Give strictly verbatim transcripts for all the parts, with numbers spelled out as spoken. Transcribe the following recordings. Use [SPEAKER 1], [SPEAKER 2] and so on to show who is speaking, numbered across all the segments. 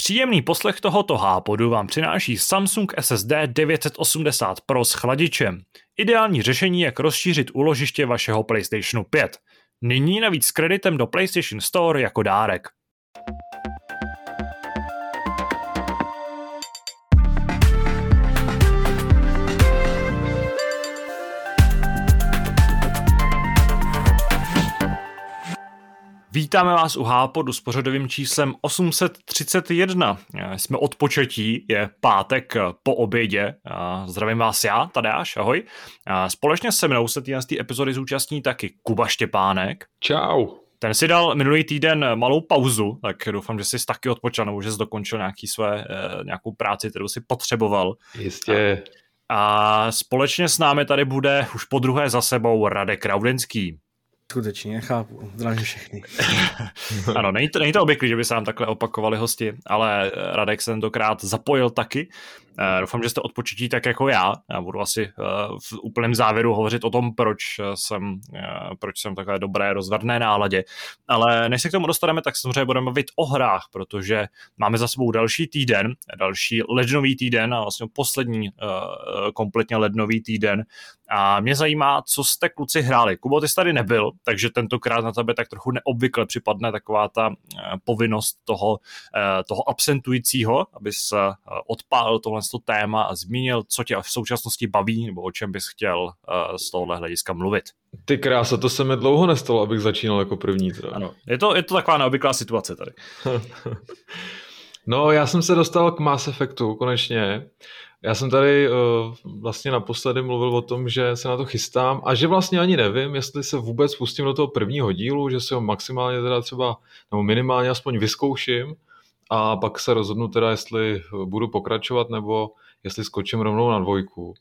[SPEAKER 1] Příjemný poslech tohoto hápodu vám přináší Samsung S S D devět set osmdesát Pro s chladičem. Ideální řešení, jak rozšířit úložiště vašeho PlayStationu pět. Nyní navíc s kreditem do PlayStation Store jako dárek. Vítáme vás u Hápodu s pořadovým číslem osm set třicet jedna. Jsme od početí, je pátek po obědě. Zdravím vás já, Tadeáš, ahoj. Společně se mnou se téhle epizody zúčastní taky Kuba Štěpánek.
[SPEAKER 2] Čau.
[SPEAKER 1] Ten si dal minulý týden malou pauzu, tak doufám, že jsi taky odpočal, nebo že jsi dokončil nějaký své, nějakou práci, kterou si potřeboval.
[SPEAKER 2] Jistě.
[SPEAKER 1] A, a společně s námi tady bude už po druhé za sebou Radek Raudenský.
[SPEAKER 3] Skutečně, chápu. Zdravím všechny.
[SPEAKER 1] Ano, není to, není to obvyklý, že by se nám takhle opakovali hosti, ale Radek se tentokrát zapojil taky. Doufám, že jste odpočití tak jako já. Já budu asi v úplném závěru hovořit o tom, proč jsem, proč jsem takové dobré, rozvrdné náladě. Ale než se k tomu dostaneme, tak samozřejmě budeme mluvit o hrách, protože máme za sebou další týden, další lednový týden a vlastně poslední kompletně lednový týden. A mě zajímá, co jste kluci hráli. Kubo, ty jsi tady nebyl, takže tentokrát na tebe tak trochu neobvykle připadne taková ta povinnost toho, toho absentujícího, abys odpálil tohle téma a zmínil, co tě v současnosti baví, nebo o čem bys chtěl z tohohle hlediska mluvit.
[SPEAKER 2] Ty krása, to se mi dlouho nestalo, abych začínal jako první. Teda.
[SPEAKER 1] Ano, je to, je to taková neobvyklá situace tady.
[SPEAKER 2] No, já jsem se dostal k Mass Effectu konečně. Já jsem tady uh, vlastně naposledy mluvil o tom, že se na to chystám a že vlastně ani nevím, jestli se vůbec pustím do toho prvního dílu, že si ho maximálně teda třeba, nebo minimálně aspoň vyzkouším a pak se rozhodnu teda, jestli budu pokračovat nebo jestli skočím rovnou na dvojku.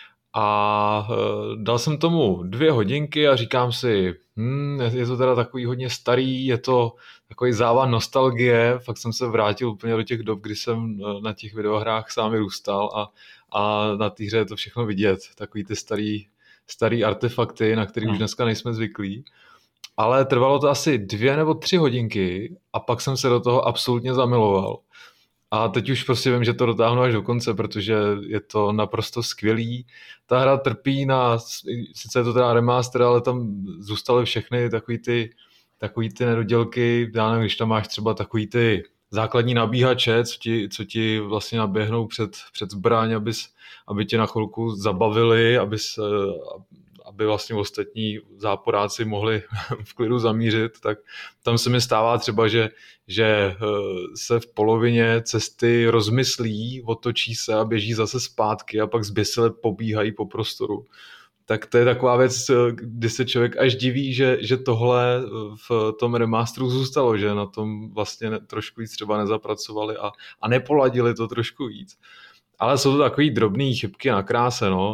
[SPEAKER 2] A uh, dal jsem tomu dvě hodinky a říkám si, hmm, je to teda takový hodně starý, je to takový závan nostalgie, fakt jsem se vrátil úplně do těch dob, kdy jsem na těch videohrách sám vyrůstal a, a na té hře je to všechno vidět, takový ty starý, starý artefakty, na který už dneska nejsme zvyklí. Ale trvalo to asi dvě nebo tři hodinky a pak jsem se do toho absolutně zamiloval. A teď už prostě vím, že to dotáhnu až do konce, protože je to naprosto skvělý. Ta hra trpí na, sice je to teda remaster, ale tam zůstaly všechny takový ty, takový ty nedodělky, já nevím, když tam máš třeba takový ty základní nabíhače, co ti, co ti vlastně naběhnou před, před zbraň, abys, aby tě na chvilku zabavili, abys, aby vlastně ostatní záporáci mohli v klidu zamířit, tak tam se mi stává třeba, že, že se v polovině cesty rozmyslí, otočí se a běží zase zpátky a pak zběsile pobíhají po prostoru. Tak to je taková věc, kdy se člověk až diví, že, že tohle v tom remasteru zůstalo, že na tom vlastně trošku víc třeba nezapracovali a, a nepoladili to trošku víc. Ale jsou to takový drobný chybky na kráse, no.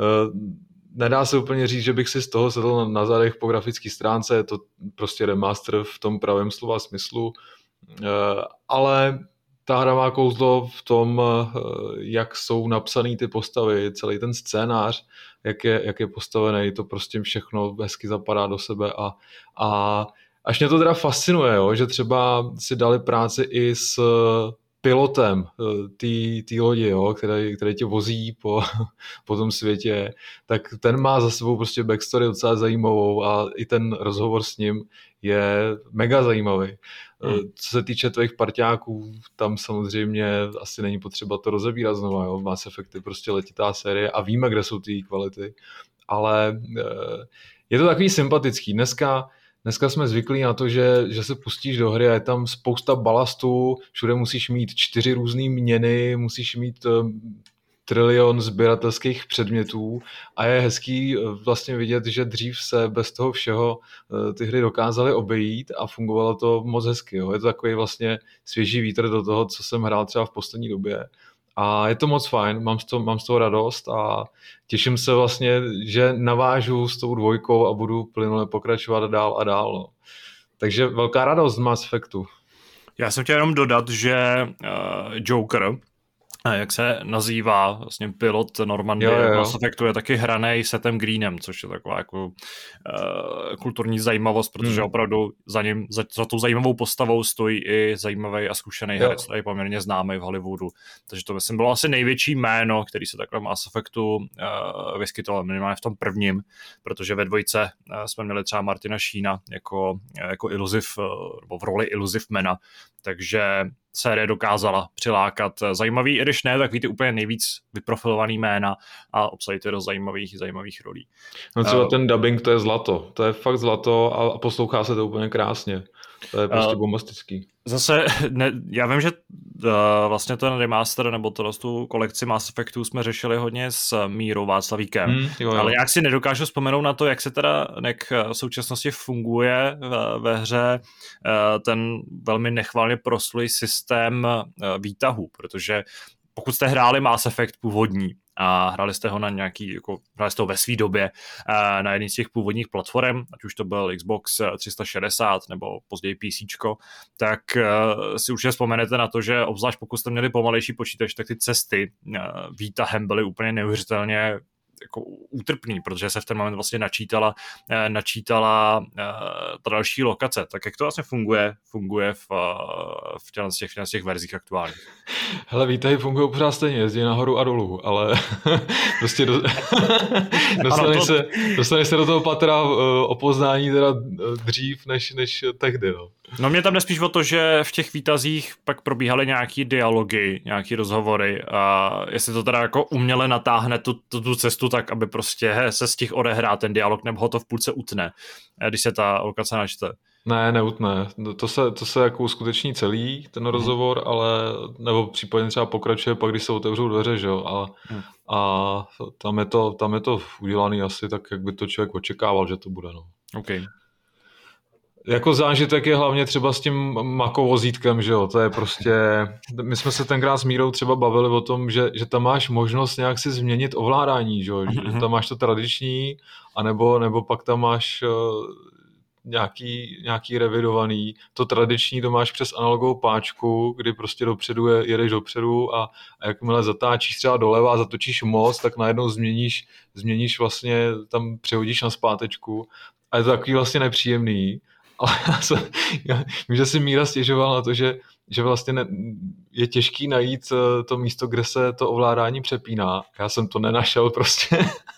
[SPEAKER 2] Nedá se úplně říct, že bych si z toho sedl na zadech po grafické stránce, je to prostě remaster v tom pravém slova smyslu, ale ta hra má kouzlo v tom, jak jsou napsaný ty postavy, celý ten scénář, jak je, jak je postavený, to prostě všechno hezky zapadá do sebe a, a až mě to teda fascinuje, jo, že třeba si dali práci i s pilotem té lodi, jo, který, který tě vozí po, po tom světě, tak ten má za sebou prostě backstory docela zajímavou a i ten rozhovor s ním je mega zajímavý. Hmm. Co se týče tvých parťáků, tam samozřejmě asi není potřeba to rozebírat znova, jo. Mass Effect je prostě letitá série a víme, kde jsou ty kvality, ale je to takový sympatický. Dneska Dneska jsme zvyklí na to, že, že se pustíš do hry a je tam spousta balastů, všude musíš mít čtyři různé měny, musíš mít um, trilion sběratelských předmětů a je hezký vlastně vidět, že dřív se bez toho všeho uh, ty hry dokázaly obejít a fungovalo to moc hezky. Jo. Je to takový vlastně svěží vítr do toho, co jsem hrál třeba v poslední době. A je to moc fajn, mám z toho, mám z toho radost a těším se vlastně, že navážu s tou dvojkou a budu plynule pokračovat dál a dál. No. Takže velká radost z Mass Effectu.
[SPEAKER 1] Já jsem chtěl jenom dodat, že uh, Joker A jak se nazývá, vlastně pilot Normandy Mass Effectu je taky hranej Sethem Greenem, což je taková jako uh, kulturní zajímavost, protože hmm. opravdu za ním, za, za tou zajímavou postavou stojí i zajímavý a zkušený herec, který je poměrně známý v Hollywoodu. Takže to myslím bylo asi největší jméno, který se takhle v Mass Effectu uh, vyskytoval minimálně v tom prvním, protože ve dvojce uh, jsme měli třeba Martina Sheena jako, jako iluziv, uh, nebo v roli iluzivmana, takže série dokázala přilákat zajímavý, i když ne, takový ty úplně nejvíc vyprofilovaný jména a obsadit do zajímavých, zajímavých rolí.
[SPEAKER 2] No třeba uh, ten dubbing, to je zlato. To je fakt zlato a poslouchá se to úplně krásně. To je prostě uh, bombastický.
[SPEAKER 1] Zase, ne, já vím, že uh, vlastně ten remaster nebo to, tu kolekci Mass Effectů jsme řešili hodně s Mírou Václavíkem, mm, jo, jo. ale jak si nedokážu vzpomenout na to, jak se teda jak v současnosti funguje ve, ve hře uh, ten velmi nechvalně proslulý systém uh, výtahu, protože pokud jste hráli Mass Effect původní a hráli jste ho na nějaký, jako hráli jste ho ve své době na jedný z těch původních platform, ať už to byl Xbox tři sta šedesát nebo později PCčko, tak si určitě vzpomenete na to, že obzvlášť pokud jste měli pomalejší počítač, tak ty cesty výtahem byly úplně neuvěřitelně jako útrpný, protože se v ten moment vlastně načítala, načítala ta další lokace. Tak jak to vlastně funguje, funguje v, v, těch, v těch verzích aktuálních?
[SPEAKER 2] Hele, výtahy fungují pořád stejně, jezdí nahoru a dolů, ale prostě do... dostaneš, to... se, dostaneš se do toho patra o poznání teda dřív než, než tehdy. No.
[SPEAKER 1] No mě tam nespíš o to, že v těch výtazích pak probíhaly nějaký dialogy, nějaký rozhovory a jestli to teda jako uměle natáhne tu, tu, tu cestu tak, aby prostě he, se stihl odehrát ten dialog, nebo ho to v půlce utne, když se ta lokace načte.
[SPEAKER 2] Ne, neutne. To se, to se jako uskuteční celý, ten rozhovor, hmm. ale nebo případně třeba pokračuje pak, když se otevřou dveře, že jo, a, hmm. a tam, je to, tam je to udělaný asi tak, jak by to člověk očekával, že to bude, no.
[SPEAKER 1] Okay.
[SPEAKER 2] Jako zážitek je hlavně třeba s tím makovozítkem, že jo, to je prostě, my jsme se tenkrát s Mírou třeba bavili o tom, že, že tam máš možnost nějak si změnit ovládání, že jo, že tam máš to tradiční, anebo, nebo pak tam máš uh, nějaký, nějaký revidovaný, to tradiční to máš přes analogovou páčku, kdy prostě dopředu je, jedeš dopředu a, a jakmile zatáčíš třeba doleva a zatočíš moc, tak najednou změníš, změníš vlastně, tam přehodíš na zpátečku a je to takový vlastně nepříjemný. Ale já, jsem, já vím, že si Míra stěžoval na to, že, že vlastně ne, je těžký najít to místo, kde se to ovládání přepíná. Já jsem to nenašel prostě.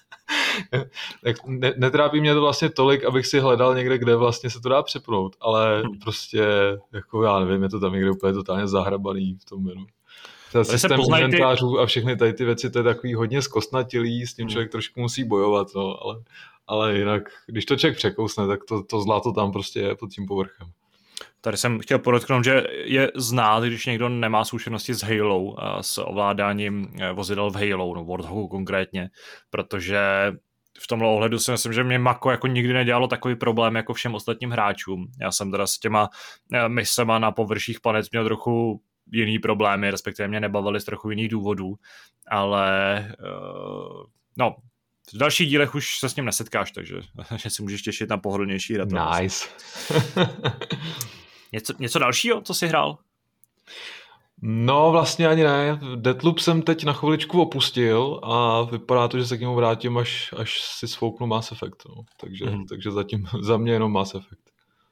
[SPEAKER 2] ne, netrápí mě to vlastně tolik, abych si hledal někde, kde vlastně se to dá přepnout, ale prostě, jako já nevím, je to tam někde úplně totálně zahrabaný v tom menu. Ten systém inventářů a všechny tady ty věci, to je takový hodně zkostnatilý, s tím člověk trošku musí bojovat, no, ale... Ale jinak, když to člověk překousne, tak to, to zlato tam prostě je pod tím povrchem.
[SPEAKER 1] Tady jsem chtěl podotknout, že je znát, když někdo nemá zkušenosti s Halo, s ovládáním vozidel v Halo, no Warthogu konkrétně, protože v tomhle ohledu si myslím, že mě Mako jako nikdy nedělalo takový problém jako všem ostatním hráčům. Já jsem teda s těma misema na površích planet měl trochu jiný problémy, respektive mě nebavili z trochu jiných důvodů, ale uh, no, v dalších dílech už se s ním nesetkáš, takže že si můžeš těšit na pohodlnější retro.
[SPEAKER 2] Nice.
[SPEAKER 1] něco, něco dalšího, co jsi hrál?
[SPEAKER 2] No vlastně ani ne. Deathloop jsem teď na chviličku opustil a vypadá to, že se k němu vrátím, až, až si svouknu Mass Effect. No. Takže, mm. takže zatím za mě jenom Mass Effect.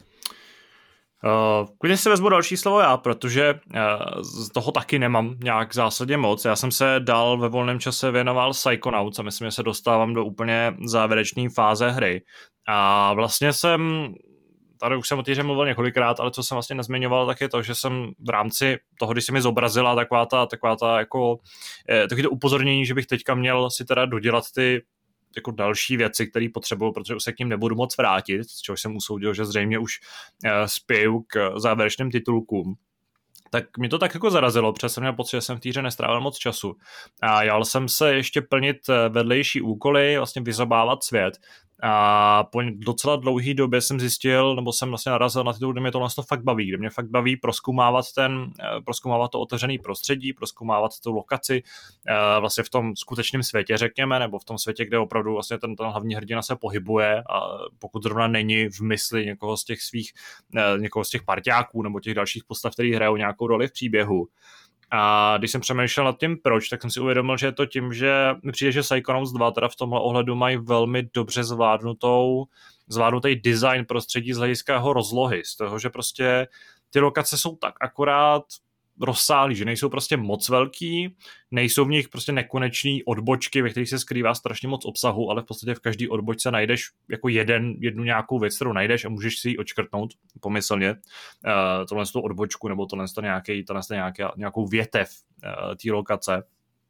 [SPEAKER 1] Uh, klidně si vezmu další slovo já, protože uh, z toho taky nemám nějak zásadně moc. Já jsem se dál ve volném čase věnoval Psychonauts a myslím, že se dostávám do úplně závěrečné fáze hry. A vlastně jsem, tady už jsem o týře mluvil několikrát, ale co jsem vlastně nezmiňoval, tak je to, že jsem v rámci toho, když se mi zobrazila taková ta, taková ta jako, eh, taky to upozornění, že bych teďka měl si teda dodělat ty jako další věci, které potřebuju, protože už se k ním nebudu moc vrátit, z čehož jsem usoudil, že zřejmě už uh, spěju k závěrečným titulkům. Tak mě to tak jako zarazilo, protože jsem měl pocit, že jsem v týře nestrávil moc času. A jel jsem se ještě plnit vedlejší úkoly, vlastně vyzobávat svět. A po docela dlouhé době jsem zjistil, nebo jsem vlastně narazil na titul, kde mě to vlastně fakt baví, kde mě fakt baví prozkoumávat ten, prozkoumávat to otevřené prostředí, prozkoumávat tu lokaci vlastně v tom skutečném světě, řekněme, nebo v tom světě, kde opravdu vlastně ten, ten hlavní hrdina se pohybuje a pokud zrovna není v mysli někoho z těch svých, někoho z těch parťáků nebo těch dalších postav, který hrajou nějakou roli v příběhu. A když jsem přemýšlel nad tím proč, tak jsem si uvědomil, že je to tím, že mi přijde, že Psychonauts dva teda v tomhle ohledu mají velmi dobře zvládnutou, zvládnutý design prostředí z hlediska jeho rozlohy, z toho, že prostě ty lokace jsou tak akorát rozsáhlý, že nejsou prostě moc velký, nejsou v nich prostě nekonečný odbočky, ve kterých se skrývá strašně moc obsahu, ale v podstatě v každý odbočce najdeš jako jeden, jednu nějakou věc, kterou najdeš a můžeš si ji odškrtnout pomyslně, uh, tohle z toho odbočku nebo tohle z toho nějaký, tohle z toho nějaký, nějakou větev uh, té lokace.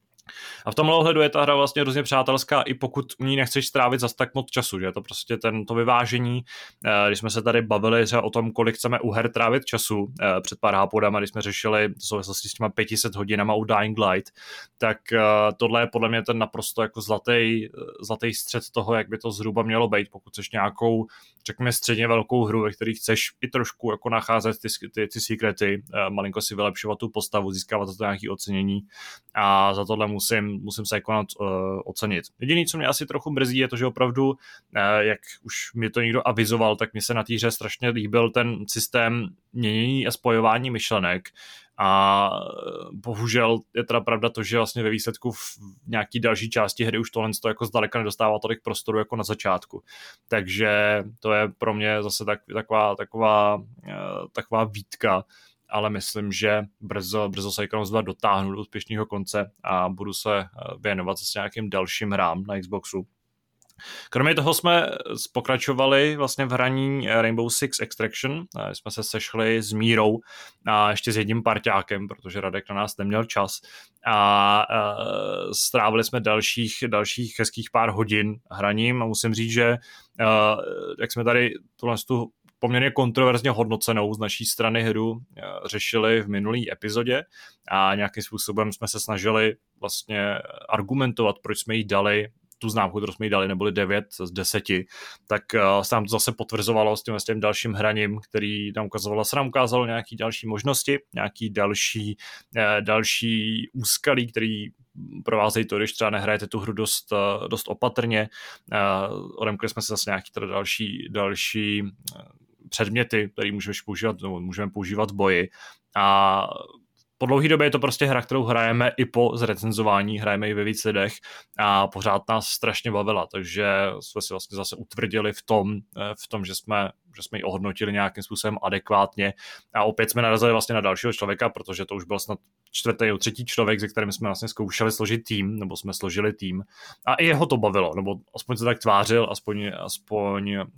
[SPEAKER 1] A v tomhle ohledu je ta hra vlastně hrozně přátelská, i pokud u ní nechceš strávit zas tak moc času, že je to prostě ten, to vyvážení, když jsme se tady bavili třeba o tom, kolik chceme u her trávit času před pár hápodama, když jsme řešili v souvislosti s těma pět set hodinama u Dying Light, tak tohle je podle mě ten naprosto jako zlatý, zlatý střed toho, jak by to zhruba mělo být, pokud chceš nějakou, řekněme, středně velkou hru, ve které chceš i trošku jako nacházet ty, ty, ty sekrety, malinko si vylepšovat tu postavu, získávat za to nějaké ocenění a za tohle musím, musím se konat uh, ocenit. Jediný, co mě asi trochu mrzí, je to, že opravdu, uh, jak už mi to někdo avizoval, tak mi se na té hře strašně líbil ten systém měnění a spojování myšlenek a bohužel je teda pravda to, že vlastně ve výsledku v nějaký další části hry už tohle to jako zdaleka nedostává tolik prostoru jako na začátku. Takže to je pro mě zase tak, taková, taková, uh, taková výtka, ale myslím, že brzo, brzo Psychonauts dva dotáhnu do úspěšného konce a budu se věnovat s nějakým dalším hrám na Xboxu. Kromě toho jsme pokračovali vlastně v hraní Rainbow Six Extraction, jsme se sešli s Mírou a ještě s jedním parťákem, protože Radek na nás neměl čas a strávili jsme dalších, dalších hezkých pár hodin hraním a musím říct, že jak jsme tady tuhle tu poměrně kontroverzně hodnocenou z naší strany hru řešili v minulý epizodě a nějakým způsobem jsme se snažili vlastně argumentovat, proč jsme jí dali tu známku, kterou jsme jí dali, neboli devět z deseti, tak se nám to zase potvrzovalo s tím, s tím dalším hraním, který nám ukazovalo, se nám ukázalo nějaký další možnosti, nějaký další, další úskalí, který provázejí to, když třeba nehrajete tu hru dost, dost opatrně. Odemkli jsme se zase nějaký teda další, další předměty, které můžeme používat, no, můžeme používat v boji a po dlouhé době je to prostě hra, kterou hrajeme i po zrecenzování, hrajeme ji ve víc lidech a pořád nás strašně bavila, takže jsme si vlastně zase utvrdili v tom, v tom, že jsme, že jsme ji ohodnotili nějakým způsobem adekvátně a opět jsme narazili vlastně na dalšího člověka, protože to už byl snad čtvrtý nebo třetí člověk, se kterým jsme vlastně zkoušeli složit tým, nebo jsme složili tým a i jeho to bavilo, nebo aspoň se tak tvářil, aspoň, aspoň uh,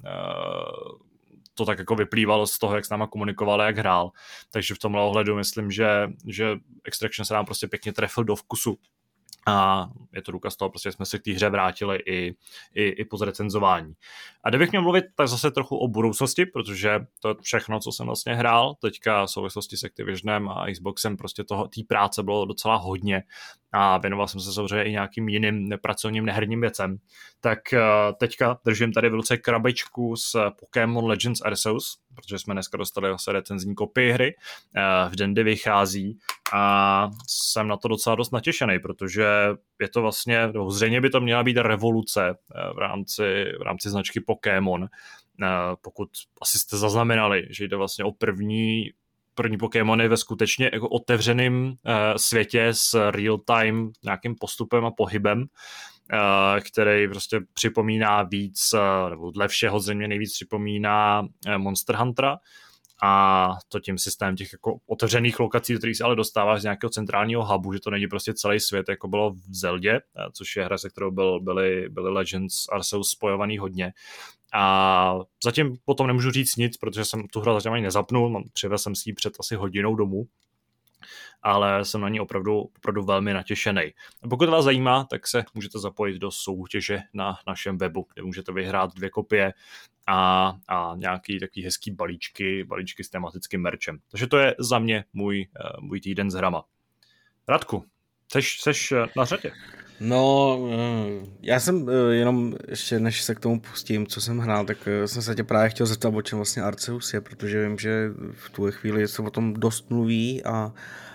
[SPEAKER 1] to tak jako vyplývalo z toho, jak s náma komunikoval a jak hrál. Takže v tomhle ohledu myslím, že, že Extraction se nám prostě pěkně trefil do vkusu. A je to důkaz toho, prostě jsme se k té hře vrátili i, i, i po zrecenzování. A kdybych měl mluvit tak zase trochu o budoucnosti, protože to je všechno, co jsem vlastně hrál. Teďka v souvislosti s Activisionem a Xboxem prostě toho, té práce bylo docela hodně a věnoval jsem se samozřejmě i nějakým jiným nepracovním neherním věcem. Tak teďka držím tady v ruce krabičku s Pokémon Legends Arceus, protože jsme dneska dostali zase recenzní kopii hry, v den, kdy vychází a jsem na to docela dost natěšený, protože je to vlastně, nebo zřejmě by to měla být revoluce v rámci, v rámci značky Pokémon. Pokud asi jste zaznamenali, že jde vlastně o první první Pokémony ve skutečně jako otevřeném uh, světě s real-time nějakým postupem a pohybem, uh, který prostě připomíná víc, uh, nebo dle všeho zřejmě nejvíc připomíná uh, Monster Huntera a to tím systém těch jako otevřených lokací, do kterých se ale dostáváš z nějakého centrálního hubu, že to není prostě celý svět, jako bylo v Zeldě, uh, což je hra, se kterou byl, byly, byly Legends Arceus spojovaný hodně. A zatím potom nemůžu říct nic, protože jsem tu hru zatím ani nezapnul, přivez jsem si ji před asi hodinou domů, ale jsem na ní opravdu, opravdu velmi natěšený. A pokud vás zajímá, tak se můžete zapojit do soutěže na našem webu, kde můžete vyhrát dvě kopie a, a nějaký takový hezký balíčky, balíčky s tematickým merčem. Takže to je za mě můj, můj týden s hrama. Radku, seš, seš na řadě?
[SPEAKER 3] No, já jsem jenom ještě, než se k tomu pustím, co jsem hrál, tak jsem se tě právě chtěl zeptat, o čem vlastně Arceus je, protože vím, že v tuhle chvíli se o tom dost mluví a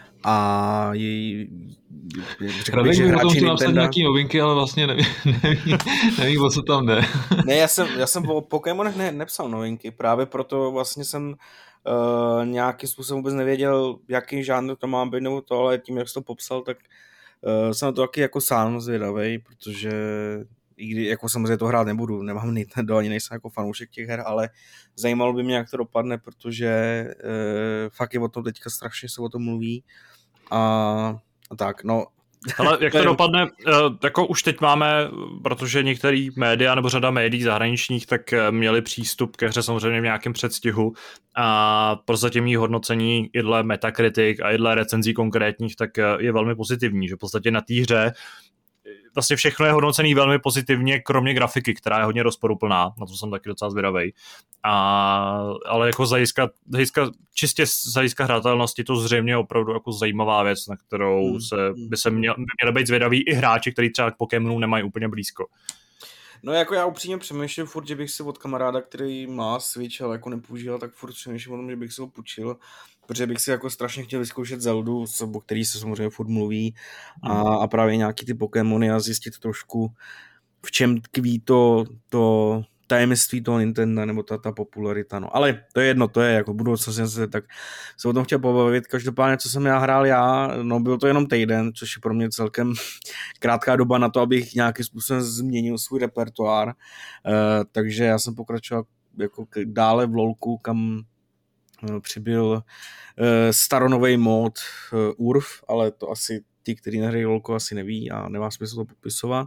[SPEAKER 3] a její,
[SPEAKER 2] řekl bych, že hráči Nintendo... nějaký novinky, ale vlastně nevím, nevím, nevím, o co tam jde.
[SPEAKER 3] Ne, já jsem, já jsem o Pokémonech ne, nepsal novinky, právě proto vlastně jsem uh, nějakým způsobem vůbec nevěděl, jaký žánr to má být nebo to, ale tím, jak jsi to popsal, tak uh, jsem na to taky jako sám zvědavej, protože i kdy, jako samozřejmě to hrát nebudu, nemám Nintendo, ani nejsem jako fanoušek těch her, ale zajímalo by mě, jak to dopadne, protože uh, fakt je o tom teďka strašně se o tom mluví a, a tak, no.
[SPEAKER 1] Ale jak to dopadne, jako už teď máme, protože některý média nebo řada médií zahraničních tak měli přístup ke hře samozřejmě v nějakém předstihu a prozatímní hodnocení i dle Metacritic a i dle recenzí konkrétních tak je velmi pozitivní, že v podstatě na té hře vlastně všechno je hodnocený velmi pozitivně, kromě grafiky, která je hodně rozporuplná, na to jsem taky docela zvědavej. A, ale jako zajízka, zajízka, čistě zajízka hratelnosti, to zřejmě je opravdu jako zajímavá věc, na kterou hmm. se, by se měl, by měli být zvědaví i hráči, kteří třeba k Pokémonů nemají úplně blízko.
[SPEAKER 3] No jako já upřímně přemýšlím furt, že bych si od kamaráda, který má Switch, ale jako nepoužíval, tak furt přemýšlím o tom, že bych si ho půjčil, protože bych si jako strašně chtěl vyzkoušet Zeldu, o který se samozřejmě furt mluví a, a právě nějaký ty Pokémony a zjistit trošku, v čem tkví to, to tajemství toho Nintendo, nebo ta, ta popularita, no. Ale to je jedno, to je jako budoucnost, tak se o tom chtěl pobavit. Každopádně, co jsem já hrál já, no byl to jenom týden, což je pro mě celkem krátká doba na to, abych nějakým způsobem změnil svůj repertoár, uh, takže já jsem pokračoval jako dále v LoLku, kam uh, přibyl uh, staronovej mod uh, U R F, ale to asi ti, kteří nehrají LoLko, asi neví a nemá smysl to popisovat.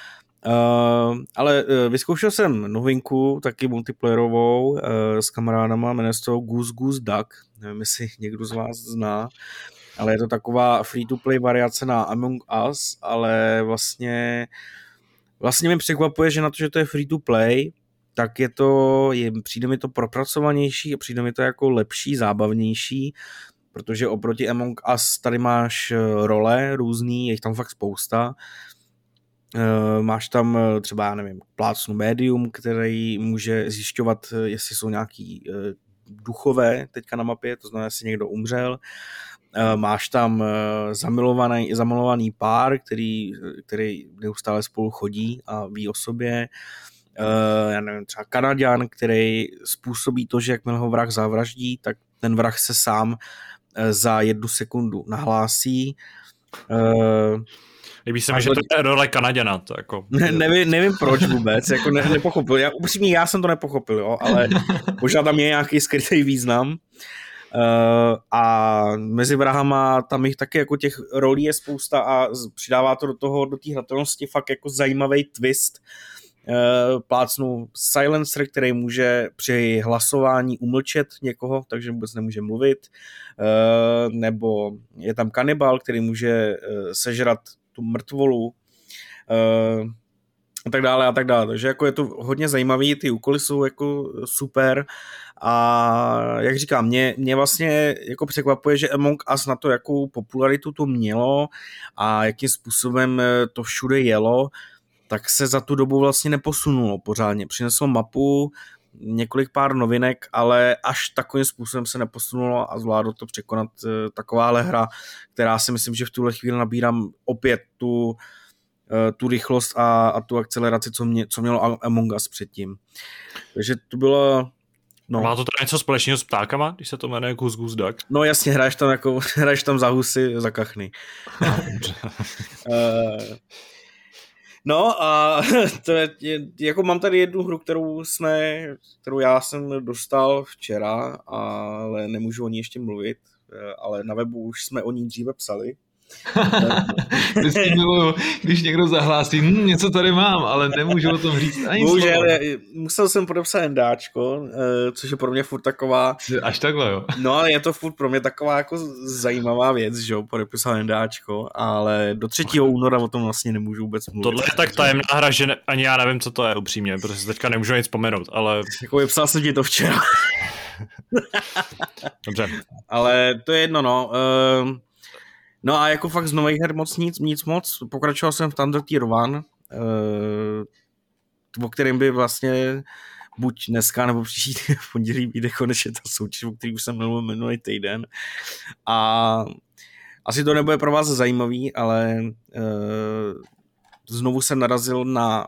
[SPEAKER 3] Uh, ale uh, vyzkoušel jsem novinku, taky multiplayerovou uh, s kamarádama, jmenuje se to Goose Goose Duck, nevím, jestli někdo z vás zná, ale je to taková free-to-play variace na Among Us, ale vlastně vlastně mi překvapuje, že na to, že to je free-to-play, tak je to, je, přijde mi to propracovanější a přijde mi to jako lepší, zábavnější, protože oproti Among Us tady máš role různý, je jich tam fakt spousta. Uh, máš tam uh, třeba, já nevím, plácnu médium, který může zjišťovat, uh, jestli jsou nějaký uh, duchové teďka na mapě, to znamená, jestli někdo umřel. Uh, máš tam uh, zamilovaný, zamilovaný pár, který, který neustále spolu chodí a ví o sobě. Uh, já nevím, třeba Kanaďan, který způsobí to, že jakmile ho vrah zavraždí, tak ten vrah se sám uh, za jednu sekundu nahlásí. Uh,
[SPEAKER 1] Líbí se mi, že to je role Kanaděna. To jako...
[SPEAKER 3] ne, nevím, nevím proč vůbec, jako ne, nepochopil. Já, upřímně, já jsem to nepochopil, jo, ale možná tam je nějaký skrytý význam. Uh, a mezi vrahama tam jich taky jako těch rolí je spousta a přidává to do toho, do té hratelnosti fakt jako zajímavý twist. Uh, plácnu silencer, který může při hlasování umlčet někoho, takže vůbec nemůže mluvit. Uh, nebo je tam kanibal, který může uh, sežrat tu mrtvolu uh, a tak dále a tak dále. Takže jako je to hodně zajímavý, ty úkoly jsou jako super a jak říkám, mě, mě vlastně jako překvapuje, že Among Us na to, jakou popularitu to mělo a jakým způsobem to všude jelo, tak se za tu dobu vlastně neposunulo pořádně. Přineslo mapu, několik pár novinek, ale až takovým způsobem se neposunulo a zvládlo to překonat takováhle hra, která si myslím, že v tuhle chvíli nabírám opět tu, tu rychlost a, a tu akceleraci, co, mě, co mělo Among Us předtím. Takže to bylo... No.
[SPEAKER 1] Má to teda něco společného s ptákama, když se to jmenuje Goose Goose Duck?
[SPEAKER 3] No jasně, hraješ tam, jako, hraješ tam za husy, za kachny. uh, No a to je, jako mám tady jednu hru, kterou jsme, kterou já jsem dostal včera, ale nemůžu o ní ještě mluvit, ale na webu už jsme o ní dříve psali.
[SPEAKER 2] Vždycky miluju, když někdo zahlásí, hm, něco tady mám, ale nemůžu o tom říct ani
[SPEAKER 3] Bohužel,
[SPEAKER 2] slovo.
[SPEAKER 3] Musel jsem podepsat NDáčko, což je pro mě furt taková...
[SPEAKER 2] Až takhle, jo?
[SPEAKER 3] No ale je to furt pro mě taková jako zajímavá věc, že jo, podepsal NDáčko, ale do třetího února o tom vlastně nemůžu vůbec mluvit.
[SPEAKER 1] Tohle je tak tajemná hra, že ne, ani já nevím, co to je upřímně, protože teďka nemůžu nic vzpomenout, ale...
[SPEAKER 3] Jako vypsal jsem ti to včera.
[SPEAKER 1] Dobře.
[SPEAKER 3] Ale to je jedno, no. Uh... No a jako fakt z nových her moc nic, nic moc. Pokračoval jsem v Thunder Tier jedna, o kterém by vlastně buď dneska nebo příští v pondělí vyjde konečně ta soutěž, o který už jsem mluvil minulý týden. A asi to nebude pro vás zajímavý, ale znovu jsem narazil na,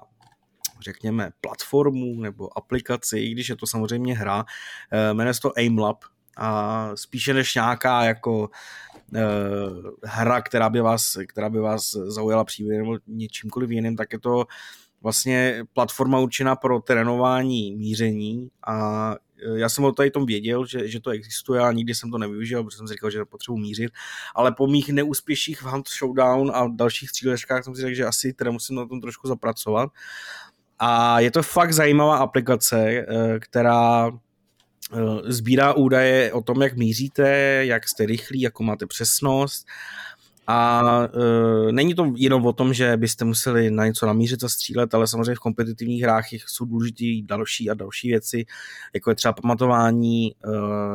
[SPEAKER 3] řekněme, platformu nebo aplikaci, i když je to samozřejmě hra. Jmenuje se to AimLab. a spíše než nějaká jako uh, hra, která by vás, která by vás zaujala příběhem nebo něčímkoliv jiným, tak je to vlastně platforma určená pro trénování míření a já jsem o tady tom věděl, že, že to existuje a nikdy jsem to nevyužil, protože jsem si říkal, že potřebuji mířit, ale po mých neúspěších v Hunt Showdown a dalších střílečkách jsem si řekl, že asi teda musím na tom trošku zapracovat. A je to fakt zajímavá aplikace, která sbírá údaje o tom, jak míříte, jak jste rychlí, jakou máte přesnost. A e, není to jenom o tom, že byste museli na něco namířit a střílet, ale samozřejmě v kompetitivních hrách jsou důležité další a další věci, jako je třeba pamatování e,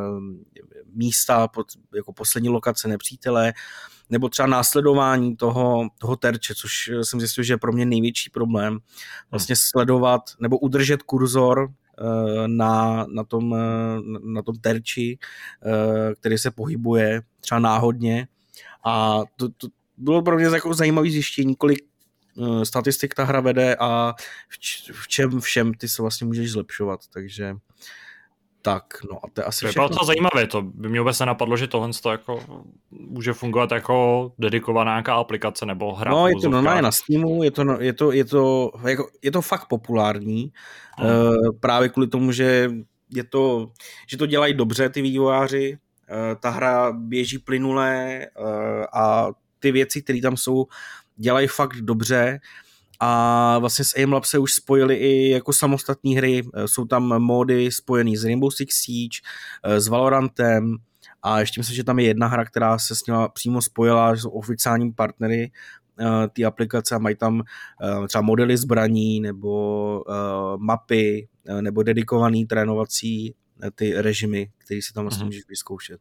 [SPEAKER 3] místa, pod, jako poslední lokace nepřítele, nebo třeba následování toho, toho terče, což jsem zjistil, že je pro mě největší problém. Vlastně sledovat nebo udržet kurzor na, na, tom, na tom terči, který se pohybuje třeba náhodně. A to, to bylo pro mě jako zajímavé zjištění, kolik uh, statistik ta hra vede a v, č- v čem všem ty se vlastně můžeš zlepšovat, takže tak, no a to je asi
[SPEAKER 1] to
[SPEAKER 3] všechno.
[SPEAKER 1] To je zajímavé, to by mě vůbec nenapadlo, že tohle to jako může fungovat jako dedikovaná nějaká aplikace nebo hra.
[SPEAKER 3] No, je to normálně na Steamu, je to, je to, je to, jako, je to fakt populární, hmm. uh, právě kvůli tomu, že je to, že to dělají dobře ty vývojáři, ta hra běží plynule a ty věci, které tam jsou, dělají fakt dobře a vlastně s Aimlab se už spojili i jako samostatní hry, jsou tam módy spojený s Rainbow Six Siege, s Valorantem a ještě myslím, že tam je jedna hra, která se s nima přímo spojila, že jsou oficiální partnery ty aplikace a mají tam třeba modely zbraní nebo mapy nebo dedikovaný trénovací ty režimy, který si tam vlastně můžeš vyzkoušet.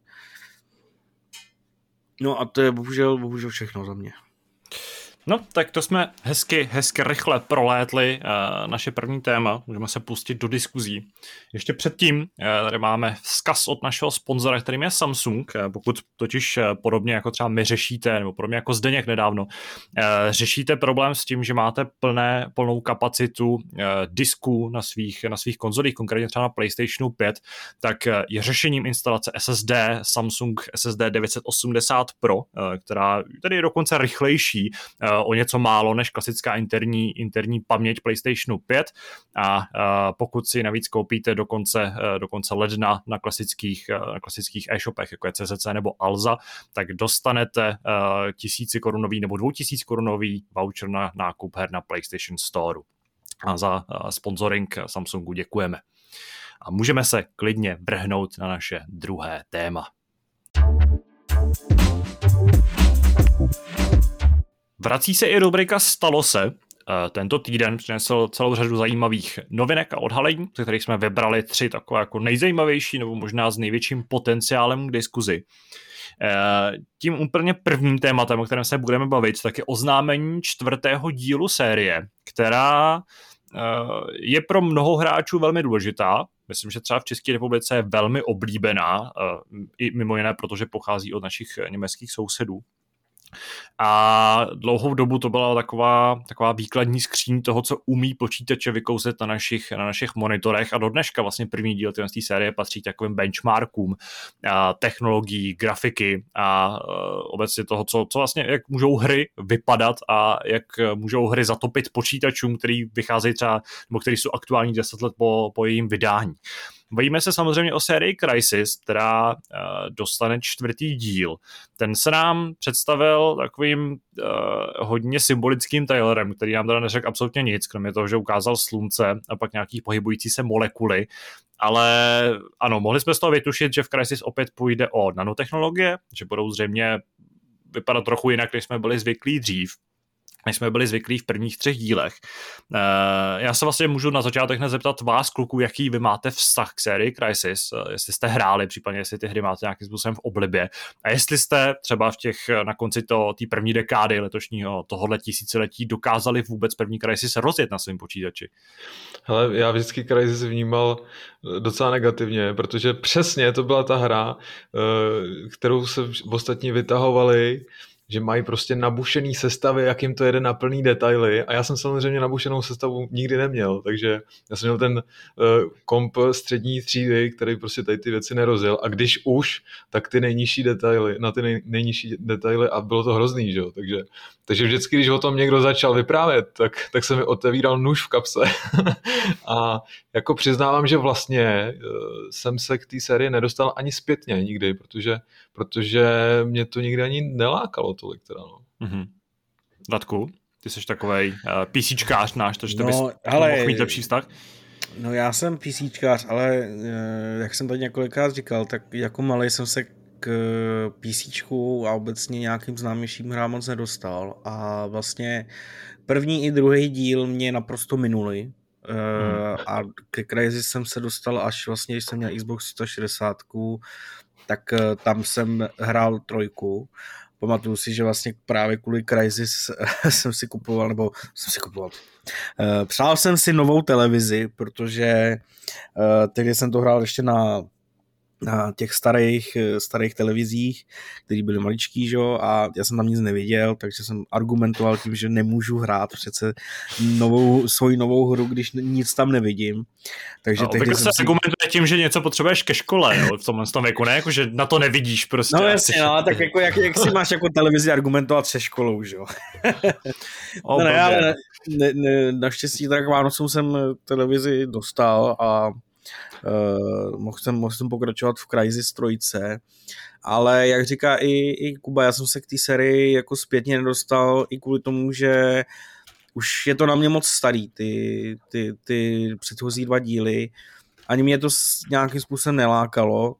[SPEAKER 3] No a to je bohužel, bohužel všechno za mě.
[SPEAKER 1] No, tak to jsme hezky, hezky rychle prolétli uh, naše první téma. Můžeme se pustit do diskuzí. Ještě předtím uh, tady máme vzkaz od našeho sponzora, kterým je Samsung. Uh, pokud totiž uh, podobně jako třeba my řešíte, nebo podobně jako Zdeněk nedávno, uh, řešíte problém s tím, že máte plné, plnou kapacitu uh, disků na svých, na svých konzolích, konkrétně třeba na PlayStationu pět, tak uh, je řešením instalace S S D Samsung S S D devět set osmdesát Pro, uh, která tady je dokonce rychlejší uh, o něco málo než klasická interní, interní paměť PlayStationu pět a, a pokud si navíc koupíte do konce, do konce ledna na klasických, na klasických e-shopech, jako je C Z C nebo Alza, tak dostanete tisíci korunový nebo dvou tisíc korunový voucher na nákup her na PlayStation Store. A za sponsoring Samsungu děkujeme. A můžeme se klidně vrhnout na naše druhé téma. Vrací se i rubrika Stalo se. Tento týden přinesl celou řadu zajímavých novinek a odhalení, ze kterých jsme vybrali tři takové jako nejzajímavější nebo možná s největším potenciálem k diskuzi. Tím úplně prvním tématem, o kterém se budeme bavit, tak je oznámení čtvrtého dílu série, která je pro mnoho hráčů velmi důležitá. Myslím, že třeba v České republice je velmi oblíbená, i mimo jiné, protože pochází od našich německých sousedů. A dlouhou dobu to byla taková, taková výkladní skříň toho, co umí počítače vykouzet na našich, na našich monitorech a do dneška vlastně první díl té série patří takovým benchmarkům a technologií, grafiky a obecně toho, co, co vlastně, jak můžou hry vypadat a jak můžou hry zatopit počítačům, který vycházejí třeba, nebo který jsou aktuální deset let po, po jejím vydání. Bavíme se samozřejmě o sérii Crysis, která uh, dostane čtvrtý díl. Ten se nám představil takovým uh, hodně symbolickým trailerem, který nám teda neřekl absolutně nic, kromě toho, že ukázal slunce a pak nějaký pohybující se molekuly. Ale ano, mohli jsme z toho vytušit, že v Crysis opět půjde o nanotechnologie, že budou zřejmě vypadat trochu jinak, než jsme byli zvyklí dřív. než jsme byli zvyklí v prvních třech dílech. Já se vlastně můžu na začátek nezeptat vás, kluků, jaký vy máte vztah k sérii Crysis, jestli jste hráli, případně jestli ty hry máte nějakým způsobem v oblibě a jestli jste třeba v těch, na konci té první dekády letošního tohohle tisíciletí dokázali vůbec první Crysis rozjet na svém počítači.
[SPEAKER 2] Hele, já vždycky Crysis vnímal docela negativně, protože přesně to byla ta hra, kterou se ostatní vytahovali že mají prostě nabušený sestavy, jak jim to jede na plný detaily a já jsem samozřejmě nabušenou sestavu nikdy neměl, takže já jsem měl ten uh, komp střední třídy, který prostě tady ty věci nerozjel a když už, tak ty nejnižší detaily, na ty nej, nejnižší detaily a bylo to hrozný, že jo, takže, takže vždycky, když o tom někdo začal vyprávět, tak, tak se mi otevíral nůž v kapse a jako přiznávám, že vlastně uh, jsem se k té sérii nedostal ani zpětně nikdy, protože, protože mě to nikdy ani nelákalo tolik teda, no.
[SPEAKER 1] Mm-hmm. Radku, ty jsi takovej uh, PCčkář náš, takže ty
[SPEAKER 3] no,
[SPEAKER 1] bys
[SPEAKER 3] ale,
[SPEAKER 1] mohl mít lepší vztah.
[SPEAKER 3] No já jsem PCčkář, ale uh, jak jsem tady několikrát říkal, tak jako malej jsem se k PCčku a obecně nějakým známějším hrám moc nedostal a vlastně první i druhý díl mě naprosto minuli. Uh, a ke Crysis jsem se dostal až vlastně, když jsem měl Xbox sto šedesát, tak uh, tam jsem hrál trojku. Pamatuju si, že vlastně právě kvůli Crysis jsem si kupoval, nebo jsem si kupoval. Uh, přál jsem si novou televizi, protože uh, tehdy jsem to hrál ještě na na těch starých, starých televizích, které byly maličký, že? A já jsem tam nic neviděl, takže jsem argumentoval tím, že nemůžu hrát přece novou, svoji novou hru, když nic tam nevidím. Takže
[SPEAKER 1] no, tehdy se si... argumentuje tím, že něco potřebuješ ke škole, jo? V tomhle tom věku, ne? Jako, že na to nevidíš prostě.
[SPEAKER 3] No jasně, no, tak jako, jak, jak si máš jako televizi argumentovat se školou, že jo? no, ne, ale ne, ne, naštěstí tak Vánocům jsem televizi dostal a Uh, mohl, jsem, mohl jsem pokračovat v Crysis trojce, ale jak říká i, i Kuba, já jsem se k té sérii jako zpětně nedostal i kvůli tomu, že už je to na mě moc starý, ty, ty, ty předchozí dva díly, ani mě to nějakým způsobem nelákalo,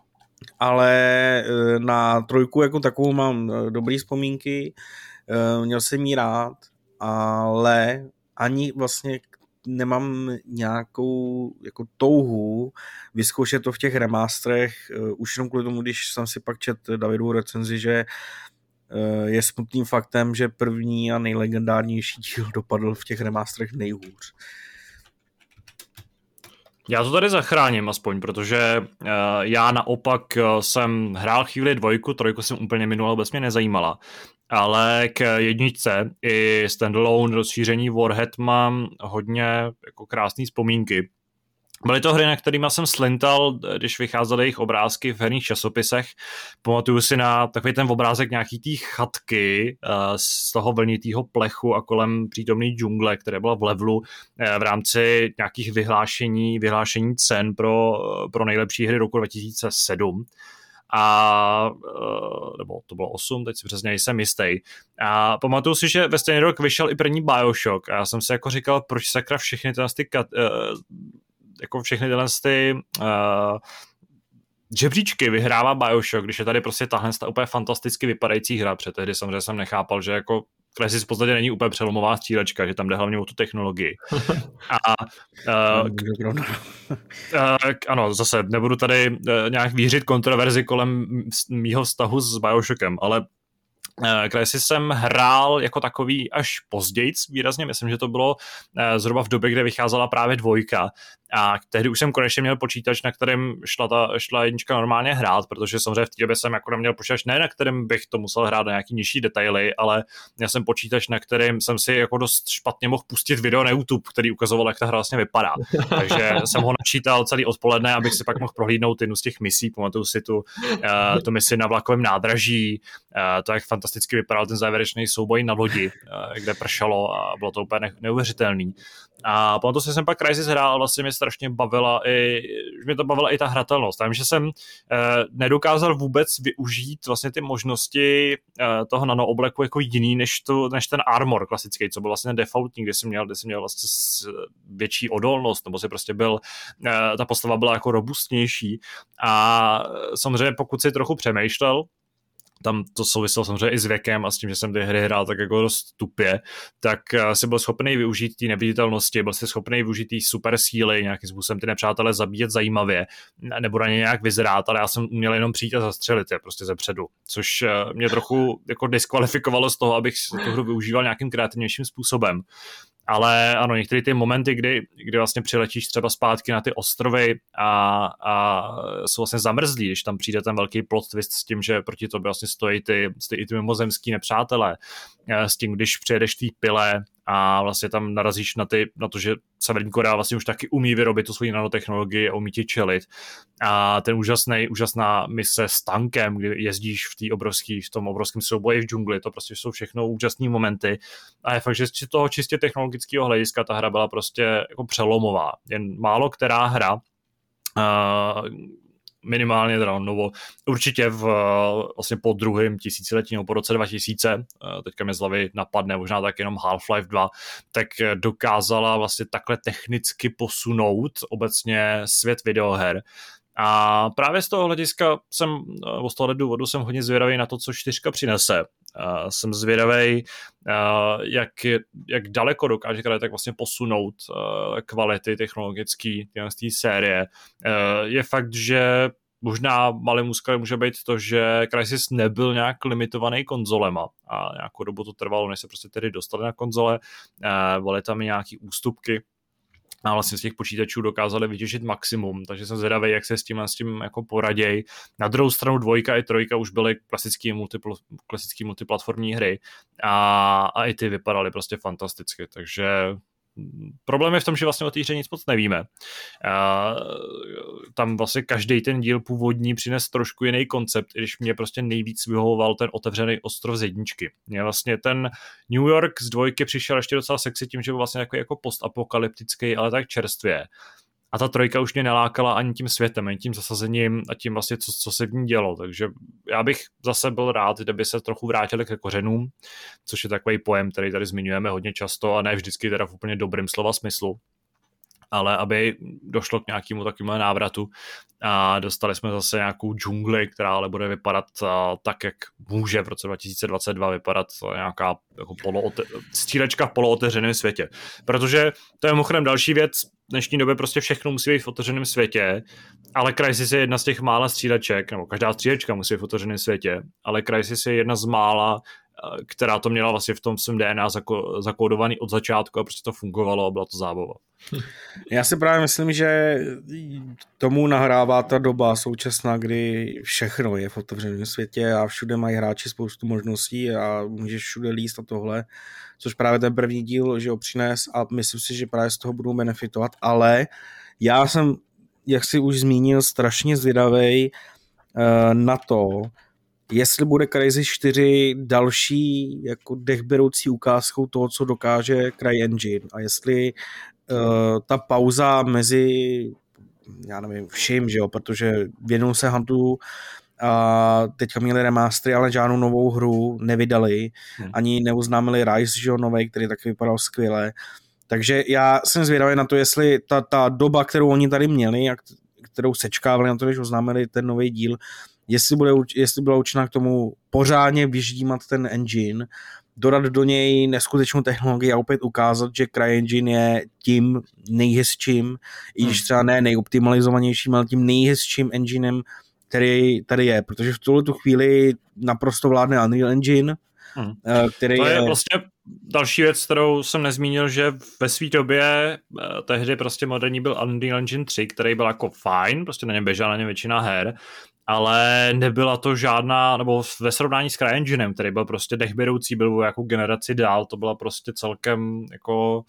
[SPEAKER 3] ale na trojku jako takovou mám dobrý vzpomínky, měl jsem jí rád, ale ani vlastně nemám nějakou jako touhu vyzkoušet to v těch remasterech, uh, už jenom kvůli tomu, když jsem si pak čet Davidovu recenzi, že uh, je smutným faktem, že první a nejlegendárnější díl dopadl v těch remasterech nejhůř.
[SPEAKER 1] Já to tady zachráním aspoň, protože uh, já naopak uh, jsem hrál chvíli dvojku, trojku jsem úplně minul, vůbec mě nezajímala. Ale k jedničce i standalone rozšíření Warhead mám hodně jako krásné vzpomínky. Byly to hry, na kterými jsem slintal, když vycházely jejich obrázky v herních časopisech. Pamatuju si na takový ten obrázek nějaký té chatky z toho vlnitého plechu a kolem přítomný džungle, které byla v levelu v rámci nějakých vyhlášení, vyhlášení cen pro, pro nejlepší hry roku dva tisíce sedm. A nebo to bylo osm, teď si přesně nejsem jistý. A pamatuju si, že ve stejný rok vyšel i první BioShock a já jsem si jako říkal, proč sakra všechny tyhle ty, jako všechny tyhle ty uh, žebříčky vyhrává BioShock, když je tady prostě tahle úplně fantasticky vypadající hra, protože tehdy samozřejmě jsem nechápal, že jako Crysis v podstatě není úplně přelomová střílečka, že tam jde hlavně o tu technologii. A uh, uh, ano, zase nebudu tady uh, nějak výřit kontroverzi kolem mýho vztahu s BioShockem, ale uh, Crysis jsem hrál jako takový až později výrazně, myslím, že to bylo uh, zhruba v době, kde vycházela právě dvojka. A tehdy už jsem konečně měl počítač, na kterém šla ta šla jednička normálně hrát, protože samozřejmě v té době jsem jako neměl počítač, ne na kterém bych to musel hrát na nějaký nižší detaily, ale měl jsem počítač, na kterém jsem si jako dost špatně mohl pustit video na YouTube, který ukazoval, jak ta hra vlastně vypadá. Takže jsem ho načítal celý odpoledne, abych si pak mohl prohlídnout jednu z těch misí. Pamatuju si tu, uh, tu misi na vlakovém nádraží, uh, to, jak fantasticky vypadal ten závěrečný souboj na lodi, uh, kde pršelo a bylo to úplně neuvěřitelný. A pamatuju si, jsem pak Crysis hrál a vlastně mě strašně bavila i, mě to bavila i ta hratelnost. Takže jsem eh, nedokázal vůbec využít vlastně ty možnosti eh, toho nanoobleku jako jiný než, tu, než ten armor klasický, co byl vlastně defaultní, kde jsem měl, kde jsem měl vlastně větší odolnost, nebo si prostě byl, eh, ta postava byla jako robustnější. A samozřejmě pokud si trochu přemýšlel, tam to souviselo samozřejmě i s věkem a s tím, že jsem ty hry hrál tak jako dost tupě, tak si byl schopný využít té neviditelnosti, byl si schopný využít té super síly, nějakým způsobem ty nepřátelé zabíjet zajímavě, nebo na ně nějak vyzrát, ale já jsem uměl jenom přijít a zastřelit je prostě zepředu, což mě trochu jako diskvalifikovalo z toho, abych tu hru využíval nějakým kreativnějším způsobem. ale ano, některé ty momenty, kdy, kdy vlastně přiletíš třeba zpátky na ty ostrovy a, a jsou vlastně zamrzlí, když tam přijde ten velký plot twist s tím, že proti tobě vlastně stojí ty, stojí ty mimozemský nepřátelé, s tím, když přijedeš té pile a vlastně tam narazíš na, ty, na to, že Severní Korea vlastně už taky umí vyrobit tu svoji nanotechnologii a umí ti čelit. A ten úžasný, úžasná mise s tankem, kdy jezdíš v, tý obrovský, v tom obrovském souboji v džungli, to prostě jsou všechno úžasné momenty. A je fakt, že z toho čistě technologického hlediska ta hra byla prostě jako přelomová. Jen málo která hra uh, minimálně teda novo, určitě v, vlastně po druhém tisíciletí nebo po roce dva tisíce, teďka mě z hlavy napadne, možná tak jenom Half-Life dva, tak dokázala vlastně takhle technicky posunout obecně svět videoher. A právě z toho hlediska jsem, z toho důvodu jsem hodně zvědavý na to, co čtyřka přinese. Uh, jsem zvědavý, uh, jak, jak daleko dokáže tak vlastně posunout uh, kvality technologické té série. Uh, je fakt, že možná malým úskalem může být to, že Crysis nebyl nějak limitovaný konzolema a nějakou dobu to trvalo, než se prostě tedy dostali na konzole. Uh, byly tam i nějaký ústupky a vlastně z těch počítačů dokázali vytěžit maximum, takže jsem zvědavý, jak se s tím, s tím jako poraděj. Na druhou stranu dvojka i trojka už byly klasický, multipl, klasický multiplatformní hry a, a i ty vypadaly prostě fantasticky, takže problém je v tom, že vlastně o té hře nic moc nevíme. A tam vlastně každý ten díl původní přines trošku jiný koncept, i když mě prostě nejvíc vyhovoval ten otevřený ostrov z jedničky. Mě vlastně ten New York z dvojky přišel ještě docela sexy tím, že byl vlastně jako, jako postapokalyptický, ale tak čerstvě. A ta trojka už mě nelákala ani tím světem, ani tím zasazením a tím vlastně, co, co se v ní dělo. Takže já bych zase byl rád, kdyby se trochu vrátili ke kořenům, což je takový pojem, který tady zmiňujeme hodně často a ne vždycky teda v úplně dobrým slova smyslu. Ale aby došlo k nějakému takovému návratu a dostali jsme zase nějakou džungli, která ale bude vypadat tak, jak může v roce dva tisíce dvacet dva vypadat nějaká jako poloote- střílečka v polootevřeném světě. Protože to je mimochodem další věc, v dnešní době prostě všechno musí být v otevřeném světě, ale Crysis je jedna z těch mála stříleček, nebo každá střílečka musí být v otevřeném světě, ale Crysis je jedna z mála, která to měla vlastně v tom svém D N A zako- zakódovaný od začátku a prostě to fungovalo a byla to zábava.
[SPEAKER 3] Já si právě myslím, že tomu nahrává ta doba současná, kdy všechno je v otevřeném světě a všude mají hráči spoustu možností a můžeš všude líst a tohle, což právě ten první díl, že ho přines a myslím si, že právě z toho budou benefitovat, ale já jsem, jak si už zmínil, strašně zvědavej uh, na to, jestli bude Crysis čtyři další jako dechberoucí ukázkou toho, co dokáže CryEngine a jestli uh, ta pauza mezi, já nevím, vším, že jo, protože věnují se Huntu a teďka měli remastery, ale žádnou novou hru nevydali, hmm. ani neuznámili Rise, že jo, novej, který taky vypadal skvěle. Takže já jsem zvědavý na to, jestli ta, ta doba, kterou oni tady měli a kterou sečkávali na to, než oznámili ten nový díl, jestli, bude, jestli byla účinná k tomu pořádně vyždímat ten engine, dodat do něj neskutečnou technologii a opět ukázat, že CryEngine je tím nejhezčím, i když třeba ne nejoptimalizovanějším, ale tím nejhezčím enginem, který tady je, protože v tuhle tu chvíli naprosto vládne Unreal Engine, hmm. který
[SPEAKER 1] to je, je vlastně další věc, kterou jsem nezmínil, že ve své době tehdy prostě moderní byl Unreal Engine tři, který byl jako fajn, prostě na něm běžela na něm většina her, ale nebyla to žádná, nebo ve srovnání s CryEnginem, který byl prostě dechberoucí, byl jako generaci dál, to byla prostě celkem jako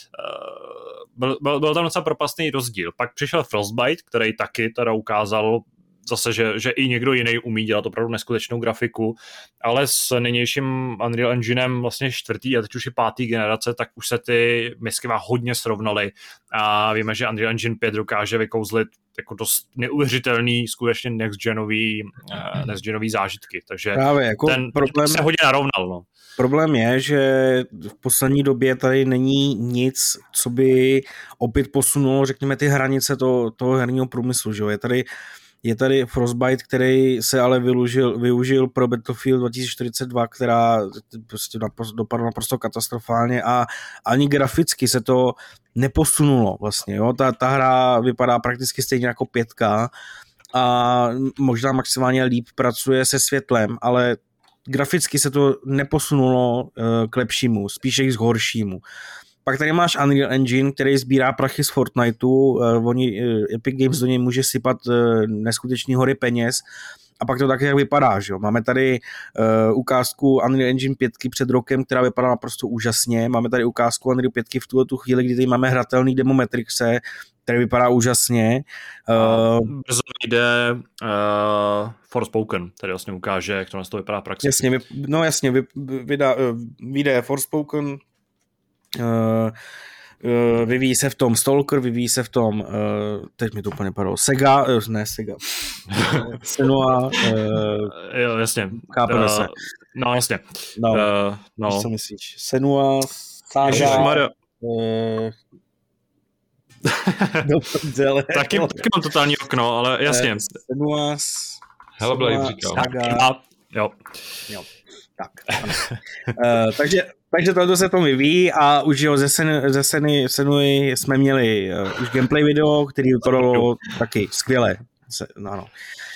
[SPEAKER 1] byl, byl, byl tam docela propastný rozdíl. Pak přišel Frostbite, který taky teda ukázal zase, že, že i někdo jiný umí dělat opravdu neskutečnou grafiku, ale s nynějším Unreal Enginem vlastně čtvrtý a teď už je pátý generace, tak už se ty misky hodně srovnaly a víme, že Unreal Engine pět dokáže vykouzlit jako dost neuvěřitelný, skutečně next-genový, next-genový zážitky, takže
[SPEAKER 3] právě, jako
[SPEAKER 1] ten
[SPEAKER 3] problém
[SPEAKER 1] se hodně narovnal. No.
[SPEAKER 3] Problém je, že v poslední době tady není nic, co by opět posunulo, řekněme, ty hranice toho, toho herního průmyslu, že jo, je tady Je tady Frostbite, který se ale využil, využil pro Battlefield dva tisíce čtyřicet dva, která prostě dopadla naprosto katastrofálně a ani graficky se to neposunulo vlastně. Jo? Ta, ta hra vypadá prakticky stejně jako pětka a možná maximálně líp pracuje se světlem, ale graficky se to neposunulo k lepšímu, spíše k horšímu. Pak tady máš Unreal Engine, který sbírá prachy z Fortniteu, uh, oni, uh, Epic Games do něj může sypat uh, neskutečný hory peněz a pak to tak jak vypadá, že jo. Máme tady uh, ukázku Unreal Engine pět před rokem, která vypadá naprosto úžasně, máme tady ukázku Unreal pět v tuhle tu chvíli, kdy tady máme hratelný demo Matrixe, který vypadá úžasně.
[SPEAKER 1] Uh, Brzo vyjde uh, Forspoken, který vlastně ukáže, jak to na to vypadá v praxi.
[SPEAKER 3] Jasně, vy, no jasně, vy, vydá, vyjde Forspoken, uh, uh, vyvíjí se v tom Stalker, vyvíjí se v tom, uh, teď mi to úplně padlo, Sega, uh, ne Sega, Senua, uh,
[SPEAKER 1] jo, jasně.
[SPEAKER 3] Chápeme
[SPEAKER 1] uh,
[SPEAKER 3] se.
[SPEAKER 1] No, jasně.
[SPEAKER 3] No,
[SPEAKER 1] uh, no.
[SPEAKER 3] co myslíš? Senua, Saga, uh,
[SPEAKER 1] no, taky, taky mám totální okno, ale jasně.
[SPEAKER 3] Senua,
[SPEAKER 2] Hellblade říkal.
[SPEAKER 1] Saga. Jo.
[SPEAKER 3] Jo, tak. uh, takže, takže tohle se to vyvíjí a už jo, ze, sen, ze seny, Senuji jsme měli uh, už gameplay video, který vypadalo taky skvěle. Se, no, no.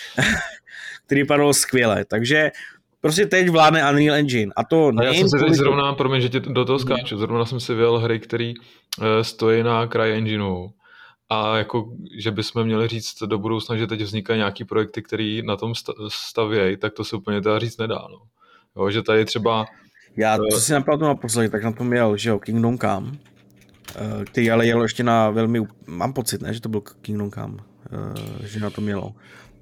[SPEAKER 3] který vypadalo skvěle, takže prostě teď vládne Unreal Engine a to
[SPEAKER 2] a já jsem si teď zrovna, promiň, že tě do toho skáču, zrovna jsem si vyjel hry, který uh, stojí na kraji engineu a jako, že bychom měli říct do budoucna, že teď vznikají nějaký projekty, který na tom stavějí, tak to se úplně teda říct nedá, no. Jo, že tady třeba...
[SPEAKER 3] Já to uh, si napamatuju naposledy, tak na tom jel, že jo, Kingdom Come, uh, který ale jel ještě na velmi, mám pocit, ne, že to byl Kingdom Come, uh, že na tom jelo.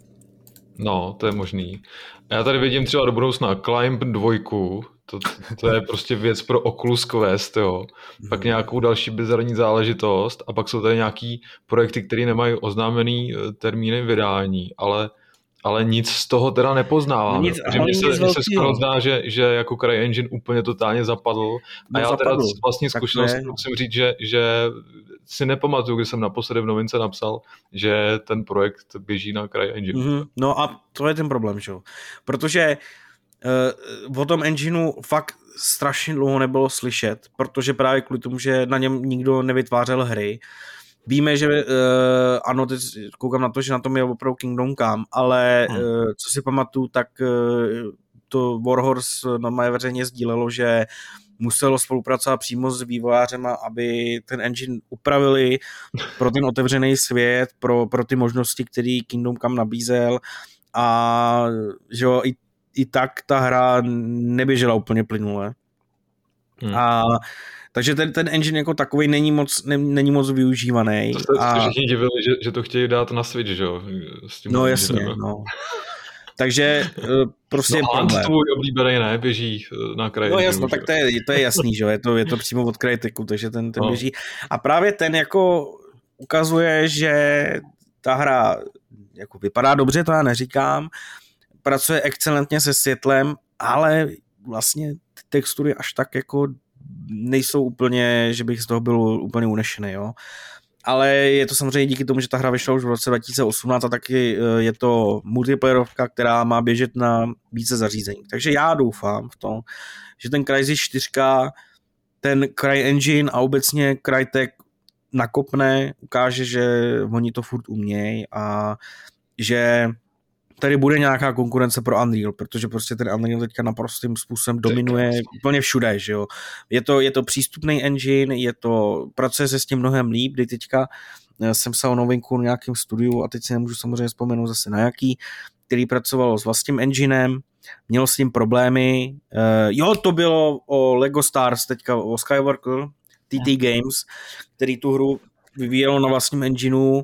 [SPEAKER 2] No, to je možný. Já tady vidím třeba do budoucna Climb dvojku, to, to je prostě věc pro Oculus Quest, jo. Pak nějakou další bizarní záležitost a pak jsou tady nějaký projekty, které nemají oznámený termíny vydání, ale, ale nic z toho teda nepoznávám. Nic, mně se, mně se skoro zdá, že, že jako CryEngine úplně totálně zapadl a no, já teda z vlastní zkušenosti musím říct, že, že si nepamatuju, když jsem naposledy v novince napsal, že ten projekt běží na CryEngine.
[SPEAKER 3] Mm-hmm. No a to je ten problém, že jo. Protože uh, o tom engineu fakt strašně dlouho nebylo slyšet, protože právě kvůli tomu, že na něm nikdo nevytvářel hry. Víme, že uh, ano, teď koukám na to, že na tom je opravdu Kingdom Come, ale hmm. uh, co si pamatuju, tak uh, to Warhorse na mé veřejně sdílelo, že muselo spolupracovat přímo s vývojářema, aby ten engine upravili pro ten otevřený svět, pro, pro ty možnosti, který Kingdom Come nabízel a že jo, i, i tak ta hra neběžela úplně plynule. Hmm. A takže ten, ten engine jako takový není moc, ne, není moc využívaný.
[SPEAKER 2] To jste a... všichni divili, že, že to chtějí dát na Switch, že jo? S tím
[SPEAKER 3] no jasně, no. Takže prostě
[SPEAKER 2] no, problém. Tvůj oblíbený ne, běží na kraji.
[SPEAKER 3] No jasno, tak to je, to je jasný, že jo, je to, je to přímo od Cryteku, takže ten, ten no. běží. A právě ten jako ukazuje, že ta hra jako vypadá dobře, to já neříkám, pracuje excelentně se světlem, ale vlastně ty textury až tak jako nejsou úplně, že bych z toho byl úplně unešený, jo. Ale je to samozřejmě díky tomu, že ta hra vyšla už v roce dva tisíce osmnáct a taky je to multiplayerovka, která má běžet na více zařízení. Takže já doufám v tom, že ten Crysis čtyři, ten CryEngine a obecně Crytek nakopne, ukáže, že oni to furt umějí a že tady bude nějaká konkurence pro Unreal, protože prostě ten Unreal teďka naprostým způsobem dominuje úplně všude, že jo. Je to, je to přístupný engine, je to, pracuje se s tím mnohem líp, kdy teďka jsem psal novinku v nějakém studiu a teď si nemůžu samozřejmě vzpomenout zase na jaký, který pracoval s vlastním enginem, měl s tím problémy. Uh, jo, to bylo o Lego Stars, teďka o Skywalker, T T Games, který tu hru vyvíjelo na vlastním engineu.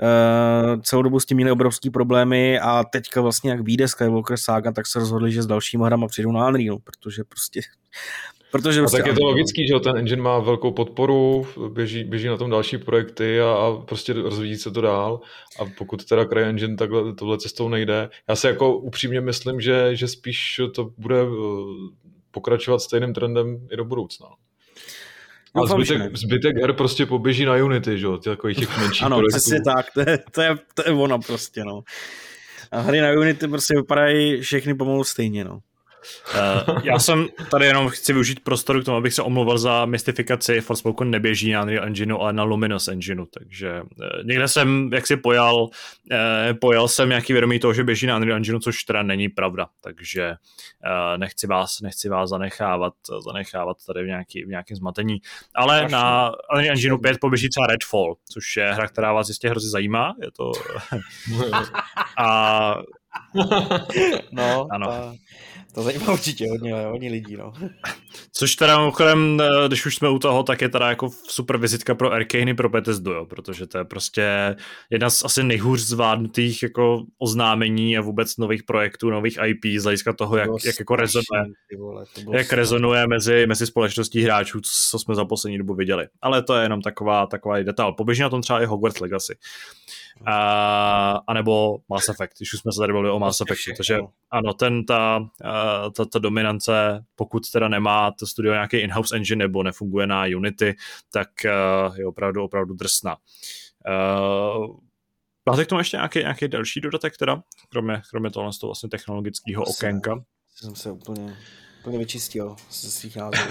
[SPEAKER 3] Uh, celou dobu s tím měli obrovský problémy a teďka vlastně jak vyjde Skywalker Saga, tak se rozhodli, že s dalšíma hrama přijdou na Unreal, protože prostě protože
[SPEAKER 2] a
[SPEAKER 3] prostě
[SPEAKER 2] tak je to logický, že ten engine má velkou podporu, běží, běží na tom další projekty a, a prostě rozvíjí se to dál a pokud teda CryEngine takhle tohle cestou nejde, já si jako upřímně myslím, že, že spíš to bude pokračovat stejným trendem i do budoucna. A zbytek, zbytek her prostě poběží na Unity, že jo, takových těch menších
[SPEAKER 3] ano,
[SPEAKER 2] projektů.
[SPEAKER 3] Ano, přesně tak, to je, to, je, to je ono prostě, no. A hry na Unity prostě vypadají všechny pomalu stejně, no.
[SPEAKER 1] Uh, já jsem tady jenom chci využít prostoru k tomu, abych se omluvil za mystifikaci. Forspoken neběží na Unreal Engineu, ale na Luminous Engineu, takže uh, někde jsem jaksi pojal, uh, pojal jsem nějaký vědomí toho, že běží na Unreal Engineu, což teda není pravda, takže uh, nechci vás, nechci vás zanechávat, zanechávat tady v, nějaký, v nějakém zmatení, ale Až na Unreal Engineu pět poběží třeba Redfall, což je hra, která vás jistě hrozně zajímá, je to a
[SPEAKER 3] no,
[SPEAKER 1] ano.
[SPEAKER 3] Ta, to zajímá určitě hodně, hodně lidí, no.
[SPEAKER 1] Což teda mimochodem, když už jsme u toho, tak je teda jako super vizitka pro Arcane, pro Bethesdu, jo, protože to je prostě jedna z asi nejhůř zvládnutých jako oznámení a vůbec nových projektů, nových I P z hlediska toho, jak, jak jako rezonuje, jak rezonuje mezi, mezi společností hráčů, co jsme za poslední dobu viděli. Ale to je jenom taková, taková detail. Poběží na tom třeba i Hogwarts Legacy. A, a nebo Mass Effect, když už jsme se tady bavili o Mass Effectu, takže ano, ten, ta, ta, ta dominance, pokud teda nemá to studio nějaký in-house engine nebo nefunguje na Unity, tak je opravdu, opravdu drsná. Máte k tomu ještě nějaký, nějaký další dodatek teda, kromě, kromě tohle z toho vlastně technologického okénka?
[SPEAKER 3] Jsem se úplně... úplně vyčistil ze svých názorů.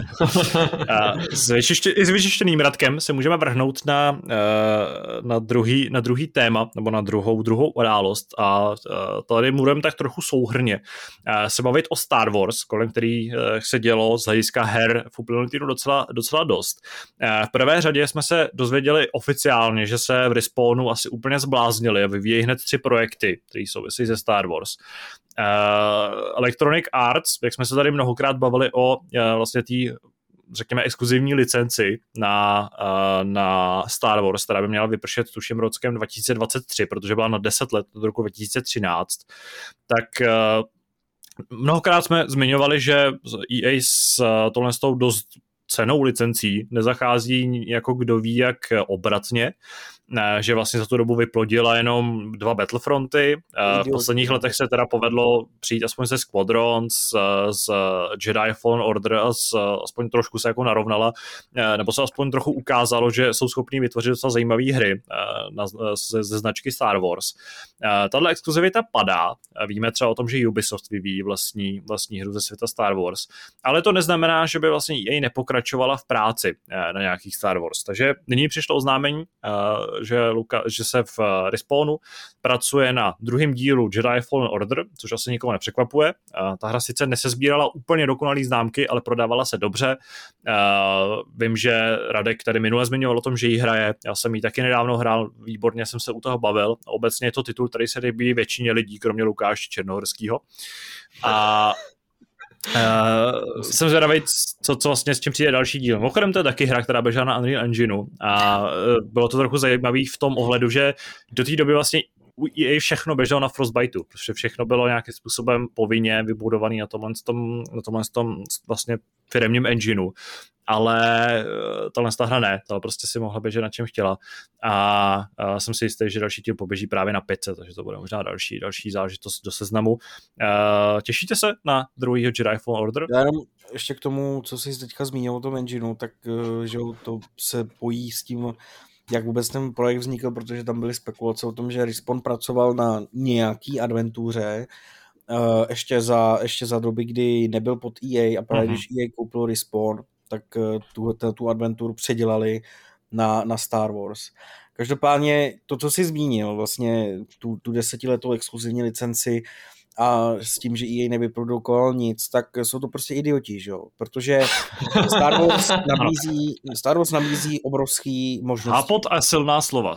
[SPEAKER 1] S, vyčiště, s vyčištěným Radkem se můžeme vrhnout na, na, druhý, na druhý téma, nebo na druhou, druhou událost a tady můžeme tak trochu souhrně se bavit o Star Wars, kolem který se dělo z hlediska her v uplynulém týdnu docela, docela dost. V prvé řadě jsme se dozvěděli oficiálně, že se v Respawnu asi úplně zbláznili a vyvíjejí hned tři projekty, které souvisí ze Star Wars. Uh, Electronic Arts, jak jsme se tady mnohokrát bavili o uh, vlastně té, řekněme, exkluzivní licenci na, uh, na Star Wars, která by měla vypršet tuším rokem dva tisíce dvacet tři, protože byla na deset let od roku dva tisíce třináct, tak uh, mnohokrát jsme zmiňovali, že E A s uh, tohle s tou dost cenou licencí nezachází jako kdo ví jak obratně, že vlastně za tu dobu vyplodila jenom dva Battlefronty. V posledních letech se teda povedlo přijít aspoň se Squadrons, z Jedi Fallen Order a z, aspoň trošku se jako narovnala, nebo se aspoň trochu ukázalo, že jsou schopní vytvořit docela zajímavé hry na, ze, ze značky Star Wars. Tato exkluzivita padá. Víme třeba o tom, že Ubisoft vyvíjí vlastní, vlastní hru ze světa Star Wars, ale to neznamená, že by vlastně E A nepokračovala v práci na nějakých Star Wars. Takže nyní přišlo oznámení, že, Luka, že se v Respawnu pracuje na druhém dílu Jedi Fallen Order, což asi nikoho nepřekvapuje. Ta hra sice nesezbírala úplně dokonalý známky, ale prodávala se dobře. Vím, že Radek tady minule zmiňoval o tom, že jí hraje. Já jsem jí taky nedávno hrál, výborně jsem se u toho bavil. Obecně je to titul, který se líbí většině lidí, kromě Lukáše Černohorského. A Uh, jsem zvědavý, co, co vlastně s čím přijde další díl. Mimochodem to je taky hra, která běžela na Unreal Engineu a uh, bylo to trochu zajímavý v tom ohledu, že do té doby vlastně u E A všechno běželo na Frostbiteu, protože všechno bylo nějakým způsobem povinně vybudované na tomhle, tom, na tomhle tom vlastně firemním engineu, ale tahle ta hra ne, to prostě si mohla běžet na čem chtěla a, a jsem si jistý, že další díl poběží právě na pětce, takže to bude možná další, další záležitost do seznamu. Uh, těšíte se na druhýho Jedi Fallen Order?
[SPEAKER 3] Já jenom ještě k tomu, co jsi teďka zmínil o tom engineu, tak že to se pojí s tím, jak vůbec ten projekt vznikl, protože tam byly spekulace o tom, že Respawn pracoval na nějaký adventuře uh, ještě, za, ještě za doby, kdy nebyl pod E A a právě uh-huh. když E A koupil Respawn, tak tu, tu adventuru předělali na, na Star Wars. Každopádně to, co jsi zmínil, vlastně tu, tu desetiletou exkluzivní licenci a s tím, že E A nevyprodukoval nic, tak jsou to prostě idioti, že jo? Protože Star Wars nabízí, Star Wars nabízí obrovský možnosti.
[SPEAKER 1] Hápot a silná slova.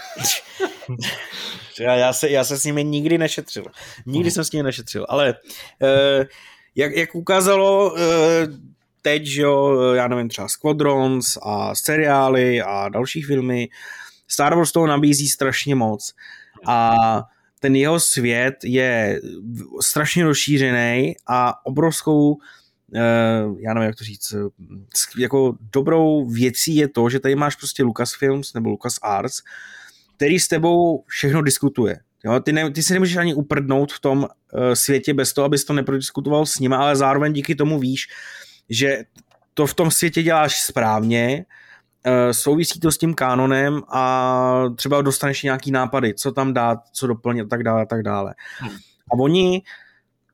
[SPEAKER 3] já, já, se, já se s nimi nikdy nešetřil. Nikdy hmm. jsem s nimi nešetřil, ale uh, jak, jak ukázalo uh, teď, že jo, já nevím, třeba Squadrons a seriály a další filmy, Star Wars toho nabízí strašně moc a ten jeho svět je strašně rozšířený a obrovskou, já nevím, jak to říct, jako dobrou věcí je to, že tady máš prostě Lucasfilms nebo LucasArts, který s tebou všechno diskutuje. Jo, ty, ne, ty si nemůžeš ani uprdnout v tom uh, světě bez toho, abys to neprodiskutoval s nima, ale zároveň díky tomu víš, že to v tom světě děláš správně, souvisí to s tím kánonem a třeba dostaneš nějaký nápady, co tam dát, co doplnit a tak dále, a tak dále. Hmm. A oni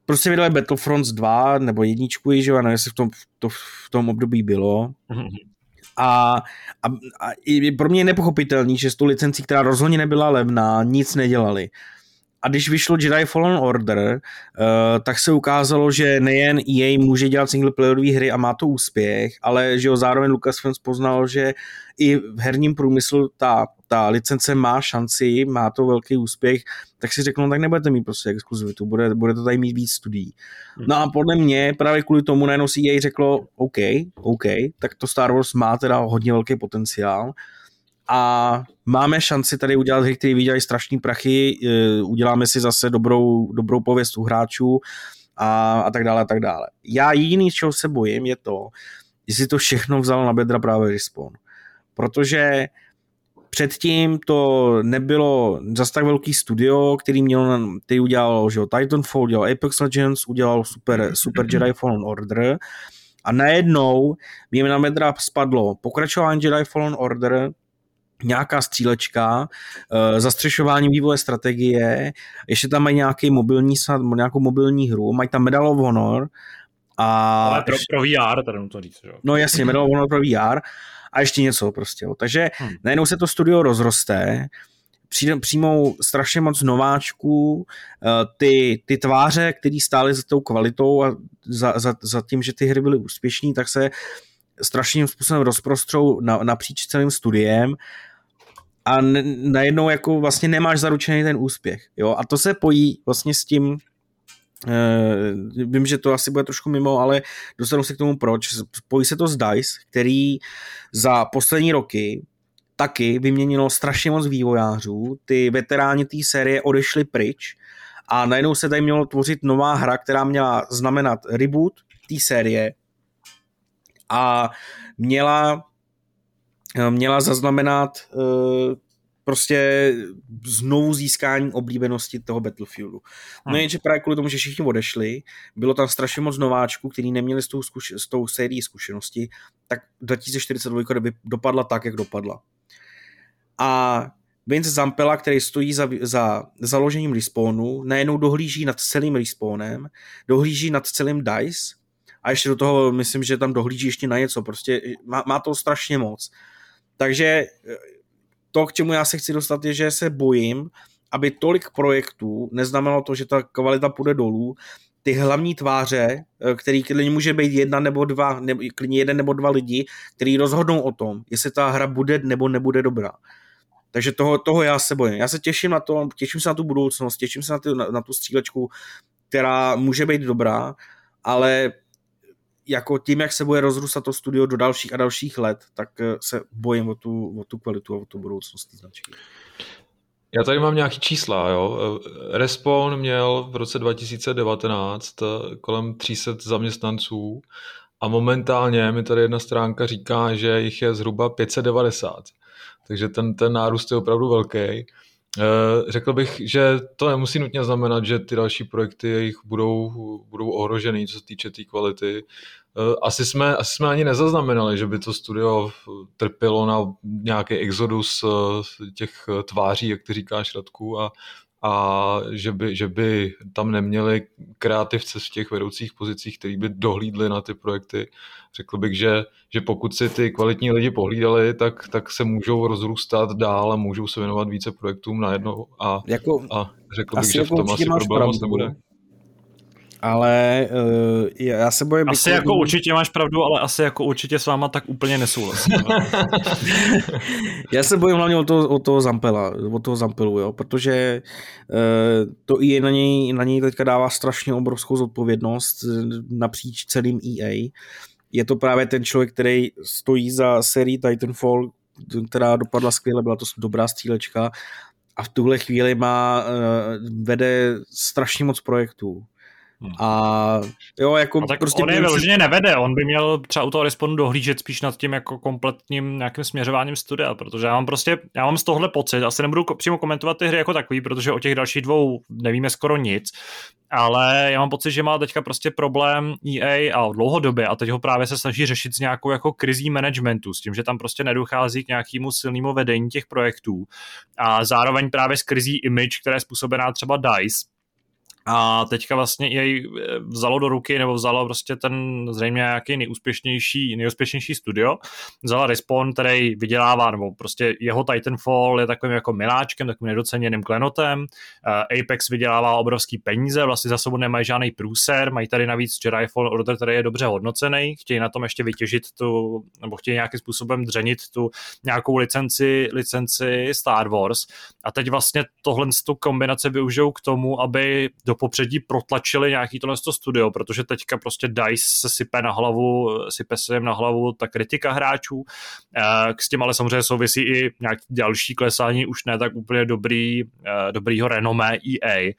[SPEAKER 3] prostě vydali Battlefront dva nebo jedničku, že jo, a nevím, jestli v tom, to v tom období bylo. A, a, a i pro mě je nepochopitelný, že s tou licencí, která rozhodně nebyla levná, nic nedělali. A když vyšlo Jedi Fallen Order, uh, tak se ukázalo, že nejen E A může dělat singleplayerové hry a má to úspěch, ale že jo, zároveň Lucasfilms poznal, že i v herním průmyslu ta, ta licence má šanci, má to velký úspěch, tak si řeknou, tak nebudete mít prostě exkluzivitu, bude, bude to tady mít víc studií. No a podle mě právě kvůli tomu najednou si E A řeklo, OK, OK, tak to Star Wars má teda hodně velký potenciál, a máme šanci tady udělat hry, které vydělají strašný prachy, uděláme si zase dobrou, dobrou pověst u hráčů a, a tak dále a tak dále. Já jediný, čeho se bojím, je to, jestli to všechno vzalo na bedra právě Respawn. Protože předtím to nebylo zase tak velký studio, který měl, který udělal, že jo, Titanfall, udělal Apex Legends, udělal super, super Jedi Fallen Order a najednou by jim na bedra spadlo pokračování Jedi Fallen Order, nějaká střílečka, zastřešování vývoje strategie, ještě tam mají nějaký mobilní, nějakou mobilní hru, mají tam Medal of Honor. A
[SPEAKER 1] ale pro, pro V R, tady to říct, jo.
[SPEAKER 3] No jasně, Medal of Honor pro V R a ještě něco prostě. Jo. Takže hmm. najednou se to studio rozroste, přijmou strašně moc nováčků, ty, ty tváře, které stály za tou kvalitou a za, za, za tím, že ty hry byly úspěšný, tak se strašným způsobem rozprostřou na, napříč celým studiem a najednou jako vlastně nemáš zaručený ten úspěch. Jo? A to se pojí vlastně s tím, eh, vím, že to asi bude trošku mimo, ale dostanu se k tomu proč. Pojí se to s DICE, který za poslední roky taky vyměnilo strašně moc vývojářů, ty veteráni té série odešli pryč a najednou se tady mělo tvořit nová hra, která měla znamenat reboot té série a měla, měla zaznamenat uh, prostě znovu získání oblíbenosti toho Battlefieldu. No hmm. jenže právě kvůli tomu, že všichni odešli, bylo tam strašně moc nováčků, kteří neměli s tou, zkuš- s tou sérií zkušenosti, tak dva tisíce čtyřicet dva dopadla tak, jak dopadla. A Vince Zampella, který stojí za, za založením Respawnu, najednou dohlíží nad celým Respawnem, dohlíží nad celým DICE a ještě do toho myslím, že tam dohlíží ještě na něco, prostě má, má to strašně moc. Takže to, k čemu já se chci dostat, je, že se bojím, aby tolik projektů neznamenalo to, že ta kvalita půjde dolů, ty hlavní tváře, který klidně může být jedna nebo dva, nebo klidně jeden nebo dva lidi, kteří rozhodnou o tom, jestli ta hra bude nebo nebude dobrá. Takže toho, toho já se bojím. Já se těším na to, těším se na tu budoucnost, těším se na, ty, na, na tu střílečku, která může být dobrá, ale jako tím, jak se bude rozrůstat to studio do dalších a dalších let, tak se bojím o tu, o tu kvalitu a o tu budoucnost značky.
[SPEAKER 2] Já tady mám nějaký čísla, jo. Respawn měl v roce dva tisíce devatenáct kolem tři sta zaměstnanců a momentálně mi tady jedna stránka říká, že jich je zhruba pět set devadesát. Takže ten, ten nárůst je opravdu velký. Řekl bych, že to nemusí nutně znamenat, že ty další projekty jejich budou, budou ohrožený, co se týče té tý kvality. Asi jsme, asi jsme ani nezaznamenali, že by to studio trpělo na nějaký exodus těch tváří, jak ty říkáš, Radku, a, a že, by, že by tam neměli kreativce v těch vedoucích pozicích, kteří by dohlídli na ty projekty. Řekl bych, že, že pokud si ty kvalitní lidi pohlídali, tak, tak se můžou rozrůstat dál a můžou se věnovat více projektům najednou a,
[SPEAKER 3] jako,
[SPEAKER 2] a řekl bych, že v tom asi problém nebude.
[SPEAKER 3] Ale uh, já se bojím...
[SPEAKER 1] Asi jako lidí... určitě máš pravdu, ale asi jako určitě s váma tak úplně nesouhlasím.
[SPEAKER 3] Já se bojím hlavně o toho, o toho Zampella, o toho Zampelu, jo, protože uh, to i na něj, na něj teďka dává strašně obrovskou zodpovědnost napříč celým E A. Je to právě ten člověk, který stojí za sérií Titanfall, která dopadla skvěle, byla to dobrá střílečka a v tuhle chvíli má, uh, vede strašně moc projektů. Hmm. A jo, jako
[SPEAKER 1] no tak
[SPEAKER 3] prostě...
[SPEAKER 1] on je vyloženě nevede, on by měl třeba u toho Respawnu dohlížet spíš nad tím jako kompletním nějakým směřováním studia, protože já mám prostě, já mám z tohle pocit, asi nebudu přímo komentovat ty hry jako takový, protože o těch dalších dvou nevíme skoro nic, ale já mám pocit, že má teďka prostě problém E A a dlouhodobě a teď ho právě se snaží řešit s nějakou jako krizí managementu, s tím, že tam prostě nedochází k nějakému silnému vedení těch projektů a zároveň právě s krizí image, která je způsobená třeba DICE. A teďka vlastně jej vzalo do ruky, nebo vzalo prostě ten zřejmě nějaký nejúspěšnější, nejúspěšnější studio. Vzala Respawn, který vydělává, nebo prostě jeho Titanfall je takovým jako miláčkem, takovým nedoceněným klenotem. Apex vydělává obrovský peníze, vlastně za sebou nemají žádný průser, mají tady navíc Jedi Fallen Order, který je dobře hodnocený, chtějí na tom ještě vytěžit tu, nebo chtějí nějakým způsobem dřenit tu nějakou licenci, licenci Star Wars. A teď vlastně tohle tu kombinaci využijou k tomu, aby do popředí protlačili nějaký tohle studio, protože teďka prostě DICE se sype na hlavu, sype se jim na hlavu ta kritika hráčů. S tím ale samozřejmě souvisí i nějaký další klesání, už ne tak úplně dobrý, dobrýho renomé E A.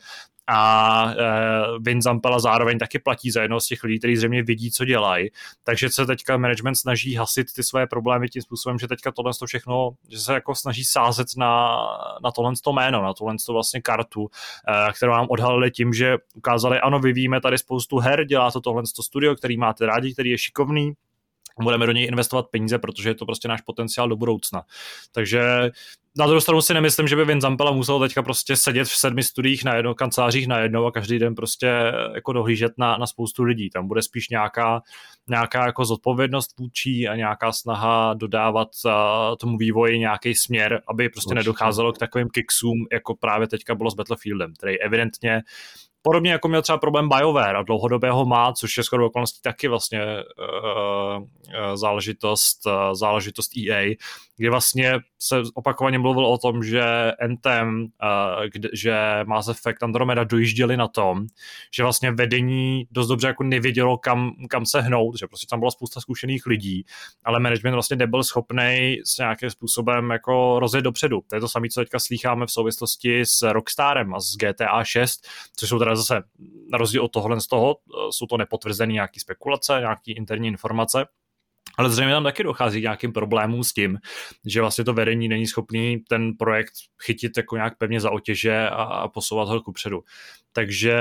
[SPEAKER 1] A uh, Vin Zampella zároveň taky platí za jednoho z těch lidí, kteří zřejmě vidí, co dělají. Takže se teďka management snaží hasit ty své problémy tím způsobem, že teďka tohle to všechno, že se jako snaží sázet na, na tohle to jméno, na tohle to vlastně kartu, uh, kterou nám odhalili tím, že ukázali, ano, vyvíjíme tady spoustu her, dělá to tohle to studio, který máte rádi, který je šikovný, budeme do něj investovat peníze, protože je to prostě náš potenciál do budoucna. Takže na druhou stranu si nemyslím, že by Vin Zampella musel teďka prostě sedět v sedmi studiích na jednou, kancelářích na jednou a každý den prostě jako dohlížet na, na spoustu lidí. Tam bude spíš nějaká, nějaká jako zodpovědnost vůči a nějaká snaha dodávat uh, tomu vývoji nějaký směr, aby prostě nedocházelo k takovým kiksům, jako právě teďka bylo s Battlefieldem, který evidentně podobně jako měl třeba problém BioWare a dlouhodobě ho má, což je shodou okolností taky vlastně uh, záležitost, uh, záležitost E A, kdy vlastně se opakovaně mluvil o tom, že Anthem, uh, kde, že Mass Effect Andromeda dojížděli na tom, že vlastně vedení dost dobře jako nevědělo, kam, kam se hnout, že prostě tam byla spousta zkušených lidí, ale management vlastně nebyl schopnej s nějakým způsobem jako rozjet dopředu. To je to samé, co teďka slýcháme v souvislosti s Rockstarem a s G T A šest, což jsou teda zase na rozdíl od tohohle z toho, jsou to nepotvrzené nějaké spekulace, nějaké interní informace, ale zřejmě tam taky dochází k nějakým problémům s tím, že vlastně to vedení není schopný ten projekt chytit jako nějak pevně za otěže a, a posouvat ho kupředu. Takže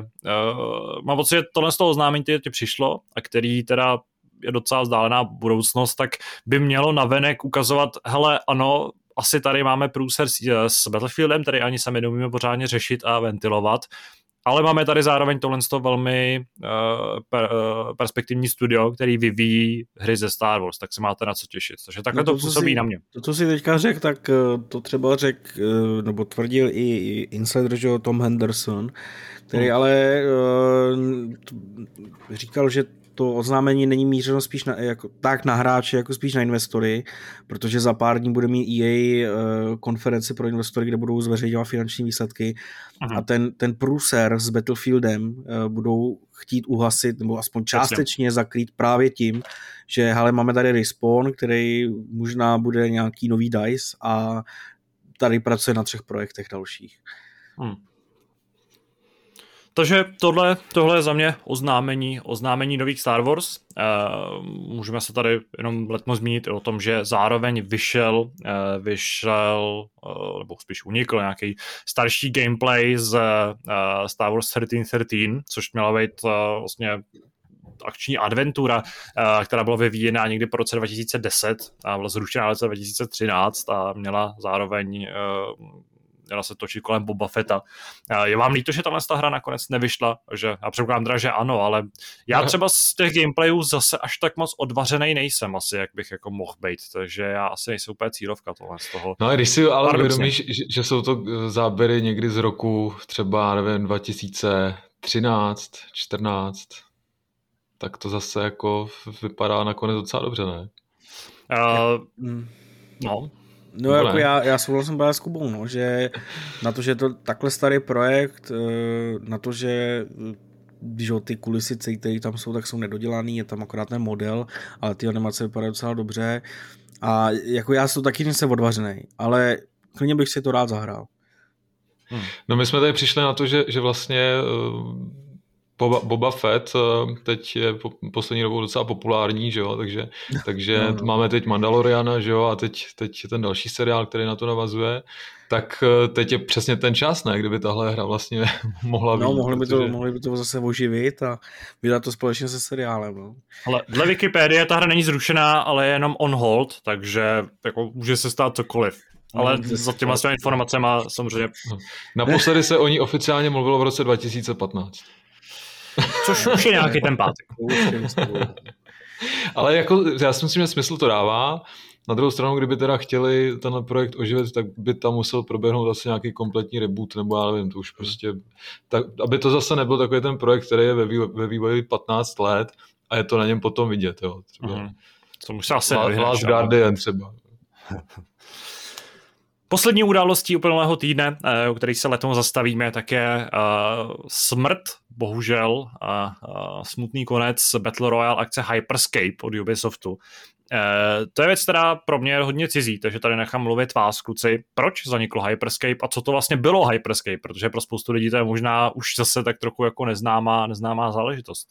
[SPEAKER 1] uh, mám pocit, že tohle z toho oznámení tě přišlo a který teda je docela vzdálená budoucnost, tak by mělo navenek ukazovat, hele, ano, asi tady máme průser s, s Battlefieldem, který ani sami neumíme pořádně řešit a ventilovat, ale máme tady zároveň tohle velmi uh, per, uh, perspektivní studio, který vyvíjí hry ze Star Wars, tak se máte na co těšit. Takže takhle no to, to působí
[SPEAKER 3] si,
[SPEAKER 1] na mě.
[SPEAKER 3] To, co si teďka řekl, tak to třeba řekl, nebo tvrdil i, i insider, že Tom Henderson, který hmm. ale uh, říkal, že to oznámení není mířeno spíš na, jako, tak na hráče, jako spíš na investory, protože za pár dní bude mít E A uh, konferenci pro investory, kde budou zveřejňovat finanční výsledky. Aha. A ten, ten průser s Battlefieldem uh, budou chtít uhasit, nebo aspoň částečně zakrýt právě tím, že hele, máme tady Respawn, který možná bude nějaký nový DICE a tady pracuje na třech projektech dalších. Hmm.
[SPEAKER 1] Takže tohle, tohle je za mě oznámení, oznámení nových Star Wars. E, můžeme se tady jenom letmo zmínit o tom, že zároveň vyšel, e, vyšel e, nebo spíš unikl nějaký starší gameplay z e, Star Wars třináct třináct, což měla být e, vlastně akční adventura, e, která byla vyvíjená někdy po roce dva tisíce deset a byla zrušená v roce dva tisíce třináct a měla zároveň e, měla se točit kolem Boba Fetta. Je vám líto, že tahle hra nakonec nevyšla? Že, já předpokládám teda, že ano, ale já třeba z těch gameplayů zase až tak moc odvařenej nejsem asi, jak bych jako mohl být, takže já asi nejsem úplně cílovka tohle z toho.
[SPEAKER 2] No a když si ale uvědomíš, že, že jsou to záběry někdy z roku třeba, nevím, dva tisíce třináct, čtrnáct, tak to zase jako vypadá nakonec docela dobře, ne?
[SPEAKER 1] Uh, no,
[SPEAKER 3] No Dobre. Jako já, já souhlasím s Kubou, no, že na to, že je to takhle starý projekt, na to, že když ty kulisy, které tam jsou, tak jsou nedodělaný, je tam akorát ten model, ale ty animace vypadají docela dobře a jako já jsem to taky nejsem odvařený, ale klidně bych si to rád zahrál.
[SPEAKER 2] Hmm. No my jsme tady přišli na to, že, že vlastně Boba, Boba Fett teď je po, poslední dobou docela populární, že jo, takže, takže no, no. máme teď Mandaloriana, že jo, a teď, teď je ten další seriál, který na to navazuje, tak teď je přesně ten čas, ne, kdyby tahle hra vlastně mohla být.
[SPEAKER 3] No, mohli by,
[SPEAKER 2] protože...
[SPEAKER 3] to, mohli by to zase oživit a vydat to společně se seriálem, no.
[SPEAKER 1] Ale dle Wikipedie ta hra není zrušená, ale je jenom on hold, takže jako může se stát cokoliv. ale za těma svými informacemi samozřejmě...
[SPEAKER 2] Naposledy se o ní oficiálně mluvilo v roce dva tisíce patnáct.
[SPEAKER 1] Což už je nějaký ten pátek.
[SPEAKER 2] Ale jako, já si myslím, že smysl to dává. Na druhou stranu, kdyby teda chtěli tenhle projekt oživit, tak by tam musel proběhnout asi nějaký kompletní reboot, nebo já nevím, to už prostě... Tak, aby to zase nebyl takový ten projekt, který je ve, vývoj, ve vývoji patnáct let a je to na něm potom vidět, jo. Třeba.
[SPEAKER 1] Mm. To už se asi
[SPEAKER 2] Last, Last Guardian třeba.
[SPEAKER 1] Poslední událostí uplynulého týdne, o který se letos zastavíme, tak je uh, smrt, bohužel, uh, uh, smutný konec Battle Royale akce Hyperscape od Ubisoftu. Uh, to je věc, která pro mě je hodně cizí, takže tady nechám mluvit vás, kluci. Proč zaniklo Hyperscape a co to vlastně bylo Hyperscape? Protože pro spoustu lidí to je možná už zase tak trochu jako neznámá, neznámá záležitost.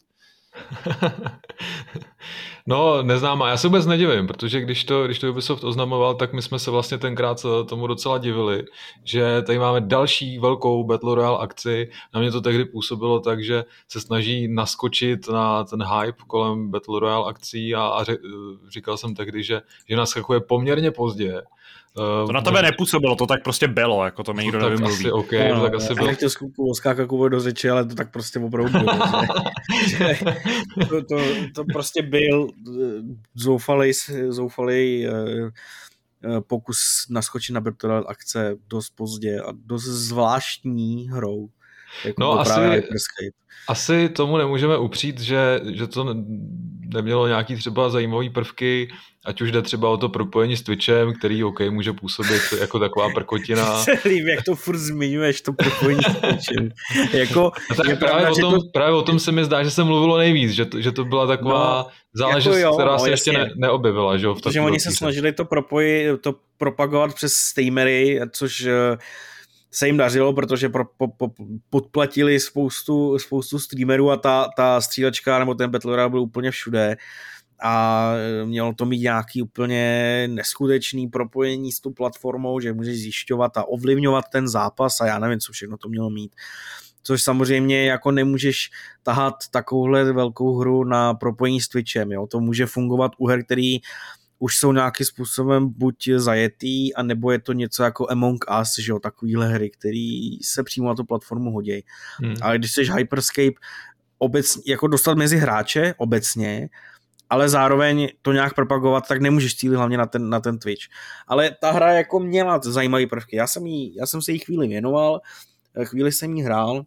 [SPEAKER 2] No, neznámá. Já se vůbec nedivím, protože když to, když to Ubisoft oznamoval, tak my jsme se vlastně tenkrát tomu docela divili, že tady máme další velkou Battle Royale akci. Na mě to tehdy působilo tak, že se snaží naskočit na ten hype kolem Battle Royale akcí a, a ře, říkal jsem tehdy, že, že naskakuje poměrně pozdě.
[SPEAKER 1] To na tebe nepůsobilo, to tak prostě bylo, jako to mi nikdo nevymluví.
[SPEAKER 2] Asi, okay, no, tak asi
[SPEAKER 3] já nechtěl skákat Kubo do řeči, ale to tak prostě opravdu bylo. Že, že to, to, to prostě byl zoufalej, zoufalej pokus naskočit na Battle Royale akce dost pozdě a dost zvláštní hrou. Jako
[SPEAKER 2] no asi, asi tomu nemůžeme upřít, že, že to nemělo nějaký třeba zajímavý prvky, ať už jde třeba o to propojení s Twitchem, který OK, může působit jako taková prkotina.
[SPEAKER 3] Se líbí, jak to furt zmiňuješ, to propojení s Twitchem. Jako,
[SPEAKER 2] tak právě, o tom, to... právě o tom se mi zdá, že se mluvilo nejvíc, že to, že to byla taková no, záležitost, jako jo, která se ještě ne, neobjevila. Že, v
[SPEAKER 3] protože oni se snažili to propojit, to propagovat přes streamery, což se jim dařilo, protože pro, po, po, podplatili spoustu, spoustu streamerů a ta, ta střílečka nebo ten Battle Royale byl úplně všude a mělo to mít nějaký úplně neskutečný propojení s tou platformou, že můžeš zjišťovat a ovlivňovat ten zápas a já nevím, co všechno to mělo mít. Což samozřejmě jako nemůžeš tahat takovouhle velkou hru na propojení s Twitchem, jo? To může fungovat u her, který už jsou nějakým způsobem buď zajetý, anebo je to něco jako Among Us, že jo, takovýhle hry, který se přímo na tu platformu hodí. Hmm. Ale když jsi Hyperscape obecně, jako dostat mezi hráče obecně, ale zároveň to nějak propagovat, tak nemůžeš cílit hlavně na ten, na ten Twitch. Ale ta hra jako měla zajímavé prvky. Já jsem, jí, já jsem se jí chvíli věnoval, chvíli jsem jí hrál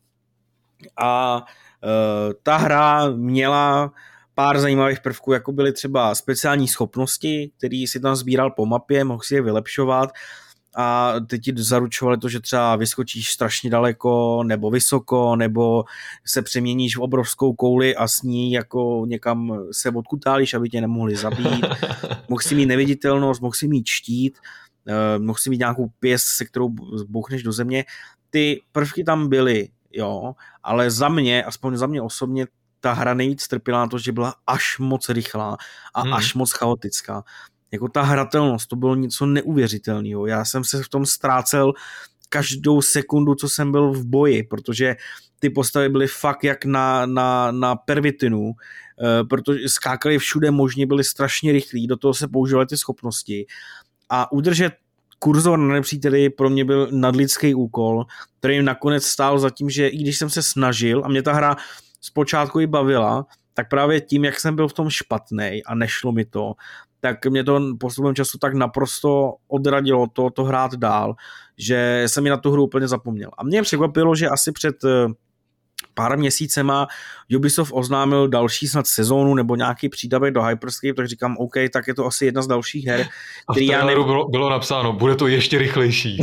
[SPEAKER 3] a uh, ta hra měla pár zajímavých prvků, jako byly třeba speciální schopnosti, který si tam sbíral po mapě, mohl si je vylepšovat a teď ti zaručovali to, že třeba vyskočíš strašně daleko nebo vysoko, nebo se přeměníš v obrovskou kouli a s ní jako někam se odkutálíš, aby tě nemohli zabít. Mohl si mít neviditelnost, mohl si mít štít, mohl si mít nějakou pěst, se kterou bouchneš do země. Ty prvky tam byly, jo, ale za mě, aspoň za mě osobně, ta hra nejvíc trpěla na to, že byla až moc rychlá a hmm. až moc chaotická. Jako ta hratelnost, to bylo něco neuvěřitelného. Já jsem se v tom ztrácel každou sekundu, co jsem byl v boji, protože ty postavy byly fakt jak na, na, na pervitinu, protože skákali všude možně, byly strašně rychlí, do toho se používaly ty schopnosti a udržet kurzor na nepříteli pro mě byl nadlidský úkol, který nakonec stál za tím, že i když jsem se snažil a mě ta hra zpočátku i bavila, tak právě tím, jak jsem byl v tom špatnej a nešlo mi to, tak mě to postupem času tak naprosto odradilo to, to hrát dál, že jsem mi na tu hru úplně zapomněl. A mě překvapilo, že asi před pár měsícema Ubisoft oznámil další snad sezónu nebo nějaký přídavek do Hyperscape, tak říkám, OK, tak je to asi jedna z dalších her, který já
[SPEAKER 2] nevím. Bylo, bylo napsáno, bude to ještě rychlejší.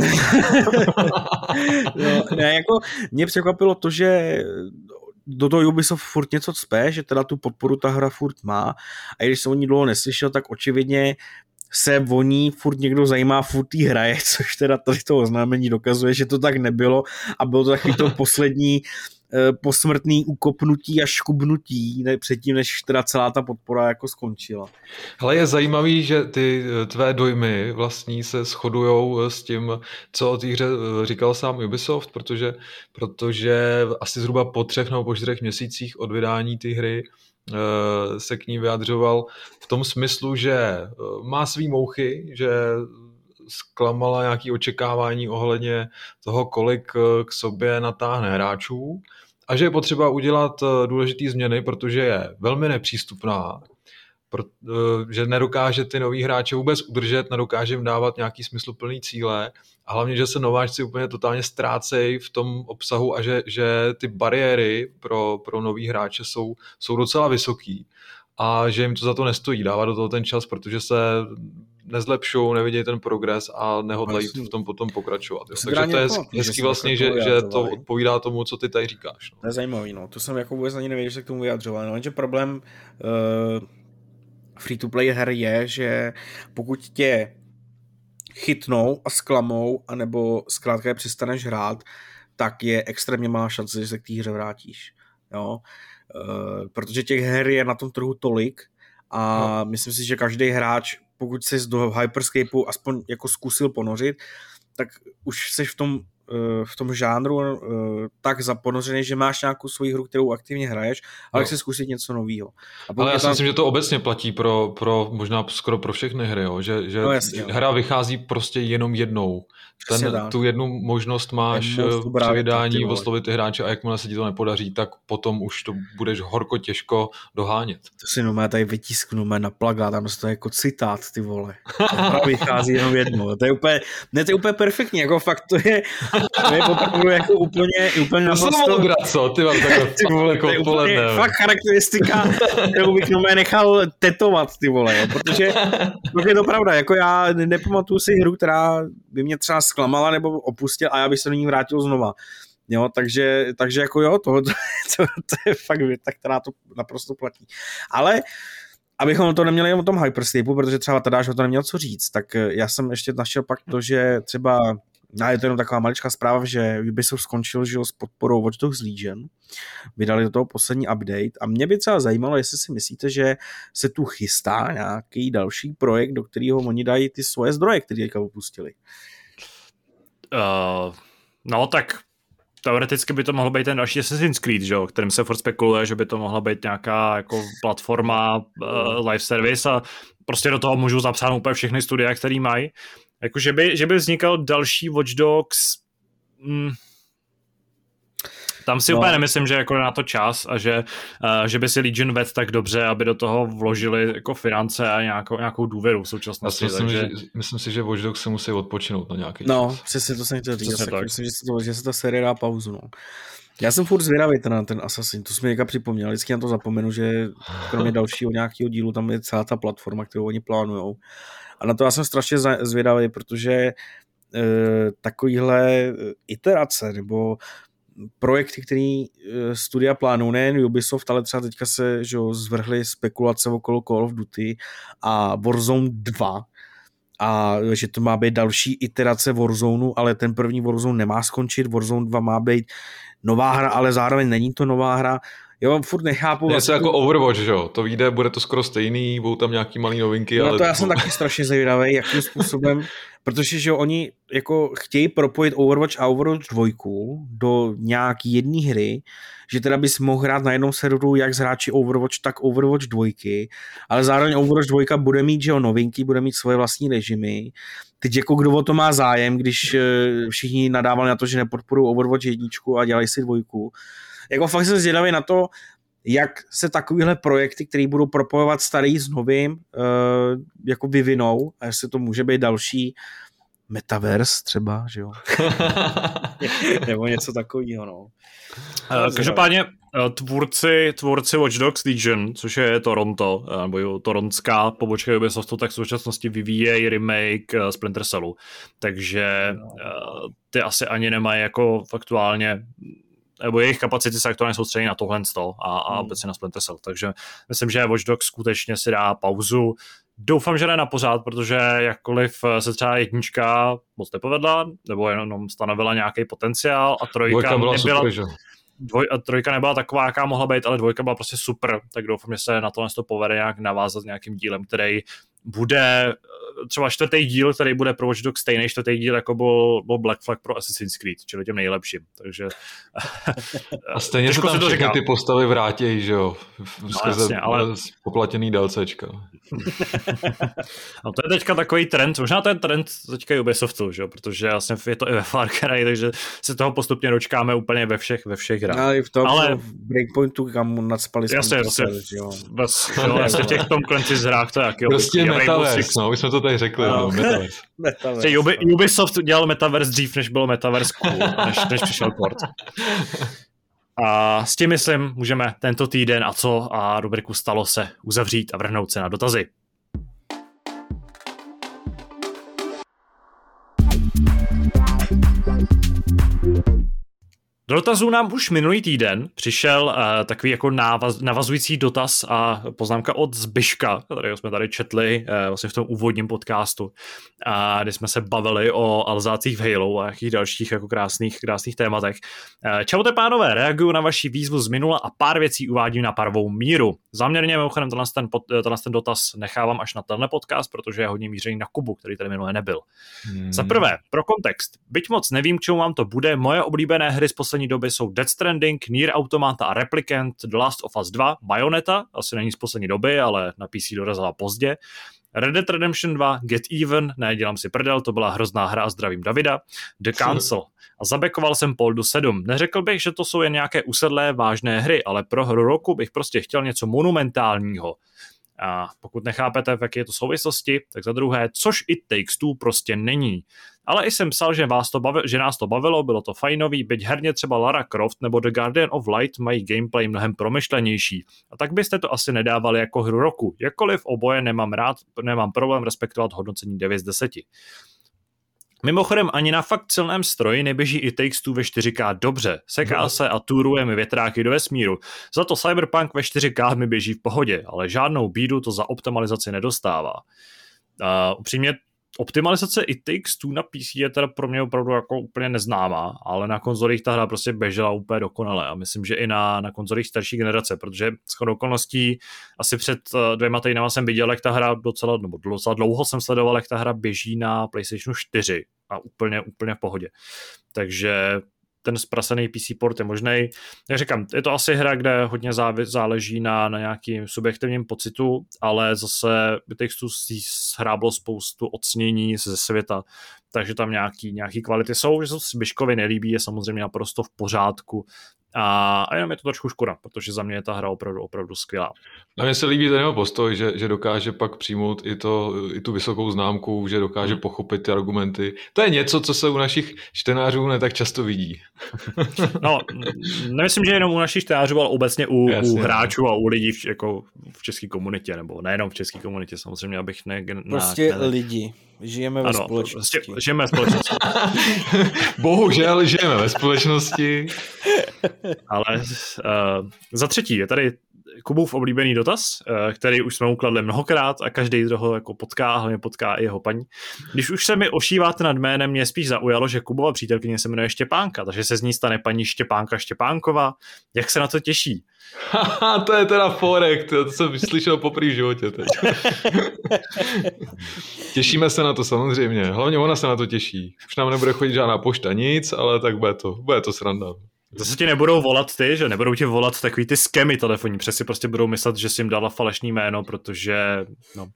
[SPEAKER 3] No, ne, jako mě překvapilo to, že do toho Ubisoft furt něco cpe, že teda tu podporu ta hra furt má a když jsem o ní dlouho neslyšel, tak očividně se o ní furt někdo zajímá, furt jí hraje, což teda tady to oznámení dokazuje, že to tak nebylo a bylo to takový to poslední posmrtný ukopnutí a škubnutí ne, předtím, než teda celá ta podpora jako skončila.
[SPEAKER 2] Ale je zajímavý, že ty tvé dojmy vlastní se shodujou s tím, co o té hře říkal sám Ubisoft, protože, protože asi zhruba po třech nebo po čtyřech měsících od vydání té hry se k ní vyjadřoval v tom smyslu, že má svý mouchy, že zklamala nějaké očekávání ohledně toho, kolik k sobě natáhne hráčů a že je potřeba udělat důležité změny, protože je velmi nepřístupná, že nedokáže ty nový hráče vůbec udržet, nedokáže jim dávat nějaký smysluplný cíle a hlavně, že se nováčci úplně totálně ztrácejí v tom obsahu a že, že ty bariéry pro, pro nový hráče jsou, jsou docela vysoký a že jim to za to nestojí dávat do toho ten čas, protože se nezlepšují, nevidějí ten progres a nehodlají v tom potom pokračovat. Jo. Takže to je hezký vlastně, že, že to odpovídá tomu, co ty tady říkáš. No.
[SPEAKER 3] To je zajímavý, no. To jsem jako vůbec ani nevěděl, že se k tomu vyjadřoval. No, jenže problém uh, free-to-play her je, že pokud tě chytnou a zklamou, anebo zkrátka přestaneš hrát, tak je extrémně malá šance, že se k té hře vrátíš. Jo? Uh, protože těch her je na tom trhu tolik a no. Myslím si, že každý hráč, pokud se do Hyperscapeu aspoň jako zkusil ponořit, tak už jsi v tom, uh, v tom žánru uh, tak zaponořený, že máš nějakou svoji hru, kterou aktivně hraješ, ale no. Chci zkusit něco nového.
[SPEAKER 2] Ale já si tam... myslím, že to obecně platí pro, pro možná skoro pro všechny hry, jo? že, že no, jasně, hra jo. vychází prostě jenom jednou. Ten, tu jednu možnost máš při vydání oslovit ty hráče a jakmile se ti to nepodaří, tak potom už to budeš horko těžko dohánět.
[SPEAKER 3] To si no tady vytisknu na plagát, tam to je jako citát, ty vole. Hra vychází jenom jednou. To je úplně, ne, to je úplně perfektní, jako fakt to je, to je opravdu jako úplně, úplně
[SPEAKER 2] naprosto... To jsem mohl co? Ty mám takhle ty vole,
[SPEAKER 3] to je úplně fakt charakteristika, kterou bych no nechal tetovat, ty vole, jo, protože to je to pravda, jako já nepamatuju si hru, která by mě třeba zklamala nebo opustil a já bych se do ní vrátil znova. Jo, takže, takže jako jo, to, to, to, to je fakt věta, která to naprosto platí. Ale abychom to neměli jen o tom Hyperscapeu, protože třeba Tadáš o to neměl co říct, tak já jsem ještě našel pak to, že třeba, no je to jenom taková maličká zpráva, že Ubisoft skončil že s podporou Watch Dogs Legion, vydali do toho poslední update a mě by třeba zajímalo, jestli si myslíte, že se tu chystá nějaký další projekt, do kterého oni dají ty svoje zdroje, které teďka opustili.
[SPEAKER 1] Uh, no tak teoreticky by to mohlo být ten další Assassin's Creed, že, o kterým se furt spekuluje, že by to mohla být nějaká jako platforma uh, live service a prostě do toho můžu zapsat úplně všechny studia, které mají. Jako, že by, že by vznikal další Watch Dogs, mm, tam si no. úplně nemyslím, že jako na to čas a že, uh, že by si Legion vedl tak dobře, aby do toho vložili jako finance a nějakou, nějakou důvěru v současnosti.
[SPEAKER 2] Myslím,
[SPEAKER 1] takže...
[SPEAKER 2] že, myslím si, že Watch Dogs se musí odpočinout na nějaký
[SPEAKER 3] no,
[SPEAKER 2] čas.
[SPEAKER 3] No, přesně to jsem chtěl říct. Myslím, že se, to, že se ta série dá pauzu. No. Já jsem furt zvědavý na ten Assassin, to jsi mi někdy připomněl, vždycky na to zapomenu, že kromě dalšího nějakého dílu tam je celá ta platforma, kterou oni plánujou. A na to já jsem strašně zvědavý, protože e, takovýhle iterace nebo projekty, který studia plánují, nejen Ubisoft, ale třeba teďka se že, zvrhly spekulace okolo Call of Duty a Warzone dva a že to má být další iterace Warzoneu, ale ten první Warzone nemá skončit, Warzone dva má být nová hra, ale zároveň není to nová hra. Já vám furt nechápu.
[SPEAKER 2] Je to jako Overwatch, že jo? To vyjde, bude to skoro stejný, budou tam nějaký malý novinky.
[SPEAKER 3] No
[SPEAKER 2] ale
[SPEAKER 3] to já jsem taky strašně zvědavý, jakým způsobem, protože že oni jako chtějí propojit Overwatch a Overwatch dva do nějaký jedné hry, že teda bys mohl hrát na jednom serveru jak z hráči Overwatch, tak Overwatch dva, ale zároveň Overwatch dva bude mít že jo, novinky, bude mít svoje vlastní režimy. Teď jako kdo o to má zájem, když všichni nadávali na to, že nepodporují Overwatch jedna a dělají si dvojku. Jako fakt jsem zvědavý na to, jak se takovýhle projekty, které budou propojovat starý s novým, uh, jako vyvinou a jestli to může být další Metaverse třeba, že jo? Nebo něco takového, no.
[SPEAKER 1] Uh, každopádně tvůrci, tvůrci Watch Dogs Legion, což je Toronto, nebo toronská pobočka Ubisoftu, tak v současnosti vyvíjejí remake Splinter Cellu. Takže uh, ty asi ani nemají jako aktuálně nebo jejich kapacity se aktuálně soustředí na tohle a, a hmm. obecně na Splinter Cell. Takže myslím, že Watch Dogs skutečně si dá pauzu. Doufám, že ne na pořád, protože jakkoliv se třeba jednička moc nepovedla, nebo jenom stanovila nějaký potenciál a trojka
[SPEAKER 2] byla
[SPEAKER 1] nebyla,
[SPEAKER 2] super, že?
[SPEAKER 1] Dvoj, a trojka nebyla taková, jaká mohla být, ale dvojka byla prostě super, tak doufám, že se na tohle to povede nějak navázat s nějakým dílem, který bude třeba čtvrtý díl, který bude pro Watch Dogs stejný čtvrtý díl, jako byl, byl Black Flag pro Assassin's Creed, čili těm nejlepším. Takže
[SPEAKER 2] a stejně se tam všechny říká. Ty postavy vrátí, že jo? Skrze no, jasně, ale... poplatěný DLCčka.
[SPEAKER 1] No to je teďka takový trend, možná to je trend teďka i Ubisoftu, že jo? Protože vlastně je to i ve Far Cry, takže se toho postupně dočkáme úplně ve všech, ve všech hrách.
[SPEAKER 3] No, i v tom ale... v Breakpointu, kam nadspali jsme.
[SPEAKER 1] Jasně, jasně. Vlastně v těch Tom Clancy's hrách to je jaký
[SPEAKER 2] prostě Metaverse, no, už jsme to tady řekli. No. Metaverse.
[SPEAKER 1] Metaverse. Ubi, Ubisoft dělal Metaverse dřív, než bylo Metaverse cool, než, než přišel port. A s tím, myslím, můžeme tento týden a co a rubriku Stalo se uzavřít a vrhnout se na dotazy. Do dotazů nám už minulý týden přišel uh, takový jako návaz, navazující dotaz a poznámka od Zbyška, kterého jsme tady četli uh, vlastně v tom úvodním podcastu, uh, kdy jsme se bavili o alzácích v Halo a jakých dalších jako krásných, krásných tématech. Uh, čaute pánové, reaguju na vaši výzvu z minula a pár věcí uvádím na pravou míru. Záměrně mimochodem tenhle ten, tenhle ten dotaz nechávám až na tenhle podcast, protože je hodně mířený na Kubu, který tady minule nebyl. Hmm. Za prvé, pro kontext, byť moc nevím, k čemu vám to bude, moje oblíbené hry z poslední doby jsou Death Stranding, Nier Automata a Replicant, The Last of Us dva, Bayonetta, asi není z poslední doby, ale na P C dorazila pozdě, Red Dead Redemption dva, Get Even, ne, dělám si prdel, to byla hrozná hra a zdravím Davida, The Council. A zabekoval jsem Poldu sedm. Neřekl bych, že to jsou jen nějaké usedlé vážné hry, ale pro hru roku bych prostě chtěl něco monumentálního. A pokud nechápete, v jaké je to souvislosti, tak za druhé, což It Takes Two prostě není. Ale i jsem psal, že, vás to bavilo, že nás to bavilo, bylo to fajnový, byť herně třeba Lara Croft nebo The Guardian of Light mají gameplay mnohem promyšlenější. A tak byste to asi nedávali jako hru roku. Jakkoliv oboje nemám rád, nemám problém respektovat hodnocení devět z deseti. Mimochodem ani na fakt silném stroji neběží i Takes Two ve čtyři ká dobře. Seká no. se a turuje mi větráky do vesmíru. Za to Cyberpunk ve čtyři ká mi běží v pohodě, ale žádnou bídu to za optimalizaci nedostává. Uh, upřímně optimalizace i Takes Two na P C je teda pro mě opravdu jako úplně neznámá, ale na konzolích ta hra prostě běžela úplně dokonale a myslím, že i na, na konzolích starší generace, protože shodou okolností asi před dvěma týdnama jsem viděl, jak ta hra docela, nebo docela dlouho jsem sledoval, jak ta hra běží na PlayStation čtyři a úplně, úplně v pohodě. Takže ten zprasený P C port je možnej. Jak říkám, je to asi hra, kde hodně záleží na, na nějakým subjektivním pocitu, ale zase by textu hráblo spoustu ocenění ze světa, takže tam nějaký, nějaký kvality jsou, že se Zbyškovi nelíbí, je samozřejmě naprosto v pořádku. A, a jenom je to trošku škoda, protože za mě je ta hra opravdu, opravdu skvělá.
[SPEAKER 2] A mně se líbí ten jeho postoj, že, že dokáže pak přijmout i, to, i tu vysokou známku, že dokáže hmm. pochopit ty argumenty. To je něco, co se u našich čtenářů ne tak často vidí.
[SPEAKER 1] No, nemyslím, že jenom u našich čtenářů, ale obecně u, u hráčů a u lidí v, jako v české komunitě, nebo nejenom v české komunitě, samozřejmě, abych ne...
[SPEAKER 3] Prostě
[SPEAKER 1] ne,
[SPEAKER 3] lidi. Žijeme ve ano, společnosti.
[SPEAKER 1] Prostě žijeme ve společnosti.
[SPEAKER 2] Bohužel žijeme ve společnosti.
[SPEAKER 1] Ale uh, za třetí je tady Kubův oblíbený dotaz, uh, který už jsme ukladli mnohokrát a každý toho jako potká, hlavně potká i jeho paní. Když už se mi ošíváte nad jménem, mě spíš zaujalo, že Kubova přítelkyně se jmenuje Štěpánka, takže se z ní stane paní Štěpánka Štěpánková. Jak se na to těší?
[SPEAKER 2] Haha, to je teda forek, to jsem slyšel poprvé v životě teď. Těšíme se na to samozřejmě, hlavně ona se na to těší. Už nám nebude chodit žádná pošta, nic, ale tak bude to, bude to sranda.
[SPEAKER 1] Zase ti nebudou volat ty, že nebudou ti volat takový ty skemy telefonní, přesně prostě budou myslet, že jsi jim dala falešný jméno, protože, no.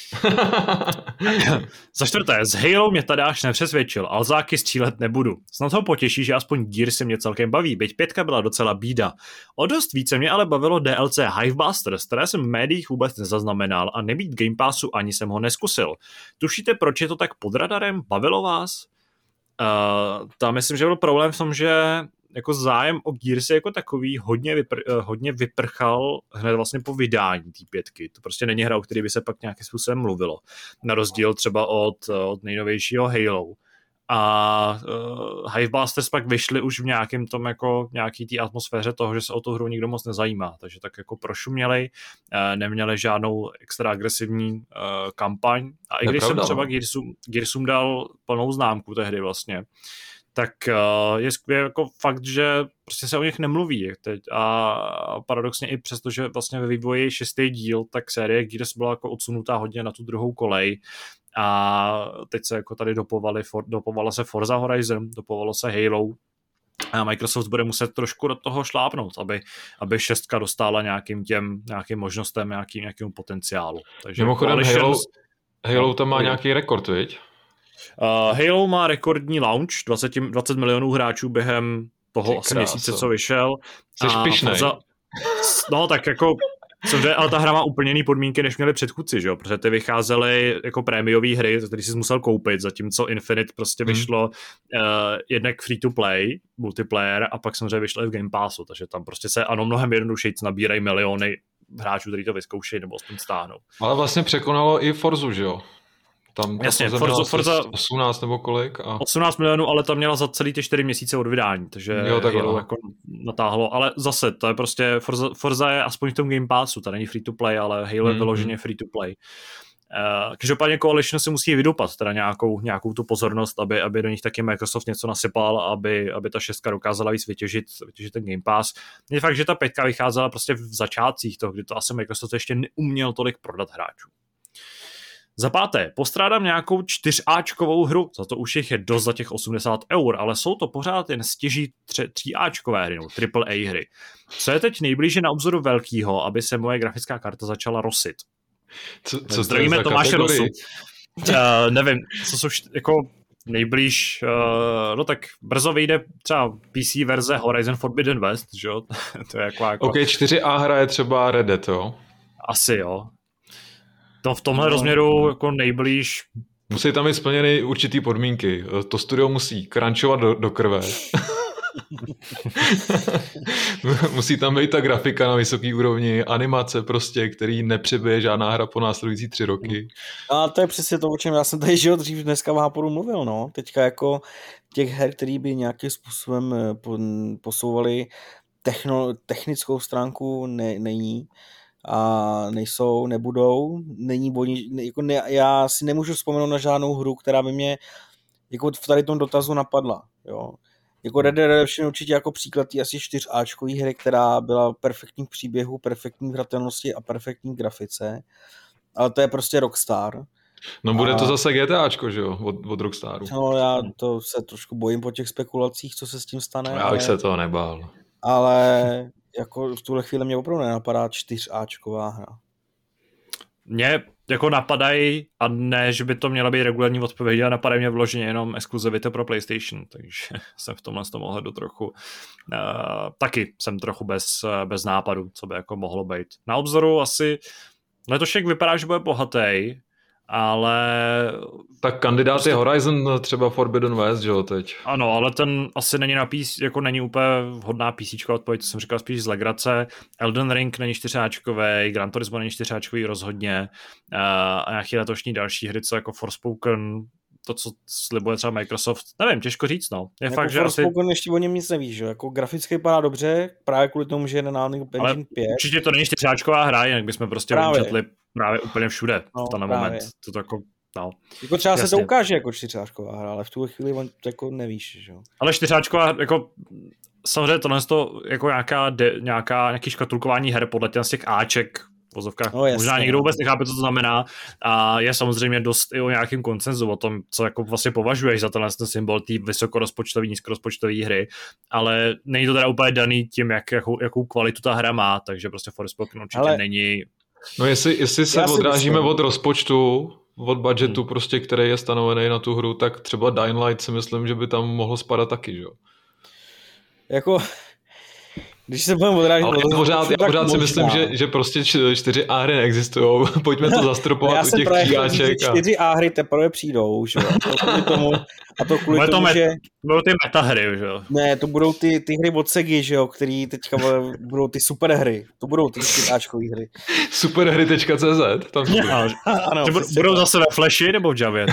[SPEAKER 1] Za čtvrté, s Halo mě Tadáš nepřesvědčil, alzáky střílet nebudu. Snad ho potěší, že aspoň Gear se mě celkem baví, byť pětka byla docela bída. O dost více mě ale bavilo D L C Hivebusters, které jsem v médiích vůbec nezaznamenal a nebýt Game Passu ani jsem ho neskusil. Tušíte, proč je to tak pod radarem? Bavilo vás? Uh, tam myslím, že byl problém v tom, že jako zájem o Gearsy jako takový hodně, vypr- hodně vyprchal hned vlastně po vydání té pětky. To prostě není hra, o který by se pak nějakým způsobem mluvilo. Na rozdíl třeba od, od nejnovějšího Halo. A uh, Hivebusters pak vyšly už v nějakým tom jako nějaký té atmosféře toho, že se o tu hru nikdo moc nezajímá. Takže tak jako prošuměli, uh, neměli žádnou extra agresivní uh, kampaň. A i když jsem třeba Gearsům, Gearsům dal plnou známku tehdy vlastně, tak uh, je skvělé jako fakt, že prostě se o nich nemluví teď a paradoxně i přesto, že vlastně ve vývoji šestý díl, tak série Gears byla jako odsunutá hodně na tu druhou kolej a teď se jako tady dopovali, dopovala se Forza Horizon, dopovalo se Halo a Microsoft bude muset trošku do toho šlápnout, aby, aby šestka dostala nějakým těm, nějakým možnostem, nějakým, nějakým potenciálu. Takže
[SPEAKER 2] mimochodem
[SPEAKER 1] Coalition...
[SPEAKER 2] Halo, Halo tam má
[SPEAKER 1] no,
[SPEAKER 2] nějaký rekord, viď?
[SPEAKER 1] Uh, Halo má rekordní launch, dvacet, dvacet milionů hráčů během toho asi měsíce, co vyšel.
[SPEAKER 2] Jsi pyšnej. Forza...
[SPEAKER 1] No tak jako, samozřejmě, ale ta hra má úplně jiný podmínky, než měli předchůdci, že jo? Protože ty vycházely jako prémiové hry, které jsi musel koupit, zatímco Infinite prostě hmm. vyšlo uh, jednak free to play, multiplayer a pak samozřejmě vyšlo i v Game Passu, takže tam prostě se ano mnohem jednodušeji nabírají miliony hráčů, kteří to vyzkoušejí nebo aspoň stáhnou.
[SPEAKER 2] Ale vlastně překonalo i Forzu, že jo? Tam
[SPEAKER 1] jasně, Forza, Forza
[SPEAKER 2] osmnáct nebo kolik? A...
[SPEAKER 1] osmnáct milionů, ale tam měla za celý ty čtyři měsíce od vydání, takže
[SPEAKER 2] jo,
[SPEAKER 1] Halo jako natáhlo, ale zase to je prostě, Forza, Forza je aspoň v tom Game Passu, to není free to play, ale Halo mm-hmm. je vyloženě free to play. Uh, každopádně Coalition si musí vydupat teda nějakou, nějakou tu pozornost, aby, aby do nich taky Microsoft něco nasypal, aby, aby ta šestka dokázala víc vytěžit, vytěžit ten Game Pass. Je fakt, že ta pětka vycházela prostě v začátcích toho, kdy to asi Microsoft ještě neuměl tolik prodat hráčů. Za páté, postrádám nějakou čtyřáčkovou hru, za to už jich je dost za těch osmdesát eur, ale jsou to pořád jen stěží tři, tříáčkové hry, no, triple A hry. Co je teď nejblíže na obzoru velkýho, aby se moje grafická karta začala rosit?
[SPEAKER 2] Co, co
[SPEAKER 1] zdravíme Tomáše Rosu. Uh, nevím, co jsou jako nejblíž, uh, no tak brzo vyjde třeba P C verze Horizon Forbidden West, že jo? To je jako, jako...
[SPEAKER 2] OK, čtyři A hra je třeba Red Dead, jo?
[SPEAKER 1] Asi jo. To v tomhle no. rozměru jako nejblíž.
[SPEAKER 2] Musí tam být splněny určitý podmínky. To studio musí crunchovat do, do krve. Musí tam být ta grafika na vysoký úrovni, animace prostě, který nepřebije žádná hra po následující tři roky.
[SPEAKER 3] A to je přesně to, o čem já jsem tady žil dřív dneska v Háporu mluvil, no. Teďka jako těch her, který by nějakým způsobem posouvaly techno, technickou stránku, ne, není. A nejsou, nebudou, není boni, jako ne, já si nemůžu vzpomenout na žádnou hru, která by mě jako v tady tom dotazu napadla, jo. Jako Red Dead Redemption určitě jako příklad je asi čtyřáčkový hry, která byla perfektní v příběhu, perfektní v hratelnosti a perfektní grafice, ale to je prostě Rockstar.
[SPEAKER 2] No bude a... to zase GTAčko, že jo, od, od Rockstaru.
[SPEAKER 3] No já to se trošku bojím po těch spekulacích, co se s tím stane.
[SPEAKER 2] Já bych ale... se toho nebál.
[SPEAKER 3] Ale... jako v tuhle chvíli mě opravdu nenapadá čtyřáčková hra.
[SPEAKER 1] Mě jako napadají a ne, že by to měla být regulární odpověď, a napadají mě vloženě jenom exkluzivity pro PlayStation, takže jsem v tomhle z toho ohledu trochu uh, taky jsem trochu bez, bez nápadu, co by jako mohlo být. Na obzoru asi letošek vypadá, že bude bohatý, ale...
[SPEAKER 2] Tak kandidát prostě... je Horizon, třeba Forbidden West, že jo, teď.
[SPEAKER 1] Ano, ale ten asi není na P C, jako není úplně vhodná PCčka odpověď, to jsem říkal spíš z legrace. Elden Ring není čtyřáčkový, Gran Turismo není čtyřáčkový rozhodně a nějaký letošní další hry, co jako Forspoken, to, co slibuje třeba Microsoft, nevím, těžko říct, no. Je
[SPEAKER 3] jako
[SPEAKER 1] fakt, že
[SPEAKER 3] Forspoken
[SPEAKER 1] asi...
[SPEAKER 3] ještě o něm nic nevíš, že? Jako graficky vypadá dobře, právě kvůli tomu, že je na Unreal Engine pět.
[SPEAKER 1] Určitě to není čtyřáčková hra, jinak bychom prostě četli právě úplně všude
[SPEAKER 3] no,
[SPEAKER 1] v ten moment. To, to jako, no.
[SPEAKER 3] Jako třeba Jasně. se to ukáže jako čtyřáčková hra, ale v tuhle chvíli jako nevíš, že jo.
[SPEAKER 1] Ale čtyřáčková, jako samozřejmě tohle to jako nějaká, de, nějaká nějaký škatulkování her podle těch z těch Aček v vozovkách. No, možná někdo vůbec nechápe, co to znamená a je samozřejmě dost i o nějakým konsenzu o tom, co jako vlastně považuješ za tenhle symbol té vysokorozpočtové, nízkorozpočtové hry, ale není to teda úplně daný tím, jak, jakou, jakou kvalitu ta hra má, takže prostě Forspoken určitě ale... není.
[SPEAKER 2] No jestli, jestli se odrážíme myslím. od rozpočtu, od budgetu, hmm. prostě, který je stanovený na tu hru, tak třeba Dying Light si myslím, že by tam mohlo spadat taky, že jo?
[SPEAKER 3] Jako, když se budeme odrážit...
[SPEAKER 2] Ale já pořád, já pořád si myslím, že, že prostě čtyři A hry neexistujou. Pojďme to zastropovat u těch tříáček.
[SPEAKER 3] A... čtyři A hry teprve přijdou, že jo? A to kvůli tomu, a to kvůli
[SPEAKER 1] bude
[SPEAKER 3] tomu,
[SPEAKER 1] to met,
[SPEAKER 3] že...
[SPEAKER 1] budou ty metahry, že jo?
[SPEAKER 3] Ne, to budou ty, ty hry od Segy, že jo, který teďka budou ty super hry. To budou ty čtyřáčkový hry.
[SPEAKER 2] Superhry tečka cé zet? Tam
[SPEAKER 1] ano, ano, budou tak. Zase ve Flashi nebo v Javě?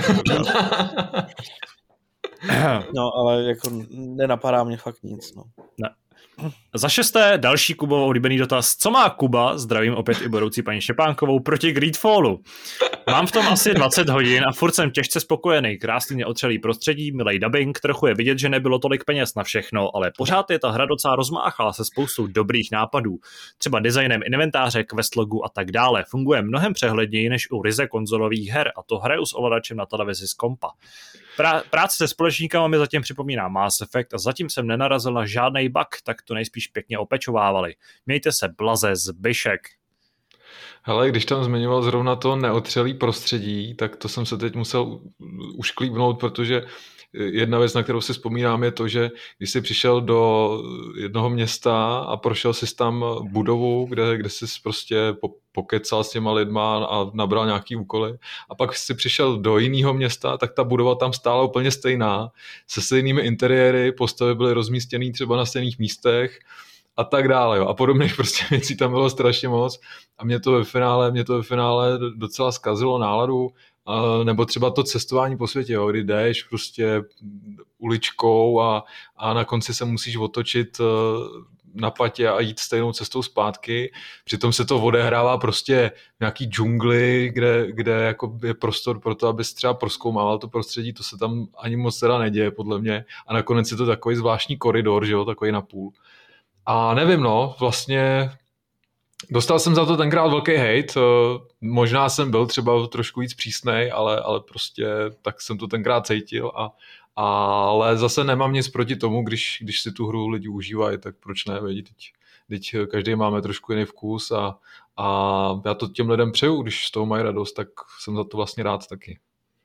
[SPEAKER 3] No, ale jako nenapadá mě fakt nic, no.
[SPEAKER 1] Ne. Za šesté, další Kubovo oblíbený dotaz. Co má Kuba, zdravím opět i budoucí paní Štěpánkovou, proti Greedfallu? Mám v tom asi dvacet hodin a furt jsem těžce spokojený. Krásný neotřelý prostředí, milej dubbing, trochu je vidět, že nebylo tolik peněz na všechno, ale pořád je ta hra docela rozmáchala se spoustou dobrých nápadů. Třeba designem inventáře, questlogu a tak dále. Funguje mnohem přehledněji než u ryze konzolových her a to hraju s ovladačem na televizi z kompa. Prá- práce se společníkama mi zatím připomíná Mass Effect a zatím jsem nenarazil na žádnej bug, tak to nejspíš pěkně opečovávali. Mějte se, blaze, Zbyšek.
[SPEAKER 2] Hele, když tam zmiňoval zrovna to neotřelý prostředí, tak to jsem se teď musel ušklíbnout, protože jedna věc, na kterou si vzpomínám, je to, že když jsi přišel do jednoho města a prošel jsi tam budovu, kde, kde jsi prostě pokecal s těma lidma a nabral nějaký úkoly a pak jsi přišel do jiného města, tak ta budova tam stála úplně stejná, se stejnými interiéry, postavy byly rozmístěný třeba na stejných místech a tak dále. Jo. A podobných prostě věcí tam bylo strašně moc a mě to ve finále, mě to ve finále docela zkazilo náladu. Uh, nebo třeba to cestování po světě, jo, kdy jdeš prostě uličkou a, a na konci se musíš otočit uh, na patě a jít stejnou cestou zpátky. Přitom se to odehrává prostě v nějaký džungli, kde, kde jako je prostor pro to, abys třeba prozkoumával to prostředí, to se tam ani moc teda neděje, podle mě. A nakonec je to takový zvláštní koridor, že jo, takový napůl. A nevím, no, vlastně dostal jsem za to tenkrát velký hejt, možná jsem byl třeba trošku víc přísnej, ale, ale prostě tak jsem to tenkrát cítil, a, ale zase nemám nic proti tomu, když, když si tu hru lidi užívají, tak proč ne, vědí, teď, teď každý máme trošku jiný vkus a, a já to těm lidem přeju, když z toho mají radost, tak jsem za to vlastně rád taky.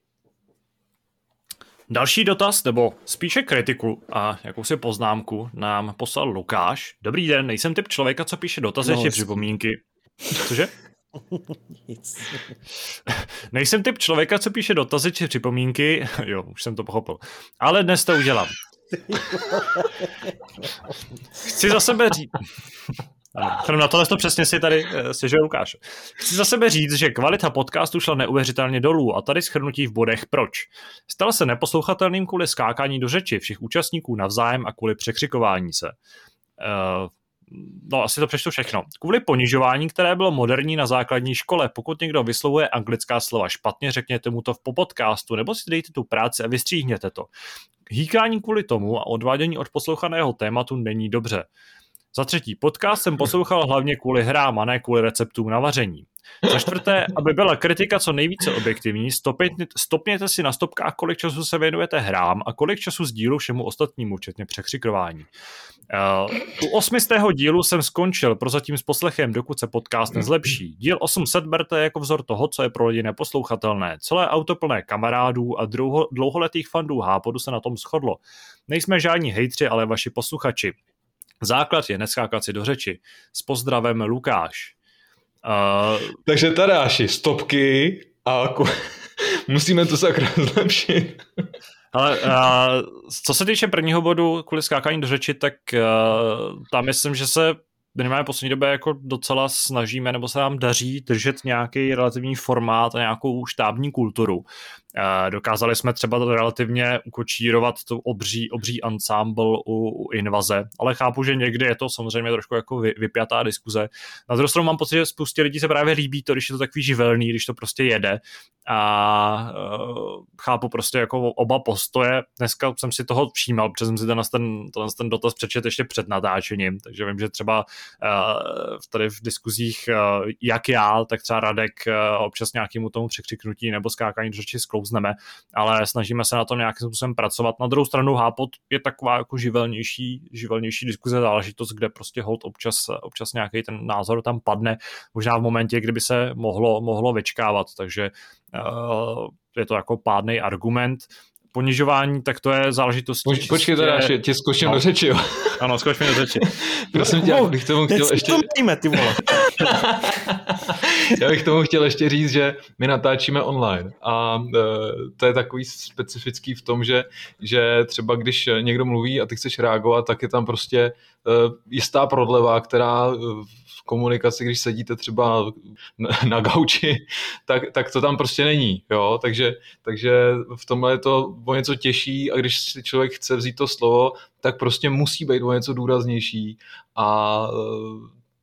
[SPEAKER 1] Další dotaz, nebo spíše kritiku a jakousi poznámku nám poslal Lukáš. Dobrý den, nejsem typ člověka, co píše dotazy
[SPEAKER 3] no,
[SPEAKER 1] či připomínky. Cože? Nejsem typ člověka, co píše dotazy či připomínky. Jo, už jsem to pochopil. Ale dnes to udělám. Chci za sebe říct... Ano, na tohle to přesně si tady stěžuje Lukáš. Chci za sebe říct, že kvalita podcastu šla neuvěřitelně dolů a tady shrnutí v bodech proč. Stal se neposlouchatelným kvůli skákání do řeči všech účastníků navzájem a kvůli překřikování se. Uh, no, asi to přečtu všechno. Kvůli ponižování, které bylo moderní na základní škole. Pokud někdo vyslovuje anglická slova špatně, řekněte mu to v podcastu, nebo si dejte tu práci a vystříhněte to. Hýkání kvůli tomu a odvádění od poslouchaného tématu není dobře. Za třetí, podcast jsem poslouchal hlavně kvůli hrám a ne kvůli receptům na vaření. Za čtvrté, aby byla kritika co nejvíce objektivní, stopněte, stopněte si na stopkách, kolik času se věnujete hrám a kolik času z dílu všemu ostatnímu, včetně překřikování. Uh, u osmistého dílu jsem skončil prozatím s poslechem, dokud se podcast nezlepší. Díl osm set berte jako vzor toho, co je pro lidi neposlouchatelné. Celé auto plné kamarádů a dlouho, dlouholetých fandů Hápodu se na tom shodlo. Nejsme žádní hejtři, ale vaši posluchači. Základ je neskákat si do řeči. S pozdravem Lukáš. Uh...
[SPEAKER 2] Takže Tadáši, stopky a musíme to sakra zlepšit.
[SPEAKER 1] Ale uh, co se týče prvního bodu kvůli skákání do řeči, tak uh, tam myslím, že se minimálně v poslední době jako docela snažíme, nebo se nám daří držet nějaký relativní formát a nějakou štábní kulturu. E, dokázali jsme třeba relativně ukočírovat tu obří, obří ansámbl u, u Invaze, ale chápu, že někdy je to samozřejmě trošku jako vy, vypjatá diskuze. Na druhou stranu mám pocit, že spoustě lidí se právě líbí to, když je to takový živelný, když to prostě jede, a e, chápu prostě jako oba postoje. Dneska jsem si toho všímal, protože jsem si ten, ten, ten dotaz přečet ještě před natáčením, takže vím, že třeba e, tady v diskuzích e, jak já, tak třeba Radek e, občas nějakému tomu překřiknutí nebo skákání do řeči sklouzneme, ale snažíme se na tom nějakým způsobem pracovat. Na druhou stranu Hápod je taková jako živelnější, živelnější diskuze, záležitost, kde prostě hold občas, občas nějaký ten názor tam padne, možná v momentě, kdyby se mohlo, mohlo vyčkávat, takže uh, je to jako pádnej argument. Ponižování, tak to je záležitost.
[SPEAKER 2] Poč, počkej, teda, je... tě skočím no. do řeči, jo.
[SPEAKER 1] Ano, skoč mi do řeči.
[SPEAKER 2] Prosím tě, bych tomu chtěl ještě...
[SPEAKER 1] Nejme, ty vole.
[SPEAKER 2] Já bych tomu chtěl ještě říct, že my natáčíme online a uh, to je takový specifický v tom, že, že třeba když někdo mluví a ty chceš reagovat, tak je tam prostě uh, jistá prodleva, která uh, v komunikaci, když sedíte třeba na, na gauči, tak, tak to tam prostě není, jo, takže, takže v tomhle je to o něco těžší a když si člověk chce vzít to slovo, tak prostě musí být o něco důraznější a uh,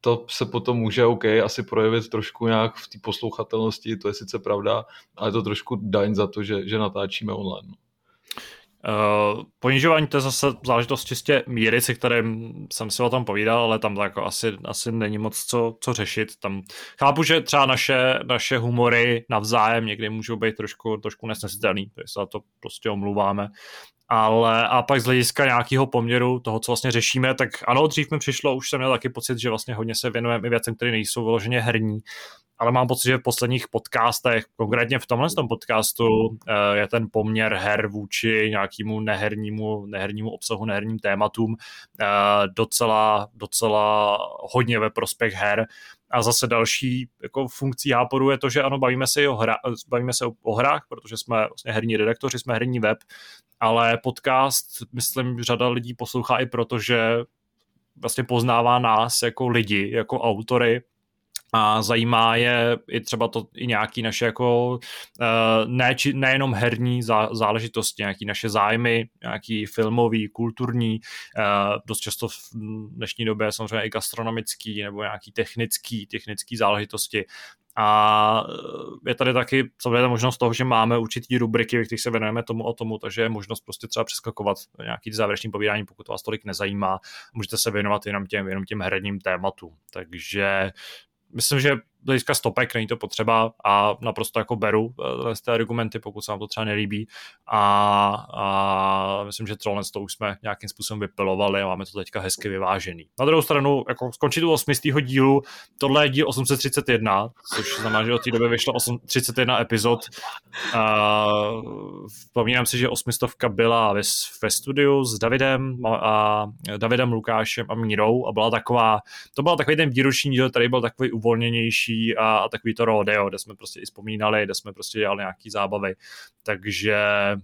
[SPEAKER 2] to se potom může OK asi projevit trošku nějak v té poslouchatelnosti, to je sice pravda, ale je to trošku daň za to, že, že natáčíme online.
[SPEAKER 1] Uh, ponižování to je zase záležitost čistě míry, se kterým jsem si o tom povídal, ale tam to jako asi, asi není moc co, co řešit. Tam chápu, že třeba naše, naše humory navzájem někdy můžou být trošku, trošku nesnesitelný, takže se za to prostě omluváme. Ale a pak z hlediska nějakého poměru toho, co vlastně řešíme, tak ano, dřív mi přišlo, už jsem měl taky pocit, že vlastně hodně se věnujeme i věcem, které nejsou vyloženě herní, ale mám pocit, že v posledních podcastech, konkrétně v tomhle tom podcastu, je ten poměr her vůči nějakému nehernímu, nehernímu obsahu, neherním tématům docela, docela hodně ve prospěch her. A zase další jako funkcí Háporu je to, že ano, bavíme se, o, hra, bavíme se o hrách, protože jsme vlastně herní redaktoři, jsme herní web, ale podcast, myslím, řada lidí poslouchá i proto, že vlastně poznává nás jako lidi, jako autory, a zajímá je i třeba to i nějaký naše jako ne, či, nejenom herní zá, záležitosti, nějaký naše zájmy, nějaký filmový, kulturní, dost často v dnešní době samozřejmě i gastronomický nebo nějaký technický, technický záležitosti. A je tady taky samozřejmě možnost toho, že máme určitý rubriky, ve kterých se věnujeme tomu a tomu, takže je možnost prostě třeba přeskakovat nějaký závěrečný povídání, pokud vás tolik nezajímá. Můžete se věnovat jenom těm, jenom těm herním tématům. Takže myslím, že hlediska stopek není to potřeba a naprosto jako beru z té argumenty, pokud se vám to třeba nelíbí a, a myslím, že tohle to už jsme nějakým způsobem vypilovali a máme to teďka hezky vyvážený. Na druhou stranu, jako skončit u osmistého dílu, tohle je díl osm set třicet jedna, což znamená, že od té doby vyšlo třicet jedna epizod. Vzpomínám si, že osmistovka byla ve, ve studiu s Davidem a Davidem, Lukášem a Mírou a byla taková, to byl takový ten výroční díl, který byl takový uvolněnější a, a takový to rodeo, kde jsme prostě i vzpomínali, kde jsme prostě dělali nějaký zábavy, takže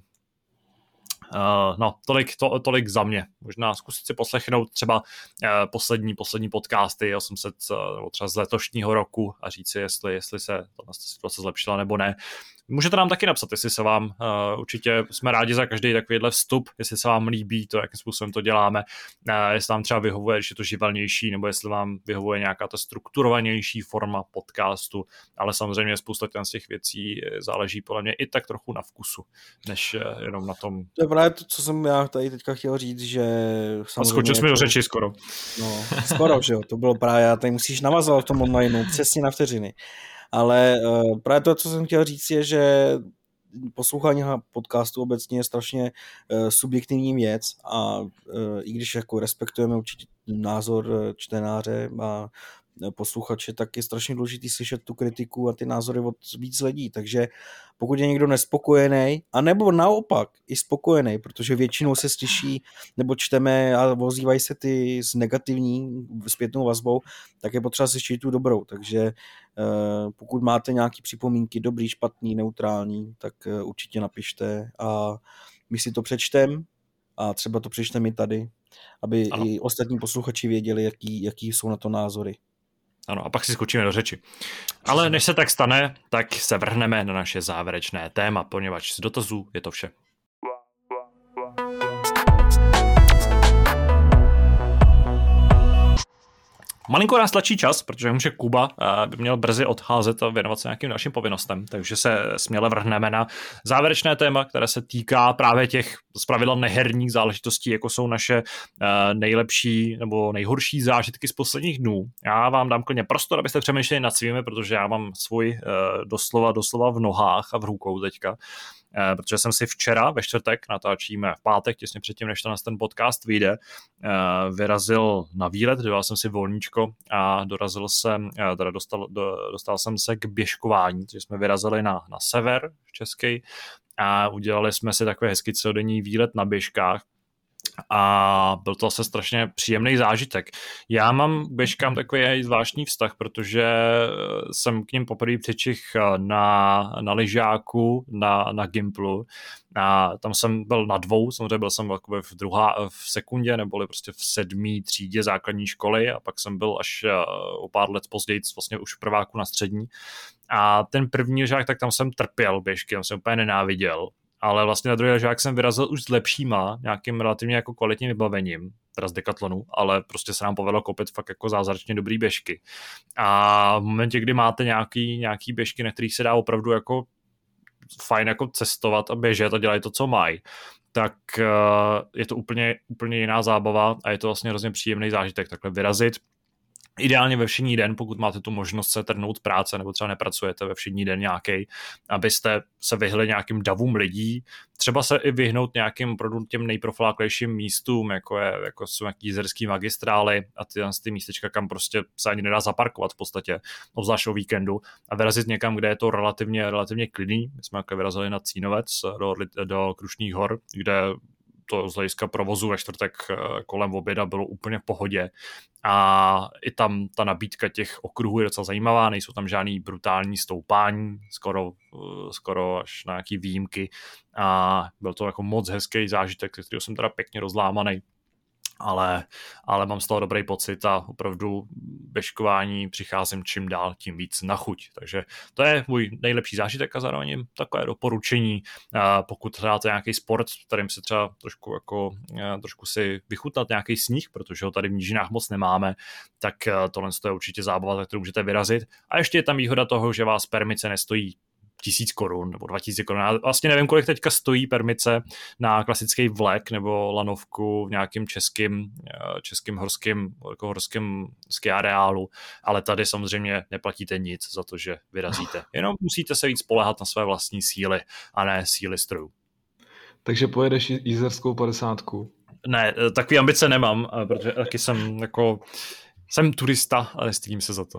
[SPEAKER 1] uh, no, tolik, to, tolik za mě. Možná zkusit si poslechnout třeba uh, poslední, poslední podcasty osm set, uh, nebo třeba z letošního roku a říct si, jestli, jestli se ta situace zlepšila nebo ne. Můžete nám taky napsat, jestli se vám, uh, určitě jsme rádi za každý takovýhle vstup, jestli se vám líbí to, jakým způsobem to děláme, uh, jestli vám třeba vyhovuje, když je to živelnější, nebo jestli vám vyhovuje nějaká ta strukturovanější forma podcastu, ale samozřejmě spousta z těch věcí záleží podle mě i tak trochu na vkusu, než uh, jenom na tom.
[SPEAKER 3] To je právě to, co jsem já tady teďka chtěl říct, že
[SPEAKER 1] samozřejmě... Skočil jsme do řeči skoro.
[SPEAKER 3] No, skoro, že jo, to bylo právě, já tady musíš navazovat v tom onlineu, přesně na vteřiny. Ale uh, právě to, co jsem chtěl říct, je, že poslouchání podcastu obecně je strašně uh, subjektivní věc a uh, i když jako respektujeme určitě názor čtenáře a posluchače, tak je strašně důležitý slyšet tu kritiku a ty názory od víc lidí, takže pokud je někdo nespokojený, anebo naopak i spokojený, protože většinou se slyší nebo čteme a ozývají se ty s negativní zpětnou vazbou, tak je potřeba slyšet tu dobrou, takže pokud máte nějaké připomínky, dobrý, špatný, neutrální, tak určitě napište a my si to přečtem a třeba to přečteme i tady, aby ano. i ostatní posluchači věděli, jaký, jaký jsou na to názory.
[SPEAKER 1] Ano, a pak si skočíme do řeči. Ale než se tak stane, tak se vrhneme na naše závěrečné téma, poněvadž z dotazů je to vše. Malinko nás tlačí čas, protože vím, že Kuba by měl brzy odcházet a věnovat se nějakým dalším povinnostem, takže se směle vrhneme na závěrečné téma, které se týká právě těch zpravidla neherních záležitostí, jako jsou naše nejlepší nebo nejhorší zážitky z posledních dnů. Já vám dám klidně prostor, abyste přemýšleli nad svými, protože já mám svůj doslova, doslova v nohách a v rukou teďka. Protože jsem si včera ve čtvrtek, natáčíme v pátek, těsně předtím, než ten podcast vyjde, vyrazil na výlet, dělal jsem si volníčko a dorazil jsem, teda dostal, dostal jsem se k běžkování, takže jsme vyrazili na, na sever český a udělali jsme si takový hezký celodenní výlet na běžkách. A byl to zase strašně příjemný zážitek. Já mám k běžkám takový zvláštní vztah, protože jsem k nim poprvé přičich na, na lyžáku, na, na Gimplu. A tam jsem byl na dvou, samozřejmě byl jsem v druhá, v sekundě, neboli prostě v sedmý třídě základní školy a pak jsem byl až o pár let později vlastně už v prváku na střední. A ten první lyžák, tak tam jsem trpěl běžky, tam jsem úplně nenáviděl. ale vlastně na druhý ležák jsem vyrazil už s lepšíma, nějakým relativně jako kvalitním vybavením, teda z Decathlonu, ale prostě se nám povedlo koupit fakt jako zázračně dobrý běžky. A v momentě, kdy máte nějaký, nějaký běžky, na kterých se dá opravdu jako fajn jako cestovat a běžet a dělají to, co mají, tak uh, je to úplně, úplně jiná zábava a je to vlastně hrozně příjemný zážitek takhle vyrazit. Ideálně ve všední den, pokud máte tu možnost se trhnout práce nebo třeba nepracujete ve všední den nějaký, abyste se vyhli nějakým davům lidí, třeba se i vyhnout nějakým opravdu těm nejprofláklejším místům, jako, je, jako jsou nějaký jizerský magistrály a ty, ty místečka, kam prostě se ani nedá zaparkovat v podstatě, obzvlášť o víkendu, a vyrazit někam, kde je to relativně, relativně klidný. My jsme jako vyrazili na Cínovec do, do Krušných hor, kde to z hlediska provozu ve čtvrtek kolem oběda bylo úplně v pohodě a i tam ta nabídka těch okruhů je docela zajímavá, nejsou tam žádný brutální stoupání, skoro, skoro až na nějaký výjimky a byl to jako moc hezký zážitek, který jsem teda pěkně rozlámaný. Ale, ale mám z toho dobrý pocit a opravdu běžkování přicházím čím dál tím víc na chuť. Takže to je můj nejlepší zážitek a zároveň takové doporučení, pokud hráte nějaký sport, kterým se třeba trošku, jako, trošku si vychutnat nějaký sníh, protože ho tady v nížinách moc nemáme, tak tohle je určitě zábava, tak kterou můžete vyrazit. A ještě je tam výhoda toho, že vás permice nestojí tisíc korun nebo dva tisíce korun. Já vlastně nevím, kolik teďka stojí permice na klasický vlek nebo lanovku v nějakým českým, českým horským, jako horským ski areálu, ale tady samozřejmě neplatíte nic za to, že vyrazíte. Jenom musíte se víc spoléhat na své vlastní síly a ne síly strojů.
[SPEAKER 2] Takže pojedeš jizerskou padesátku?
[SPEAKER 1] Ne, takový ambice nemám, protože taky jsem jako jsem turista a nestydím se za to.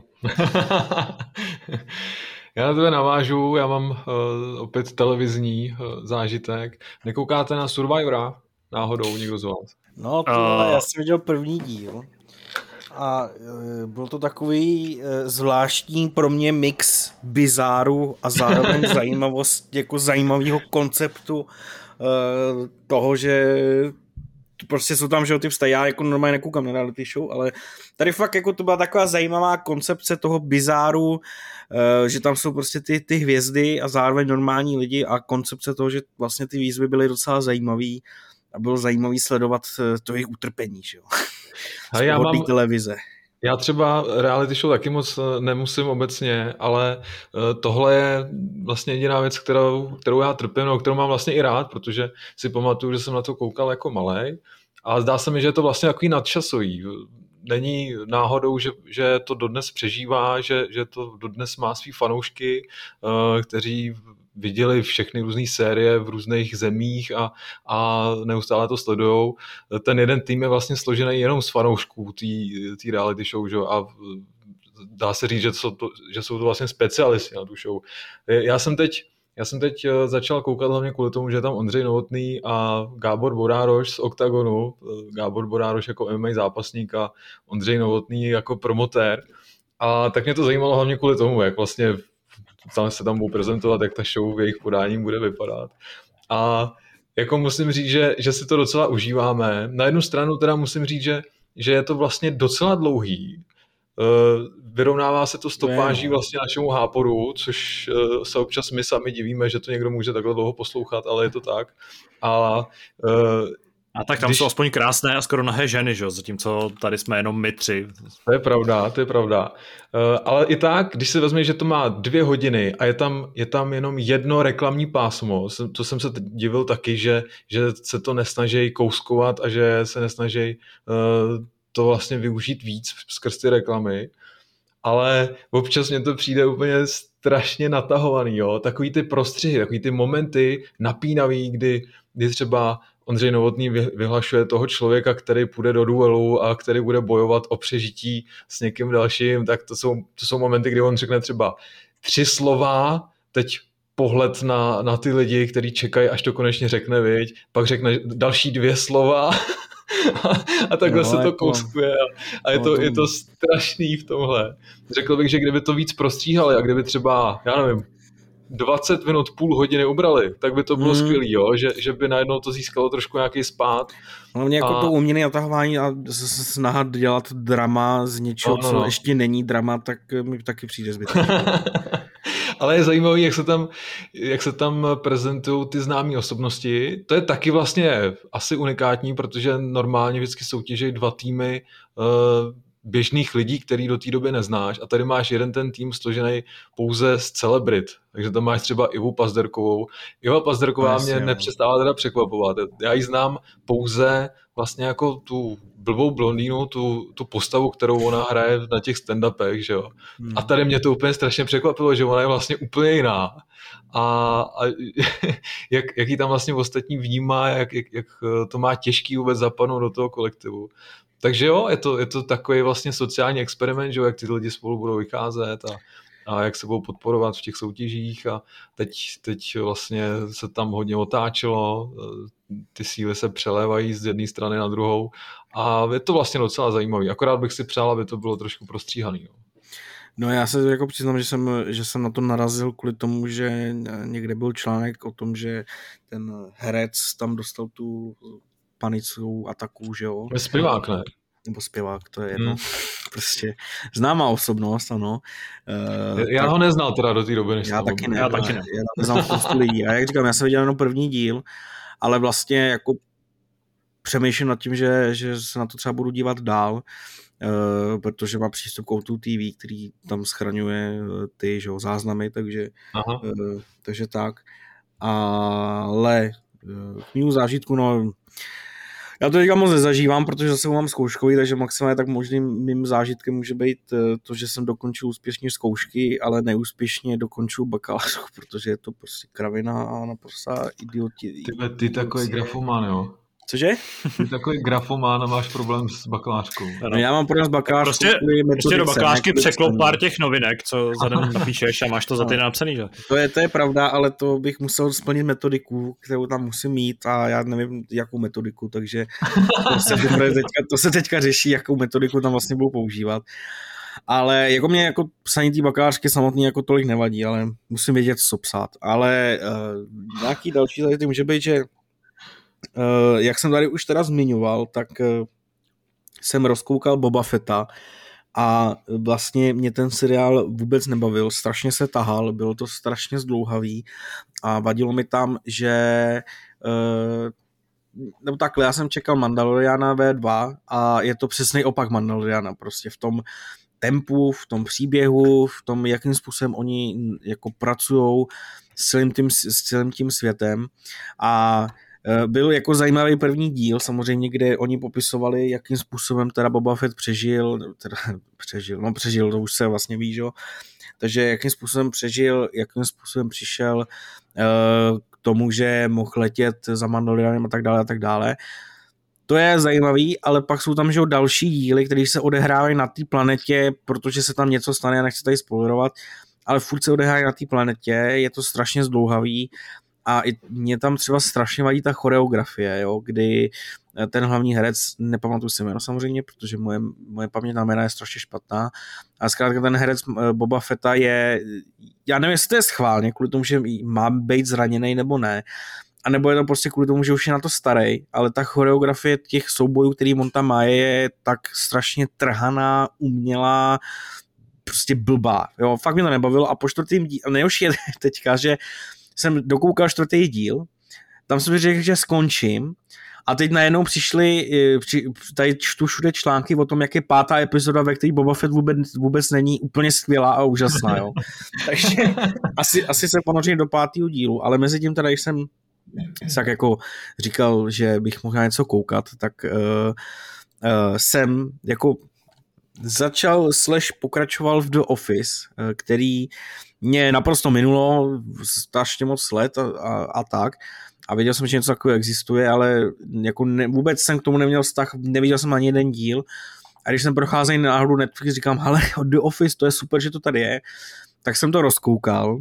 [SPEAKER 2] Já na tebe navážu, já mám uh, opět televizní uh, zážitek. Nekoukáte na Survivora náhodou někdo z vás?
[SPEAKER 3] No, to, uh... já jsem viděl první díl a uh, byl to takový uh, zvláštní pro mě mix bizáru a zároveň zajímavost, jako zajímavého konceptu uh, toho, že prostě jsou tam, že ty vztahy, já jako normálně nekoukám na reality show, ale tady fakt jako to byla taková zajímavá koncepce toho bizáru, že tam jsou prostě ty, ty hvězdy a zároveň normální lidi a koncepce toho, že vlastně ty výzvy byly docela zajímavý a bylo zajímavý sledovat to jejich utrpení, že jo. Z
[SPEAKER 2] já mám
[SPEAKER 3] televize.
[SPEAKER 2] Já třeba reality show taky moc nemusím obecně, ale tohle je vlastně jediná věc, kterou, kterou já trpím, no, kterou mám vlastně i rád, protože si pamatuju, že jsem na to koukal jako malej a zdá se mi, že je to vlastně takový nadčasový. Není náhodou, že, že to dodnes přežívá, že, že to dodnes má svý fanoušky, kteří viděli všechny různé série v různých zemích a, a neustále to sledujou. Ten jeden tým je vlastně složený jenom z fanoušků té reality show, že? A dá se říct, že jsou, to, že jsou to vlastně specialisti na tu show. Já jsem teď Já jsem teď začal koukat hlavně kvůli tomu, že je tam Ondřej Novotný a Gábor Borároš z Oktagonu. Gábor Borároš jako M M A zápasník a Ondřej Novotný jako promotér. A tak mě to zajímalo hlavně kvůli tomu, jak vlastně tam se tam budou prezentovat, jak ta show v jejich podání bude vypadat. A jako musím říct, že, že si to docela užíváme. Na jednu stranu teda musím říct, že, že je to vlastně docela dlouhý. Vyrovnává se to stopáží vlastně našemu háporu, což se občas my sami divíme, že to někdo může takhle dlouho poslouchat, ale je to tak. A,
[SPEAKER 1] a tak tam když... jsou aspoň krásné a skoro nahé ženy, že? Zatímco tady jsme jenom my tři.
[SPEAKER 2] To je pravda, to je pravda. Ale i tak, když si vezmeš, že to má dvě hodiny a je tam, je tam jenom jedno reklamní pásmo, to jsem se divil taky, že, že se to nesnaží kouskovat a že se nesnaží to vlastně využít víc skrz ty reklamy, ale občas mně to přijde úplně strašně natahovaný, jo? Takový ty prostřihy, takový ty momenty napínavý, kdy, kdy třeba Ondřej Novotný vyhlašuje toho člověka, který půjde do duelu a který bude bojovat o přežití s někým dalším, tak to jsou, to jsou momenty, kdy on řekne třeba tři slova, teď pohled na, na ty lidi, kteří čekají, až to konečně řekne, viď? Pak řekne další dvě slova a, a takhle no, se to jako, kouskuje a, a je, no, to, to... je to strašný v tomhle. Řekl bych, že kdyby to víc prostříhali a kdyby třeba, já nevím, dvacet minut, půl hodiny ubrali, tak by to bylo mm. skvělý, jo? Že, že by najednou to získalo trošku nějaký spád.
[SPEAKER 3] Hlavně jako a... to uměné natahování a snaha dělat drama z něčeho, no, no, no. co ještě není drama, tak mi taky přijde zbytečné.
[SPEAKER 2] ale je zajímavý, jak se tam, jak se tam prezentují ty známé osobnosti. To je taky vlastně asi unikátní, protože normálně vždycky soutěžejí dva týmy uh, běžných lidí, který do té doby neznáš, a tady máš jeden ten tým složený pouze z celebrit. Takže tam máš třeba Ivu Pazderkovou. Iva Pazderková mě nepřestává teda překvapovat. Já ji znám pouze vlastně jako tu blbou blondýnu, tu, tu postavu, kterou ona hraje na těch stand-upech, že jo. Hmm. A tady mě to úplně strašně překvapilo, že ona je vlastně úplně jiná. A, a jak, jak ji tam vlastně ostatní vnímá, jak, jak, jak to má těžký vůbec zapadnout do toho kolektivu. Takže jo, je to, je to takový vlastně sociální experiment, že jo, jak ty lidi spolu budou vycházet a, a jak se budou podporovat v těch soutěžích, a teď, teď vlastně se tam hodně otáčelo, ty síly se přelévají z jedné strany na druhou a je to vlastně docela zajímavý. Akorát bych si přál, aby to bylo trošku prostříhaný. No,
[SPEAKER 3] no já se jako přiznám, že jsem, že jsem na to narazil kvůli tomu, že někde byl článek o tom, že ten herec tam dostal tu panickou ataku, že jo.
[SPEAKER 2] Zpěvák, ne?
[SPEAKER 3] Nebo zpěvák, to je jedno. Hmm. Prostě známá osobnost, ano.
[SPEAKER 2] Uh, já tak, ho neznal teda do té doby.
[SPEAKER 3] Já taky ne, já taky ne. Já neznám spoustu lidí. A jak říkám, já jsem viděl jenom první díl, ale vlastně jako přemýšlím nad tím, že, že se na to třeba budu dívat dál, uh, protože má přístup k O dva T V, který tam schraňuje ty, že, záznamy, takže, uh, takže tak. Ale uh, k mému zážitku, no já to teďka moc nezažívám, protože zase mám zkouškový, takže maximálně tak možným mým zážitkem může být to, že jsem dokončil úspěšně zkoušky, ale neúspěšně dokončil bakalářku, protože je to prostě kravina a naprosto idioti.
[SPEAKER 2] Ty, ty takový grafomán, jo?
[SPEAKER 3] Cože?
[SPEAKER 2] Ty takový grafomán a máš problém s bakalářkou.
[SPEAKER 3] No já mám problém s bakalářkou.
[SPEAKER 1] Prostě, prostě do bakalářky překlop pár těch novinek, co za den napíšeš a máš to za ty napsaný, že?
[SPEAKER 3] To je, to je pravda, ale to bych musel splnit metodiku, kterou tam musím mít, a já nevím, jakou metodiku, takže to se, teďka, to se teďka řeší, jakou metodiku tam vlastně budu používat. Ale jako mě jako psaní té bakalářky samotný jako tolik nevadí, ale musím vědět, co psát. Ale uh, nějaký další zážitek může být, že Uh, jak jsem tady už teda zmiňoval, tak uh, jsem rozkoukal Boba Fetta a vlastně mě ten seriál vůbec nebavil, strašně se tahal, bylo to strašně zdlouhavý a vadilo mi tam, že uh, nebo takhle, já jsem čekal Mandaloriana V dva a je to přesný opak Mandaloriana, prostě v tom tempu, v tom příběhu, v tom, jakým způsobem oni jako pracujou s celým tím, s celým tím světem. A byl jako zajímavý první díl, samozřejmě, kde oni popisovali, jakým způsobem teda Boba Fett přežil, teda přežil, no přežil, to už se vlastně ví, že? Takže jakým způsobem přežil, jakým způsobem přišel uh, k tomu, že mohl letět za Mandalorianem a tak dále a tak dále. To je zajímavý, ale pak jsou tam, že další díly, které se odehrávají na té planetě, protože se tam něco stane, já nechci tady spoilerovat, ale furt se odehrávají na té planetě, je to strašně zdlouhavý. A i mě tam třeba strašně vadí ta choreografie, jo, kdy ten hlavní herec, nepamatuji si jméno samozřejmě, protože moje, moje paměť na jména je strašně špatná, a zkrátka ten herec Boba Fetta je, já nevím, jestli to je schválně, kvůli tomu, že má být zraněný nebo ne, a nebo je to prostě kvůli tomu, že už je na to starý, ale ta choreografie těch soubojů, který on tam má, je tak strašně trhaná, umělá, prostě blbá, jo, fakt mě to nebavilo. A po čtvrtým díl, nejhorší je teďka, že jsem dokoukal čtvrtý díl, tam jsem řekl, že skončím, a teď najednou přišli, při, tady čtu všude články o tom, jak je pátá epizoda, ve které Boba Fett vůbec, vůbec není úplně skvělá a úžasná, jo. Takže asi, asi se ponořím do pátého dílu, ale mezi tím teda, když jsem tak jako říkal, že bych mohl něco koukat, tak uh, uh, jsem jako začal slash pokračoval v The Office, uh, který mě naprosto minulo strašně moc let a, a, a tak. A věděl jsem, že něco takového existuje, ale jako ne, vůbec jsem k tomu neměl vztah, neviděl jsem ani jeden díl. A když jsem procházel náhodou Netflix, říkám, hele, The Office, to je super, že to tady je. Tak jsem to rozkoukal.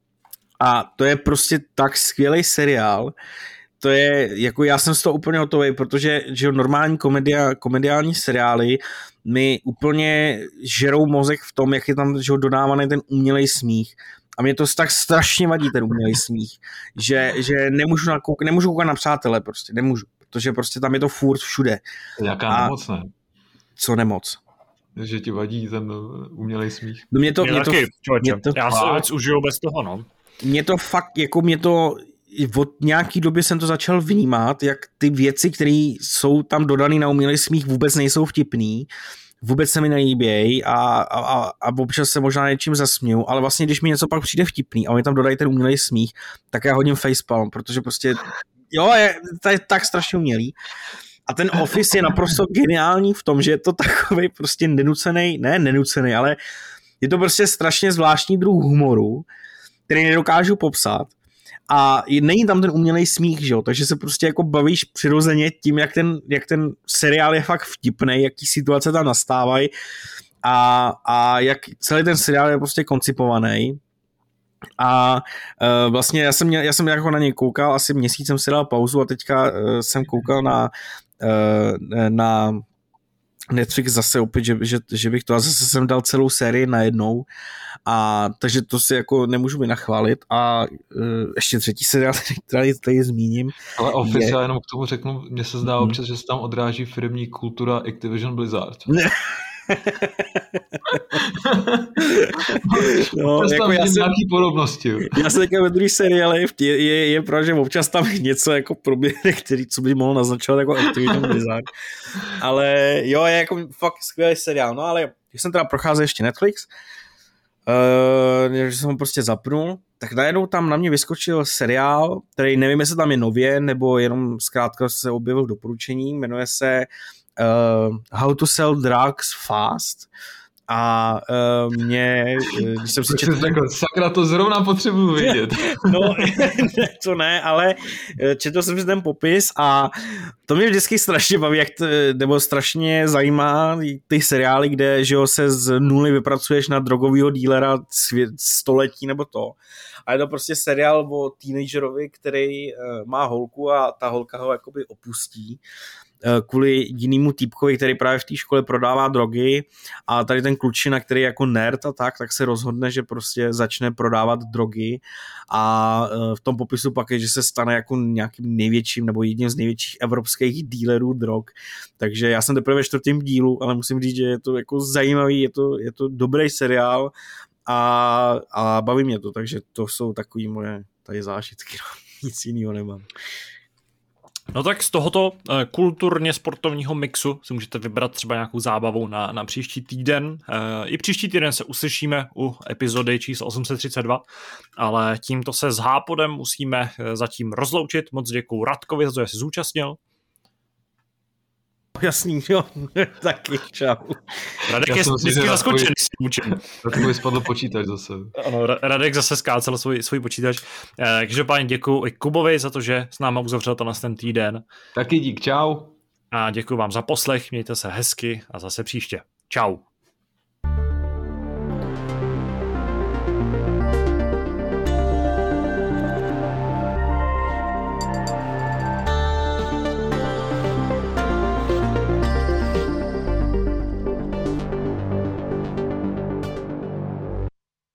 [SPEAKER 3] A to je prostě tak skvělý seriál. To je, jako já jsem z toho úplně hotový, protože že normální komedia, komediální seriály mi úplně žerou mozek v tom, jak je tam že dodávaný ten umělej smích. A mě to tak strašně vadí, ten umělej smích, že, že nemůžu, nakouk, nemůžu koukat na Přátele, prostě nemůžu, protože prostě tam je to furt všude.
[SPEAKER 2] Jaká a nemoc, ne?
[SPEAKER 3] Co nemoc?
[SPEAKER 2] že ti vadí ten umělej smích.
[SPEAKER 3] No mě to, mě
[SPEAKER 1] mě
[SPEAKER 3] to,
[SPEAKER 1] taky,
[SPEAKER 3] mě to,
[SPEAKER 1] já se věc užiju bez toho, no.
[SPEAKER 3] Mě to fakt, jako mě to, od nějaký doby jsem to začal vnímat, jak ty věci, které jsou tam dodané na umělej smích, vůbec nejsou vtipný, vůbec se mi nelíbějí a, a, a občas se možná něčím zasměju, ale vlastně, když mi něco pak přijde vtipný a oni tam dodají ten umělej smích, tak já hodím facepalm, protože prostě, jo, je, to je tak strašně umělý. A ten Office je naprosto geniální v tom, že je to takový prostě nenucený, ne nenucený, ale je to prostě strašně zvláštní druh humoru, který nedokážu popsat. A není tam ten umělej smích, že jo? Takže se prostě jako bavíš přirozeně tím, jak ten, jak ten seriál je fakt vtipnej, jaký situace tam nastávají a, a jak celý ten seriál je prostě koncipovaný. A uh, vlastně já jsem, měl, já jsem jako na něj koukal, asi měsíc jsem si dal pauzu a teďka uh, jsem koukal na, uh, na Netflix zase opět, že, že, že bych to, a zase jsem dal celou sérii najednou, a takže to si jako nemůžu vynachválit. A uh, ještě třetí seriál, který tady zmíním.
[SPEAKER 2] Ale Office, je... já jenom k tomu řeknu, mně se zdá občas, že se tam odráží firmní kultura Activision Blizzard.
[SPEAKER 3] No, jako já jsem,
[SPEAKER 2] nějaký podobnosti.
[SPEAKER 3] Já jsem teďka ve druhé seriále je, je, je pravda, že občas tam něco jako proběhne, který, co by mohlo naznačovat jako Activision Blizzard. Ale jo, je jako fakt skvělý seriál. No ale když jsem teda procházel ještě Netflix, uh, že jsem ho prostě zapnul, tak najednou tam na mě vyskočil seriál, který nevím, jestli tam je nově, nebo jenom zkrátka se objevil v doporučení, jmenuje se Uh, How to Sell Drugs Fast a uh, mě, když jsem si četl...
[SPEAKER 2] Řekl, sakra, to zrovna potřebuju vědět.
[SPEAKER 3] No, ne, to ne, ale četl jsem si ten popis a to mě vždycky strašně baví, jak to, nebo strašně zajímá ty seriály, kde že jo, se z nuly vypracuješ na drogovýho dílera svět, století nebo to. A je to prostě seriál o teenagerovi, který uh, má holku a ta holka ho jakoby opustí kvůli jinému týpkovi, který právě v té škole prodává drogy, a tady ten klučina, který je jako nerd a tak, tak se rozhodne, že prostě začne prodávat drogy, a v tom popisu pak je, že se stane jako nějakým největším nebo jedním z největších evropských dílerů drog. Takže já jsem teprve ve čtvrtém dílu, ale musím říct, že je to jako zajímavý, je to, je to dobrý seriál a, a baví mě to, takže to jsou takový moje tady zážitky, nic jiného nemám.
[SPEAKER 1] No tak z tohoto uh, kulturně sportovního mixu si můžete vybrat třeba nějakou zábavu na, na příští týden. Uh, I příští týden se uslyšíme u epizody číslo osm set třicet dva, ale tímto se s Hápodem musíme uh, zatím rozloučit. Moc děkuju Radkovi za to, že se zúčastnil.
[SPEAKER 3] Jasný, jo. Taky, čau.
[SPEAKER 1] Radek je vždycky zaskočený, když si učím.
[SPEAKER 2] Radkovi spadl počítač zase.
[SPEAKER 1] Ano, Radek zase skácel svůj, svůj počítač. Takže páni, děkuju i Kubovi za to, že s náma uzavřel to na ten týden.
[SPEAKER 2] Taky dík, čau.
[SPEAKER 1] A děkuju vám za poslech, mějte se hezky a zase příště. Čau.